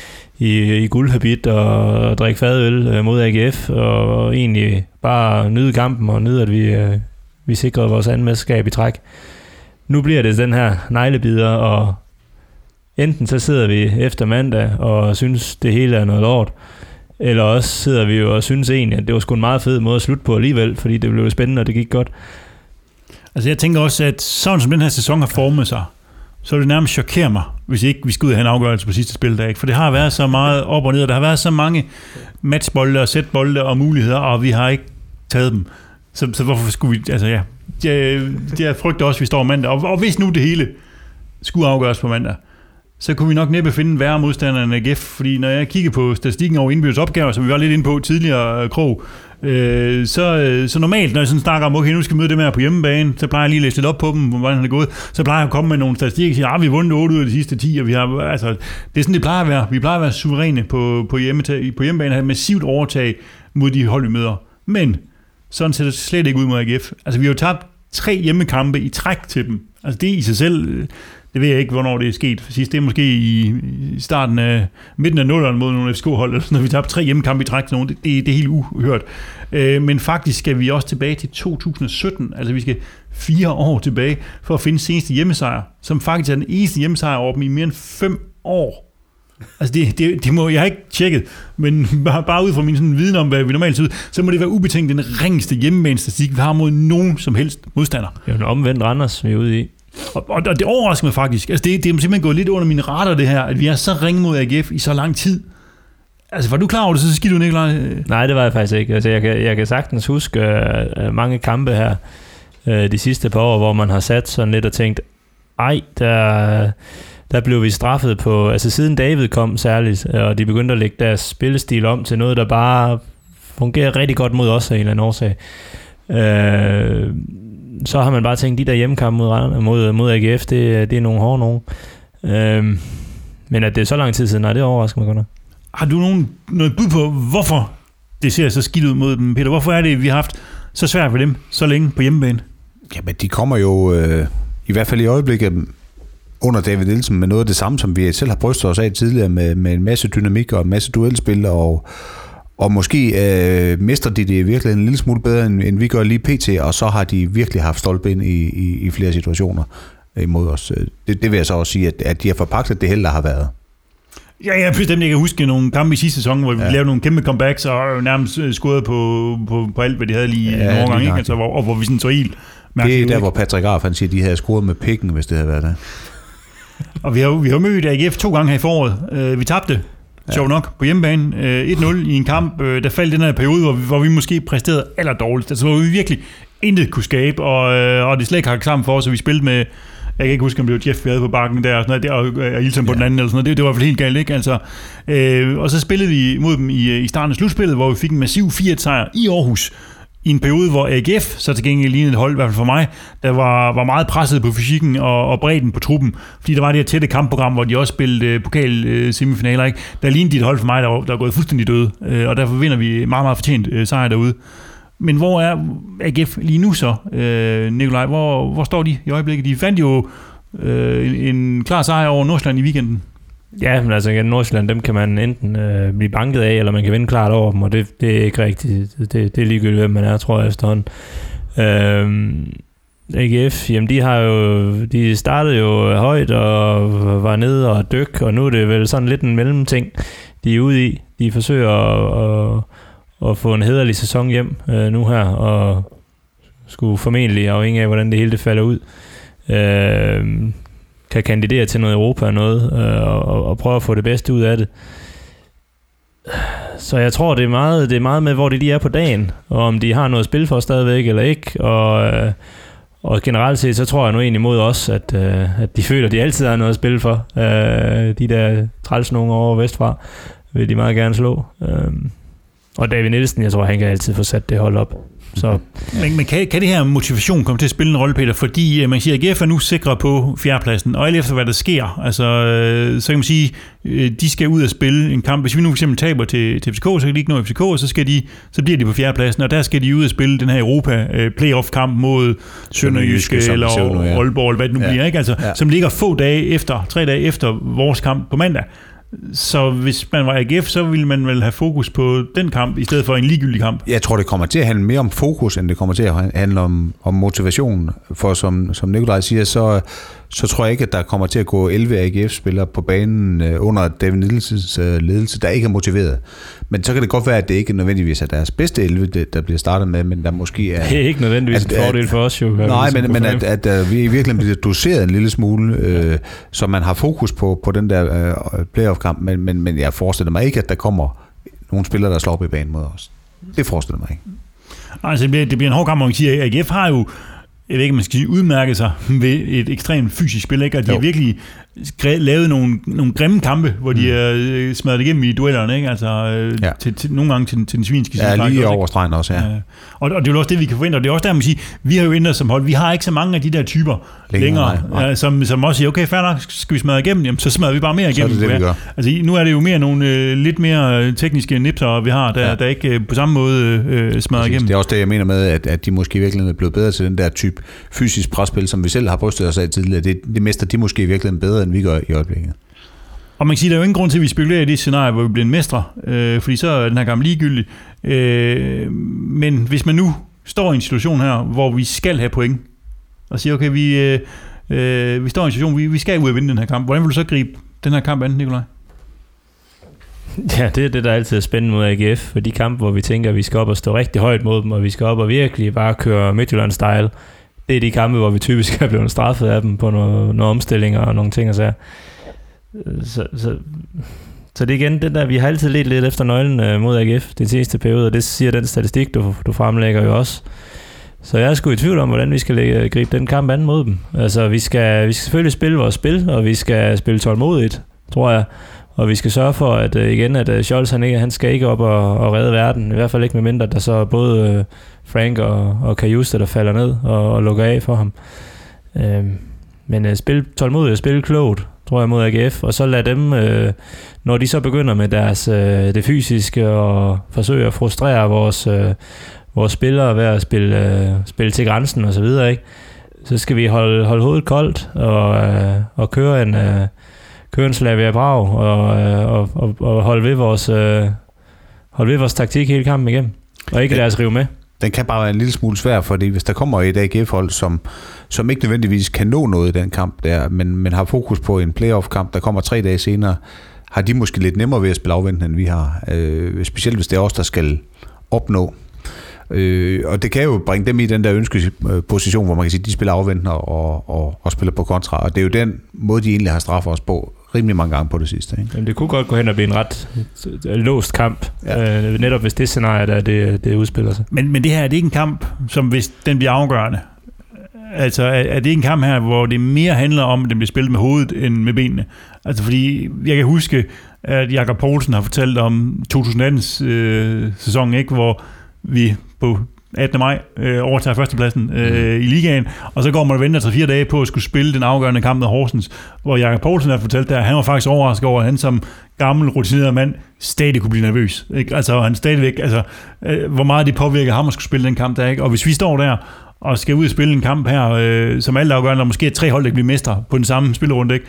i, i guldhabit og, og drikke fadøl mod A G F, og, og egentlig bare nyde kampen og nyde, at vi, vi sikrede vores anden mesterskab i træk. Nu bliver det den her neglebider, og enten så sidder vi efter mandag og synes, det hele er noget lort, eller også sidder vi jo og synes egentlig, at det var sgu en meget fed måde at slutte på alligevel, fordi det blev spændende, og det gik godt. Altså jeg tænker også, at sådan som den her sæson har formet sig, så vil det nærmest chokere mig, hvis ikke vi skal ud og have en afgørelse på sidste spildag. For det har været så meget op og ned, og der har været så mange matchbolde og sætbolde og muligheder, og vi har ikke taget dem. Så, så hvorfor skulle vi... Altså ja, jeg, jeg frygter også, at vi står mandag. Og, og hvis nu det hele skulle afgøres på mandag, så kunne vi nok næppe finde en værre modstander end A G F, fordi når jeg kigger på statistikken over indbyrdes opgaver, som vi var lidt inde på tidligere, Krog, øh, så, så normalt, når jeg sådan snakker om, okay, nu skal vi møde dem her på hjemmebane, så plejer jeg lige at læse lidt op på dem, hvordan det er gået, så plejer jeg at komme med nogle statistikker og sige, ah, vi har vundet otte ud af de sidste ti, og vi har, altså, det er sådan, det plejer at være. Vi plejer at være suveræne på, på, hjemme, på hjemmebane, have massivt overtag mod de hold, vi møder. Men sådan ser det slet ikke ud mod A G F. Altså, vi har jo tabt tre hjemmekampe i træk til dem. Altså, det i sig selv... Det ved jeg ikke, hvornår det er sket. Sidst det er måske i starten af midten af nullerne mod nogle F C K-hold, når vi tabte tre hjemmekampe i træk til nogen. Det, det, det er helt uhørt. Øh, men faktisk skal vi også tilbage til to tusind og sytten. Altså vi skal fire år tilbage for at finde seneste hjemmesejr, som faktisk er den eneste hjemmesejr over dem i mere end fem år. Altså det, det, det må jeg har ikke tjekket, men bare, bare ud fra min sådan viden om, hvad vi normalt ser ud, så må det være ubetinget den ringeste hjemmebanestatistik, vi har mod nogen som helst modstander. Det er jo en omvendt Randers, vi er ude i. Og, og, og det overrasker mig faktisk. Altså det, det er simpelthen gået lidt under mine radar, det her, at vi er så ringe mod A G F i så lang tid. Altså, var du klar over det, så skidt du, Nikolaj? Nej, det var jeg faktisk ikke. Altså, jeg kan, jeg kan sagtens huske uh, mange kampe her øh, de sidste par år, hvor man har sat sådan lidt og tænkt, ej, der, der blev vi straffet på, altså siden David kom særligt, og de begyndte at lægge deres spillestil om til noget, der bare fungerer rigtig godt mod os af en eller anden årsag. Øh, så har man bare tænkt, de der hjemmekampe mod, mod, mod A G F, det, det er nogle hårde nogen. Øh, men at det er så lang tid siden, nej, det overrasker mig godt nok. Har du nogen, noget bud på, hvorfor det ser så skidt ud mod dem, Peter? Hvorfor er det, vi har haft så svært ved dem så længe på hjemmebane? Jamen, de kommer jo, øh, i hvert fald i øjeblikket, under David Nielsen, med noget af det samme, som vi selv har brystet os af tidligere, med, med en masse dynamik og en masse duelspil, og, og måske øh, mestrer de det virkelig en lille smule bedre, end, end vi gør lige pt., og så har de virkelig haft stolpe ind i, i, i flere situationer imod os. Det, det vil jeg så også sige, at, at de har forpagtet det held, der har været. Ja, jeg bestemt ikke kan huske nogle kampe i sidste sæson, hvor vi ja. lavede nogle kæmpe comebacks og nærmest scorede på, på, på alt, hvad de havde lige ja, nogle gange, ikke? Altså, hvor, og hvor vi sådan så helt mærkeligt. Det er der, hvor Patrick Arf, han siger, at de havde scoret med pikken, hvis det havde været det. Og vi har, vi har mødt A G F to gange her i foråret. Uh, vi tabte, ja. sjov nok, på hjemmebane. Uh, et nul i en kamp, uh, der faldt den her periode, hvor vi, hvor vi måske præsterede allerdårligst. Altså, hvor vi virkelig intet kunne skabe, og, uh, og det slet ikke har sammen for os, og vi spillede med... Jeg kan ikke huske, om det var Jeff, vi havde på bakken der, og, sådan noget, og, og Ilsen på ja. den anden, eller sådan noget. Det, det var i hvert fald helt galt, ikke? Altså, øh, og så spillede vi mod dem i, i starten af slutspillet, hvor vi fik en massiv fire et sejr i Aarhus, i en periode, hvor A G F så til gengæld lignede et hold, i hvert fald for mig, der var, var meget presset på fysikken og, og bredden på truppen, fordi der var det her tætte kampprogram, hvor de også spillede øh, pokal-semifinaler, øh, ikke? Der lignede de et hold for mig, der var, der var gået fuldstændig døde, øh, og derfor vinder vi meget, meget fortjent øh, sejr derude. Men hvor er A G F lige nu så, øh, Nikolaj? Hvor, hvor står de i øjeblikket? De fandt jo øh, en, en klar sejr over Nordsjælland i weekenden. Ja, men altså igen, Nordsjælland, dem kan man enten øh, blive banket af, eller man kan vinde klart over dem, og det, det er ikke rigtigt. Det, det er ligegyldigt, hvem man er, tror jeg, efterhånden. Øh, A G F, jamen de har jo, de startede jo højt og var nede og dyk, og nu er det vel sådan lidt en mellemting, de er ude i. De forsøger at, at, at få en hæderlig sæson hjem øh, nu her, og skulle formentlig, afhængig af, hvordan det hele det falder ud, øh, kan kandidere til noget Europa og noget, øh, og, og prøve at få det bedste ud af det. Så jeg tror, det er meget, det er meget med, hvor de lige er på dagen, og om de har noget at spille for stadigvæk eller ikke, og, øh, og generelt set, så tror jeg nu egentlig mod os, at, øh, at de føler, at de altid har noget at spille for. Øh, de der træls nogen over vestfra vil de meget gerne slå. Øh, og David Nielsen, jeg tror, han kan altid få sat det hold op. Så. Men, men kan, kan det her motivation komme til at spille en rolle, Peter? Fordi man siger, at A G F er nu sikre på fjerdepladsen, og alt efter hvad der sker, altså, så kan man sige, de skal ud og spille en kamp. Hvis vi nu for eksempel taber til, til F C K, så kan de ikke nå F C K, og så, skal de, så bliver de på fjerdepladsen, og der skal de ud og spille den her Europa-playoff-kamp mod Sønderjyske eller Aalborg, eller hvad det nu ja. bliver, ikke? Altså, ja. som ligger få dage efter, tre dage efter vores kamp på mandag. Så hvis man var A G F, så ville man vel have fokus på den kamp, i stedet for en ligegyldig kamp? Jeg tror, det kommer til at handle mere om fokus, end det kommer til at handle om, om motivation. For som, som Nikolaj siger, så, så tror jeg ikke, at der kommer til at gå elleve A G F-spillere på banen under David Nielsens ledelse, der ikke er motiveret. Men så kan det godt være, at det ikke nødvendigvis er deres bedste elleve, der bliver startet med, men der måske er... Det er ikke nødvendigvis at, en fordel for os, jo. Nej, men, men at, at, at vi virkelig bliver doseret en lille smule, øh, så man har fokus på, på den der øh, playoff-kamp, men, men, men jeg forestiller mig ikke, at der kommer nogle spillere, der slår op i banen mod os. Det forestiller mig ikke. Altså, det bliver, det bliver en hård kamp, hvor man siger, at A G F har jo, jeg ved ikke, man skal sige, udmærket sig ved et ekstremt fysisk spil, ikke? Og de jo. har virkelig lavet nogle, nogle grimme kampe, hvor de er mm. smadret igennem i duellerne, ikke? Altså, ja. til, til, nogle gange til, til den svinske side. Ja, lige over stregen også, ja. ja. Og, og det er jo også det, vi kan forvente, og det er også der, man siger, vi har jo ændret som hold, vi har ikke så mange af de der typer længere, længere nej, nej. Ja, som, som også siger, okay, fair nok, skal vi smadre igennem, jamen, så smadrer vi bare mere igennem. Så er det det, vi gør. Altså, nu er det jo mere nogle øh, lidt mere tekniske nipser, vi har, der, ja. der ikke øh, på samme måde øh, smadrer igennem. Det er også det, jeg mener med, at, at de måske virkelig er blevet bedre til den der type fysisk presspil, som vi selv har brystet os af tidligere. Det, det mester de måske virkelig bedre, end vi gør i øjeblikket. Og man kan sige, der er jo ingen grund til, at vi spekulerer i det scenarie, hvor vi bliver en mestre, øh, fordi så er den her kamp ligegyldig. Øh, men hvis man nu står i en situation her, hvor vi skal have point, og siger, okay, vi, øh, øh, vi står i en situation, vi, vi skal ud og vinde den her kamp. Hvordan vil du så gribe den her kamp an, Nikolaj? Ja, det er det, der altid er spændende mod A G F, for de kampe, hvor vi tænker, at vi skal op og stå rigtig højt mod dem, og vi skal op og virkelig bare køre Midtjylland-style. Det er de kampe, hvor vi typisk er blevet straffet af dem på nogle, nogle omstillinger og nogle ting og så. Så, så, så det er igen det der, vi har altid let lidt efter nøglen mod A G F den seneste periode, og det siger den statistik, du, du fremlægger jo også. Så jeg er sgu i tvivl om, hvordan vi skal lægge, gribe den kamp an mod dem. Altså, vi skal, vi skal selvfølgelig spille vores spil, og vi skal spille tålmodigt, tror jeg. Og vi skal sørge for, at uh, igen, at uh, Scholz, han, ikke, han skal ikke op og, og redde verden. I hvert fald ikke med mindre, der så er både uh, Frank og, og Kajuste, der falder ned og, og lukker af for ham. Uh, men uh, spil tålmodigt og spille klogt, tror jeg, mod A G F. Og så lad dem, uh, når de så begynder med deres, uh, det fysiske og forsøge at frustrere vores, uh, vores spillere ved at spille, uh, spille til grænsen og så videre, ikke? Så skal vi holde, holde hovedet koldt og, uh, og køre en... Uh, køre en Slavia Prag og, og, og, og holde, ved vores, øh, holde ved vores taktik hele kampen igennem. Og ikke lade os rive med. Den kan bare være en lille smule svær, fordi hvis der kommer et A G F-hold, som, som ikke nødvendigvis kan nå noget i den kamp der, men, men har fokus på en playoff-kamp, der kommer tre dage senere, har de måske lidt nemmere ved at spille afventende, end vi har. Øh, specielt hvis det er os, der skal opnå. Øh, og det kan jo bringe dem i den der ønskeposition, hvor man kan sige, at de spiller afventende og, og, og spiller på kontra. Og det er jo den måde, de egentlig har straffet os på rimelig mange gange på det sidste. Ikke? Jamen, det kunne godt gå hen og blive en ret låst kamp, ja. øh, netop hvis det scenarie, der det, det udspiller sig. Men, men det her er det ikke en kamp, som hvis den bliver afgørende. Altså er, er det ikke en kamp her, hvor det mere handler om, at den bliver spillet med hovedet end med benene? Altså fordi, jeg kan huske, at Jakob Poulsen har fortalt om to tusind attens øh, sæson, ikke, hvor vi på attende maj øh, overtager førstepladsen øh, mm. i ligaen, og så går man og venter tre fire dage på at skulle spille den afgørende kamp med Horsens, hvor Jakob Poulsen har fortalt der, han var faktisk overrasket over, at han som gammel, rutineret mand stadig kunne blive nervøs. Ikke? Altså han stadigvæk, altså, øh, hvor meget det påvirker ham at skulle spille den kamp der, ikke? Og hvis vi står der og skal ud og spille en kamp her, øh, som alt afgørende, og måske tre hold, der kan blive mestre på den samme spillerunde, ikke?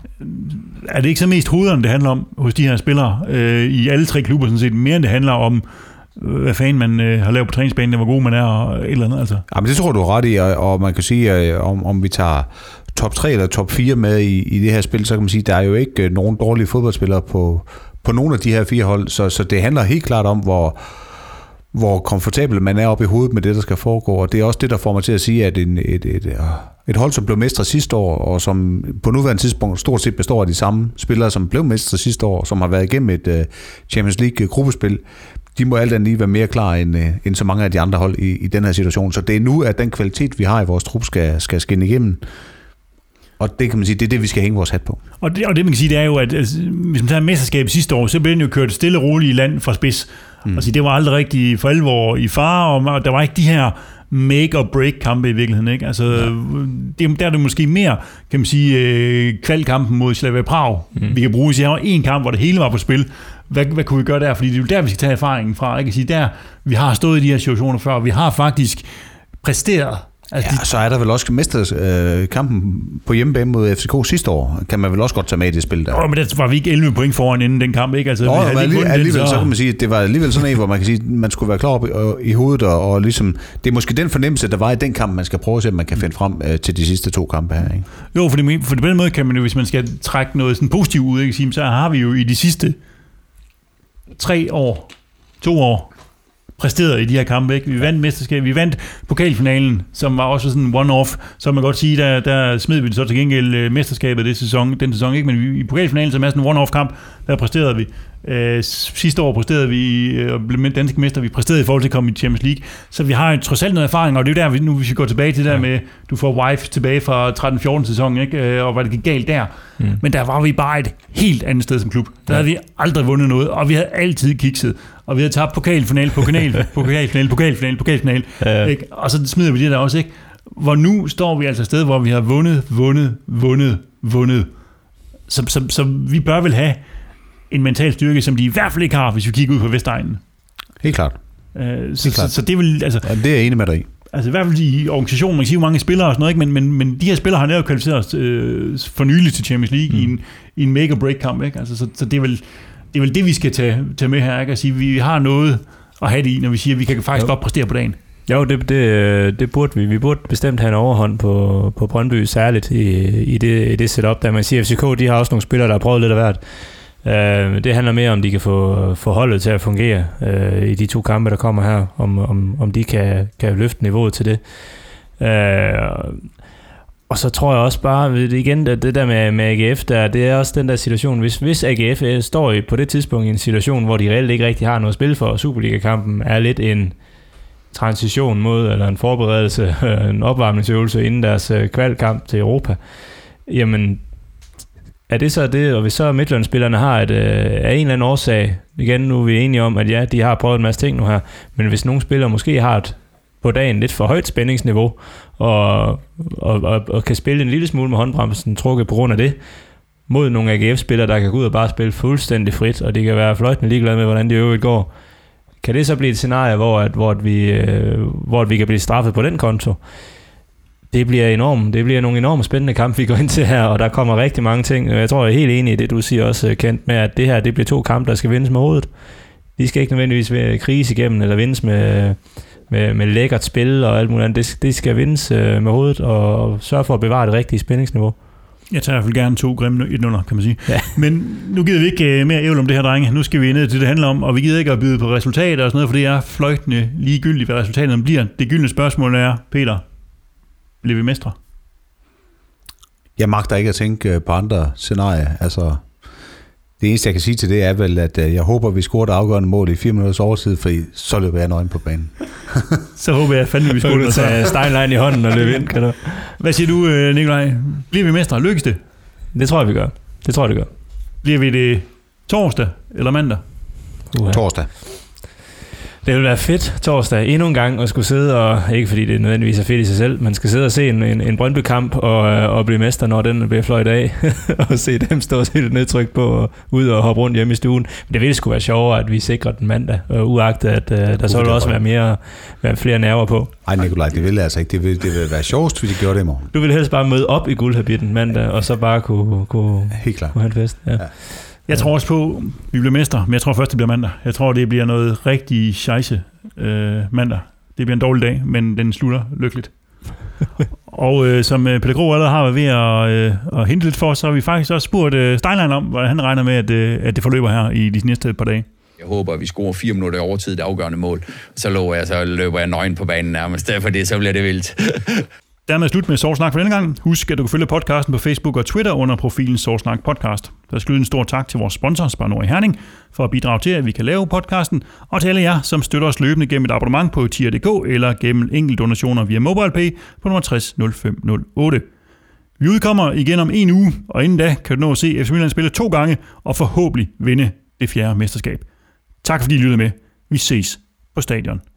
Er det ikke så mest hovederne, det handler om hos de her spillere øh, i alle tre klubber, sådan set, mere end det handler om hvad fanden man øh, har lavet på træningsbanen, hvor god man er, og et eller andet, altså. Ja, men det tror du er ret i, og, og man kan sige, at om, om vi tager top tre eller top fire med i, i det her spil, så kan man sige, at der er jo ikke øh, nogen dårlige fodboldspillere på, på nogle af de her fire hold, så, så det handler helt klart om, hvor, hvor komfortabel man er oppe i hovedet med det, der skal foregå, og det er også det, der får mig til at sige, at en, et, et, et, et hold, som blev mestre sidste år, og som på nuværende tidspunkt stort set består af de samme spillere, som blev mestre sidste år, som har været igennem et uh, Champions League-gruppespil, de må alt andet lige være mere klar end, end så mange af de andre hold i, i den her situation. Så det er nu, at den kvalitet, vi har i vores trup, skal, skal skinne igennem. Og det kan man sige, det er det, vi skal hænge vores hat på. Og det, og det man kan sige, det er jo, at altså, hvis man tager mesterskabet sidste år, så blev den jo kørt stille og roligt i land fra spids. Mm. Altså, det var aldrig rigtig for alvor i fare, og der var ikke de her make-or-break-kampe i virkeligheden. Ikke? Altså, ja. det, der er det måske mere, kan man sige, kvalkampen mod Slavia Prag, mm. vi kan bruge. Så jeg har en kamp, hvor det hele var på spil. Hvad, hvad kunne vi gøre der? Fordi det er jo der, vi skal tage erfaringen fra. Ikke? Sige, der, vi har stået i de her situationer før, og vi har faktisk præsteret. Altså, ja, de... så er der vel også mesterkampen øh, på hjemmebane mod F C K sidste år. Kan man vel også godt tage med i det spil der? Åh, men der var vi ikke elleve point foran inden den kamp, ikke? Altså, Nå, vi havde alligevel, den, alligevel så... så kan man sige, at det var alligevel sådan en, hvor man kan sige, at man skulle være klar op i, i hovedet, og, og ligesom, det er måske den fornemmelse, der var i den kamp, man skal prøve at se, at man kan finde frem øh, til de sidste to kampe her, ikke? Jo, for, det, for på den måde kan man jo, hvis man skal trække noget sådan positivt ud, ikke? Så har vi jo i de sidste tre år, to år, præsteret i de her kampe, ikke? Vi vandt mesterskabet, vi vandt pokalfinalen, som var også sådan en one-off, så man godt sige, der, der smed vi så til gengæld mesterskabet det sæson, den sæson, ikke? Men vi, i pokalfinalen, som er sådan en one-off kamp, der præsterede vi. Øh, sidste år præsterede vi og blev danske mester, vi præsterede i forhold til at komme i Champions League, så vi har jo trods alt noget erfaring, og det er jo der, nu hvis vi går tilbage til det der med, du får wife tilbage fra tretten fjorten sæson, ikke? Og hvad det gik galt der, mm. men der var vi bare et helt andet sted som klub. Der havde vi aldrig vundet noget, og vi havde altid kikset, og vi havde tabt pokalfinale, pokalfinale, pokalfinale, pokalfinale, pokalfinale, ja. Ikke? Og så smider vi det der også, ikke? Hvor nu står vi altså et sted, hvor vi har vundet, vundet, vundet, vundet. Så, så, så vi bør vel have en mental styrke, som de i hvert fald ikke har, hvis vi kigger ud på Vestegnen. Helt klart. Øh, så, Helt klart. Så, så det vil altså. Ja, det er jeg enig med dig i. Altså i hvert fald i organisationen, man kan sige jo mange spillere og sådan noget, ikke? Men, men, men de her spillere har netop kvalificeret os øh, for nylig til Champions League mm. i en, i en make-or-break-kamp, ikke? Altså, så, så det er vel det er vel det, vi skal tage, tage med her, ikke? At sige, vi har noget at have det i, når vi siger, at vi kan faktisk jo. godt præstere på dagen. Jo, det, det, det burde vi. Vi burde bestemt have en overhånd på, på Brøndby, særligt i, i, det, i det setup, der man siger, F C K, de har også nogle spillere, der har prøvet lidt af hvert. Uh, det handler mere om, de kan få, få holdet til at fungere uh, i de to kampe, der kommer her, om, om, om de kan, kan løfte niveauet til det. Uh, og så tror jeg også bare, igen, det der med, med A G F, der, det er også den der situation, hvis, hvis A G F står i, på det tidspunkt i en situation, hvor de reelt ikke rigtig har noget at spille for, og Superliga-kampen er lidt en transition mod, eller en forberedelse, en opvarmningsøvelse inden deres kvalkamp til Europa, jamen, er det så det, og hvis så Midtjylland-spillerne har et, af en eller anden årsag, igen nu er vi enige om, at ja, de har prøvet en masse ting nu her, men hvis nogle spillere måske har et på dagen lidt for højt spændingsniveau, og, og, og, og kan spille en lille smule med håndbremsen trukket på grund af det, mod nogle A G F-spillere, der kan gå ud og bare spille fuldstændig frit, og de kan være fløjtende ligeglade med, hvordan de øvrigt går. Kan det så blive et scenarie, hvor, at, hvor, at vi, øh, hvor at vi kan blive straffet på den konto? Det bliver enormt. Det bliver nogle enormt spændende kampe, vi går ind til her, og der kommer rigtig mange ting. Jeg tror, jeg er helt enig i det, du siger også, Kent, med, at det her det bliver to kampe, der skal vindes med hovedet. De skal ikke nødvendigvis være krise igennem, eller vindes med, med, med lækkert spil og alt muligt andet. Det, det skal vindes med hovedet, og sørge for at bevare det rigtige spændingsniveau. Jeg tager i hvert fald gerne to grimme et nul, kan man sige. Ja. Men nu gider vi ikke mere ævl om det her, drenge. Nu skal vi ned til det, det handler om, og vi gider ikke at byde på resultater og sådan noget, for det er fløjtende ligegyldigt, hvad resultaterne bliver. Det gyldne spørgsmål er, Peter, bliver vi mestre? Jeg magter ikke at tænke på andre scenarier. Altså, det eneste, jeg kan sige til det, er vel, at jeg håber, at vi scorer det afgørende mål i fire minutters overtid, for så løber jeg nøgen på banen. Så håber jeg fandme, vi scorer det. Så tage Steinlein i hånden og løbe ind, kan du? Hvad siger du, Nikolaj? Bliver vi mestre? Lykkes det? Det tror jeg, vi gør. Det tror jeg, det gør. Bliver vi det torsdag eller mandag? Uh-huh. Torsdag. Det vil være fedt torsdag endnu en gang at skulle sidde og, ikke fordi det nødvendigvis er fedt i sig selv, man skal sidde og se en, en, en Brøndby-kamp og, og blive mester, når den bliver fløjt af, og se dem stå og se lidt nedtryk på og ud og hoppe rundt hjemme i stuen. Men det ville sgu være sjovere, at vi sikrer den mandag, og uagtet at uh, der så vil også være, mere, være flere nerver på. Ej Nikolaj, det ville altså ikke. Det ville, det ville være sjovest, hvis de gjorde det i morgen. Du ville helst bare møde op i guldhabitten mandag, og så bare kunne, kunne, Helt klart. kunne have en fest. Ja. Ja. Jeg tror også på, at vi bliver mestre, men jeg tror først, det bliver mandag. Jeg tror, det bliver noget rigtig scheisse øh, mandag. Det bliver en dårlig dag, men den slutter lykkeligt. Og øh, som øh, pædagog allerede har været ved at, øh, at hente lidt for, så har vi faktisk også spurgt øh, Steinlein om, hvordan han regner med, at, øh, at det forløber her i de næste par dage. Jeg håber, at vi scorer fire minutter overtid det afgørende mål. Så lover jeg, så løber jeg nøgen på banen nærmest. Derfor det, så bliver det vildt. Dermed slut med Sovsnak for denne gang. Husk, at du kan følge podcasten på Facebook og Twitter under profilen Sovsnak Podcast. Der skal lyde en stor tak til vores sponsor, Spar Nord i Herning, for at bidrage til, at vi kan lave podcasten, og til alle jer, som støtter os løbende gennem et abonnement på tier punktum d k eller gennem enkeltdonationer via MobilePay på nummer tres nul fem nul otte. Vi udkommer igen om en uge, og inden da kan du nå at se F C Midtjylland spille to gange og forhåbentlig vinde det fjerde mesterskab. Tak fordi I lyttede med. Vi ses på stadion.